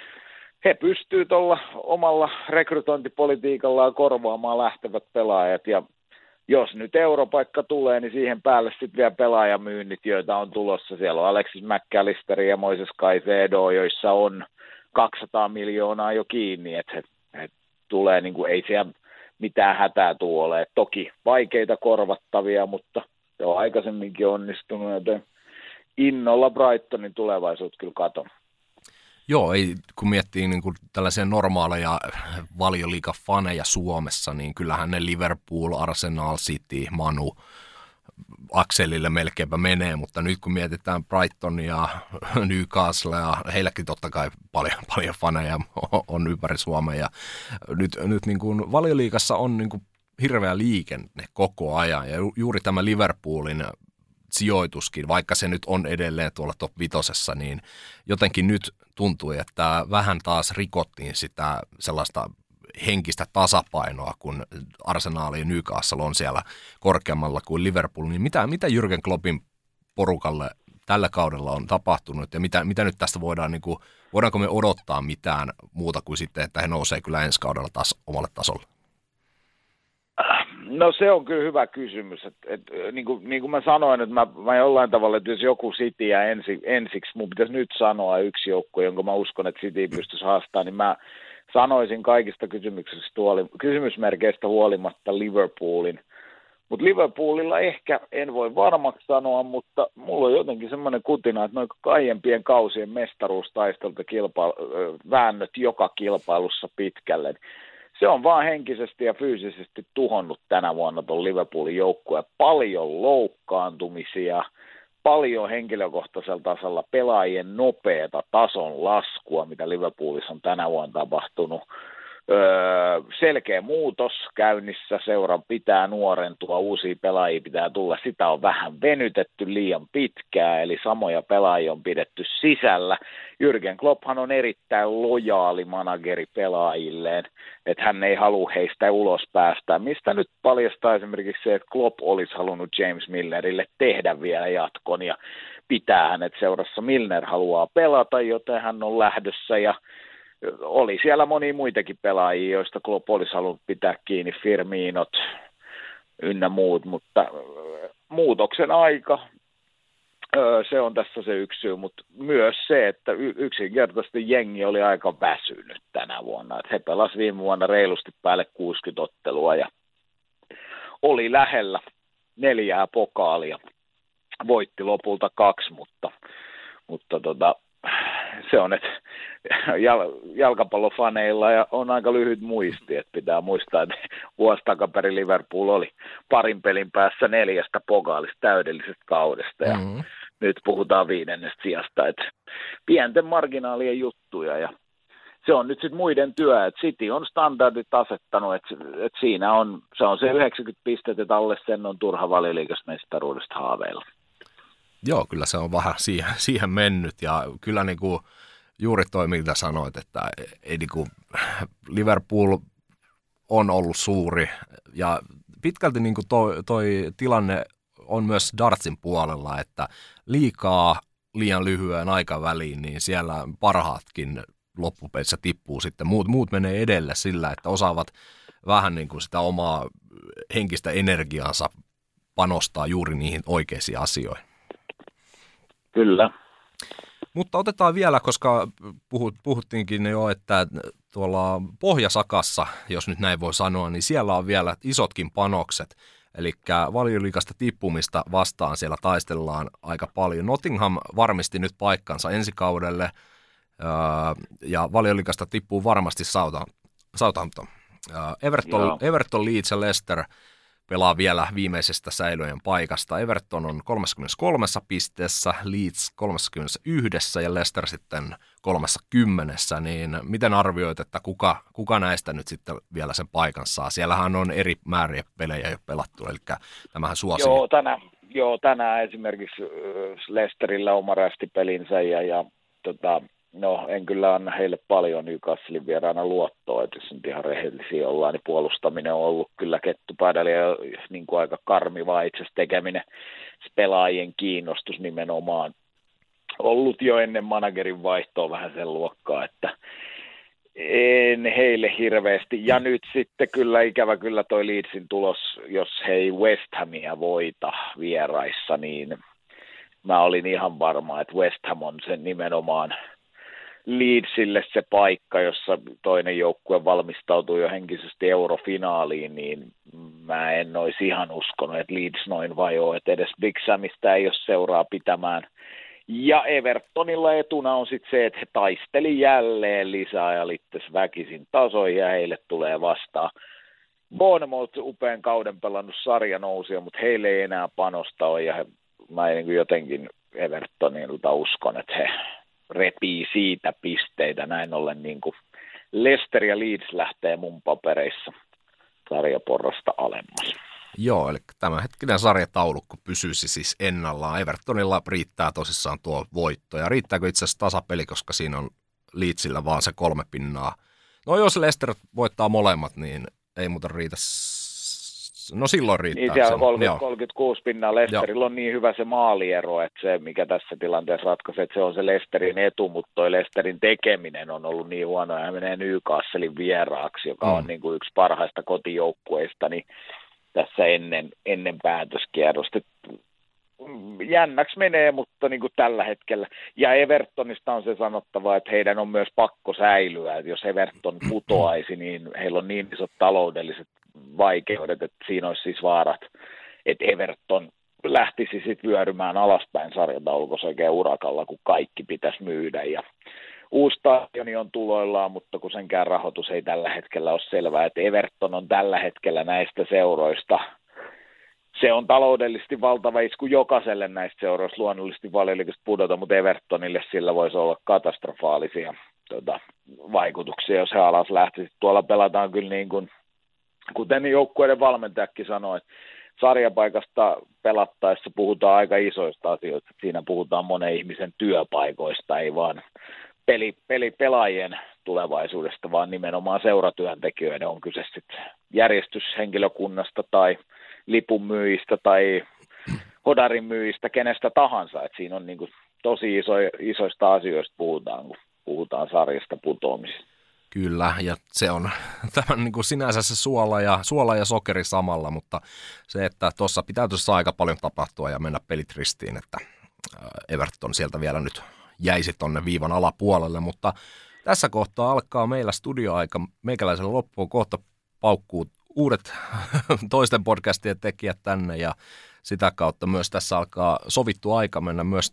he pystyvät tuolla omalla rekrytointipolitiikallaan korvaamaan lähtevät pelaajat. Ja jos nyt europaikka tulee, niin siihen päälle sitten vielä pelaajamyynnit, joita on tulossa. Siellä on Alexis McAllister ja Moises Caicedo, joissa on 200 miljoonaa jo kiinni, että he tulee, niin kuin, ei siellä mitään hätää tule. Toki vaikeita korvattavia, mutta se on aikaisemminkin onnistunut, joten innolla Brightonin tulevaisuutta kyllä katon. Joo, ei, kun miettii niin kuin tällaisia normaaleja Valioliiga-faneja Suomessa, niin kyllähän ne Liverpool, Arsenal, City, Manu, akselille melkeinpä menee, mutta nyt kun mietitään Brightonia, Newcastlea, heilläkin totta kai paljon faneja on ympäri Suomea, ja nyt niin kuin Valioliigassa on niin kuin hirveä liikenne koko ajan, ja juuri tämä Liverpoolin sijoituskin, vaikka se nyt on edelleen tuolla top 5, niin jotenkin nyt tuntui, että vähän taas rikottiin sitä sellaista henkistä tasapainoa, kun Arsenal ja Newcastle on siellä korkeammalla kuin Liverpool, niin mitä Jürgen Kloppin porukalle tällä kaudella on tapahtunut, ja mitä nyt tästä voidaanko me odottaa mitään muuta kuin sitten, että he nousee kyllä ensi kaudella taas omalle tasolle? No se on kyllä hyvä kysymys. Niin kuin mä sanoin, että mä jollain tavalla, että jos joku Cityä ensiksi, mun pitäisi nyt sanoa yksi joukko, jonka mä uskon, että City pystyisi haastamaan, niin mä sanoisin kaikista kysymysmerkeistä huolimatta Liverpoolin. Mutta Liverpoolilla ehkä en voi varmaksi sanoa, mutta mulla on jotenkin semmoinen kutina, että noin aiempien kausien mestaruustaistelta väännöt joka kilpailussa pitkälle. Se on vaan henkisesti ja fyysisesti tuhonnut tänä vuonna tuon Liverpoolin joukkueen. Paljon loukkaantumisia, paljon henkilökohtaisella tasolla pelaajien nopeata tason laskua, mitä Liverpoolissa on tänä vuonna tapahtunut. Selkeä muutos käynnissä, seura pitää nuorentua, uusia pelaajia pitää tulla, sitä on vähän venytetty liian pitkään, eli samoja pelaajia on pidetty sisällä. Jürgen Klopphan on erittäin lojaali manageri pelaajilleen, että hän ei halua heistä ulos päästä, mistä nyt paljastaa esimerkiksi se, että Klopp olisi halunnut James Milnerille tehdä vielä jatkon ja pitää hänet seurassa. Milner haluaa pelata, joten hän on lähdössä ja oli siellä monia muitakin pelaajia, joista Klopp olisi halunnut pitää kiinni, Firminot ynnä muut, mutta muutoksen aika, se on tässä se yksi syy, mutta myös se, että yksinkertaisesti jengi oli aika väsynyt tänä vuonna. Että he pelasivat viime vuonna reilusti päälle 60 ottelua ja oli lähellä 4 pokaalia, voitti lopulta 2, mutta se on, että jalkapallofaneilla ja on aika lyhyt muisti, että pitää muistaa, että vuosi takaperin Liverpool oli parin pelin päässä 4 pokaalista täydellisestä kaudesta ja nyt puhutaan 5. sijasta, että pienten marginaalien juttuja ja se on nyt sitten muiden työ, että City on standardit asettanut, että siinä on, se on se 90 pistettä, että alle sen on turha Valioliigasta mestaruudesta haaveilla. Joo, kyllä se on vähän siihen mennyt ja kyllä niin kuin juuri toi, mitä sanoit, että ei niin kuin Liverpool on ollut suuri ja pitkälti niin kuin toi tilanne on myös Dartsin puolella, että liian lyhyen aikaväliin, niin siellä parhaatkin loppupelissä tippuu sitten. Muut menee edelle sillä, että osaavat vähän niin kuin sitä omaa henkistä energiaansa panostaa juuri niihin oikeisiin asioihin. Kyllä. Mutta otetaan vielä, koska puhuttiinkin jo, että tuolla Pohjasakassa, jos nyt näin voi sanoa, niin siellä on vielä isotkin panokset. Eli Valioliigasta tippumista vastaan siellä taistellaan aika paljon. Nottingham varmisti nyt paikkansa ensi kaudelle ja Valioliigasta tippuu varmasti Southampton. Everton, Leeds ja Leicester pelaa vielä viimeisestä säilöjen paikasta. Everton on 33 pisteessä, Leeds 31 ja Leicester sitten 30. Niin miten arvioit, että kuka näistä nyt sitten vielä sen paikan saa? Siellähän on eri määriä pelejä jo pelattu, eli tämähän suosii. Tänään esimerkiksi Leicesterillä oma rästipelinsä ja no, en kyllä anna heille paljon Newcastlein vieraana luottoa, että jos nyt ihan rehellisiä ollaan, niin puolustaminen on ollut kyllä kettupädällä ja niin kuin aika karmivaa itse asiassa tekeminen. Pelaajien kiinnostus nimenomaan ollut jo ennen managerin vaihtoa vähän sen luokkaa, että en heille hirveästi. Ja nyt sitten kyllä ikävä kyllä toi Leedsin tulos, jos he ei West Hamia voita vieraissa, niin mä olin ihan varma, että West Ham on sen nimenomaan Leedsille se paikka, jossa toinen joukkue valmistautuu jo henkisesti eurofinaaliin, niin mä en olisi ihan uskonut, että Leeds noin vajoo, että edes Big Samista ei ole seuraa pitämään. Ja Evertonilla etuna on sitten se, että he taisteli jälleen lisää ja littäisi väkisin tasoihin ja heille tulee vastaan. Bournemouth upean kauden pelannut sarjanousia, mutta heille ei enää panosta ole ja mä en jotenkin Evertonilta uskon, että he repii siitä pisteitä. Näin ollen niin kuin Leicester ja Leeds lähtee mun papereissa sarjaporrasta alemmas. Joo, eli tämänhetkinen sarjataulukko pysyisi siis ennallaan. Evertonilla riittää tosissaan tuo voitto. Ja riittääkö itse asiassa tasapeli, koska siinä on Leedsillä vaan se 3 pinnaa. No jos Leicester voittaa molemmat, niin ei muuta riitä. No silloin riittää. Niin siellä on 36 pinnaa. Leicesterillä on niin hyvä se maaliero, että se mikä tässä tilanteessa ratkaisee, että se on se Leicesterin etu, mutta toi Leicesterin tekeminen on ollut niin huono, ja hän menee Newcastlein vieraaksi, joka on niin kuin yksi parhaista kotijoukkueista, niin tässä ennen päätöskierrosta. Jännäksi menee, mutta niin kuin tällä hetkellä. Ja Evertonista on se sanottava, että heidän on myös pakko säilyä. Että jos Everton putoaisi, niin heillä on niin isot taloudelliset vaikeudet, että siinä olisi siis vaarat, että Everton lähtisi sitten vyörymään alaspäin sarjataulukossa oikein urakalla, kun kaikki pitäisi myydä. Ja uusi stadioni on tuloillaan, mutta kun senkään rahoitus ei tällä hetkellä ole selvää, että Everton on tällä hetkellä näistä seuroista, se on taloudellisesti valtava isku jokaiselle näistä seuroista, luonnollisesti Valioliigasta pudota, mutta Evertonille sillä voisi olla katastrofaalisia vaikutuksia, jos he alas lähtisi. Tuolla pelataan kyllä niin kuin, kuten joukkueiden valmentajakin sanoi, että sarjapaikasta pelattaessa puhutaan aika isoista asioista. Siinä puhutaan monen ihmisen työpaikoista, ei vaan pelaajien tulevaisuudesta, vaan nimenomaan seuratyöntekijöiden on kyse sitten järjestyshenkilökunnasta tai lipunmyyjistä tai hodarin myyjistä, kenestä tahansa. Et siinä on niin kuin tosi isoista asioista puhutaan, kun puhutaan sarjasta putoamisesta. Kyllä, ja se on tämän niin kuin sinänsä se suola ja sokeri samalla, mutta se, että tuossa pitää tuossa aika paljon tapahtua ja mennä pelit ristiin, että Everton sieltä vielä nyt jäisi tonne viivan alapuolelle, mutta tässä kohtaa alkaa meillä studioaika meikäläisellä loppuun, kohta paukkuu uudet toisten podcastien tekijät tänne ja sitä kautta myös tässä alkaa sovittu aika mennä myös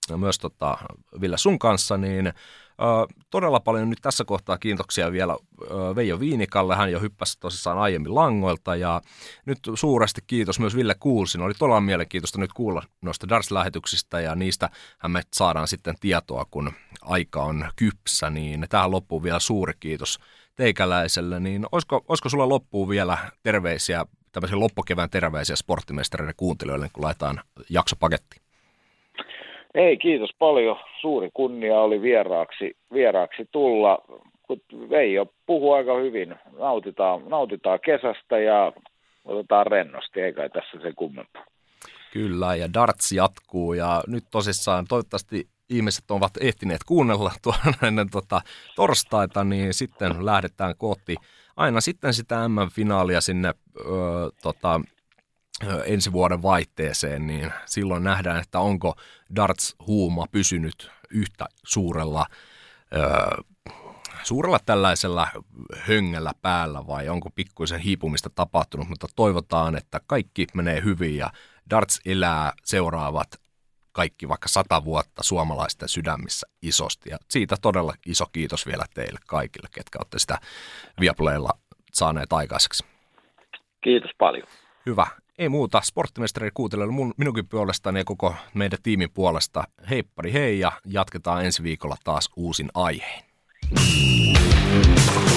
Ville sun kanssa, niin todella paljon nyt tässä kohtaa kiitoksia vielä Veijo Viinikalle, hän jo hyppäsi tosissaan aiemmin langoilta ja nyt suuresti kiitos myös Ville Kuulsin, oli todella mielenkiintoista nyt kuulla noista Darts-lähetyksistä ja niistä me saadaan sitten tietoa, kun aika on kypsä, niin tähän loppuu vielä suuri kiitos teikäläiselle, niin olisiko sulla loppuun vielä terveisiä, tämmöisiä loppukevään terveisiä sporttimestareiden kuuntelijoille, kun laitetaan jaksopakettiin? Ei, kiitos paljon. Suuri kunnia oli vieraaksi tulla. Kun Veijo puhuu aika hyvin, nautitaan kesästä ja otetaan rennosti, ei kai tässä se kummempaa. Kyllä, ja darts jatkuu ja nyt tosissaan toivottavasti ihmiset ovat ehtineet kuunnella ennen torstaita, niin sitten lähdetään kohti aina sitten sitä M-finaalia sinne ensi vuoden vaihteeseen, niin silloin nähdään, että onko darts-huuma pysynyt yhtä suurella tällaisella höngällä päällä vai onko pikkuisen hiipumista tapahtunut, mutta toivotaan, että kaikki menee hyvin ja darts elää seuraavat kaikki vaikka 100 vuotta suomalaisten sydämissä isosti ja siitä todella iso kiitos vielä teille kaikille, ketkä olette sitä Viaplaylla saaneet aikaiseksi. Kiitos paljon. Hyvä. Ei muuta. Sporttimestari kuuntelijoille minunkin puolestani ja koko meidän tiimin puolesta. Heippari hei ja jatketaan ensi viikolla taas uusin aiheen.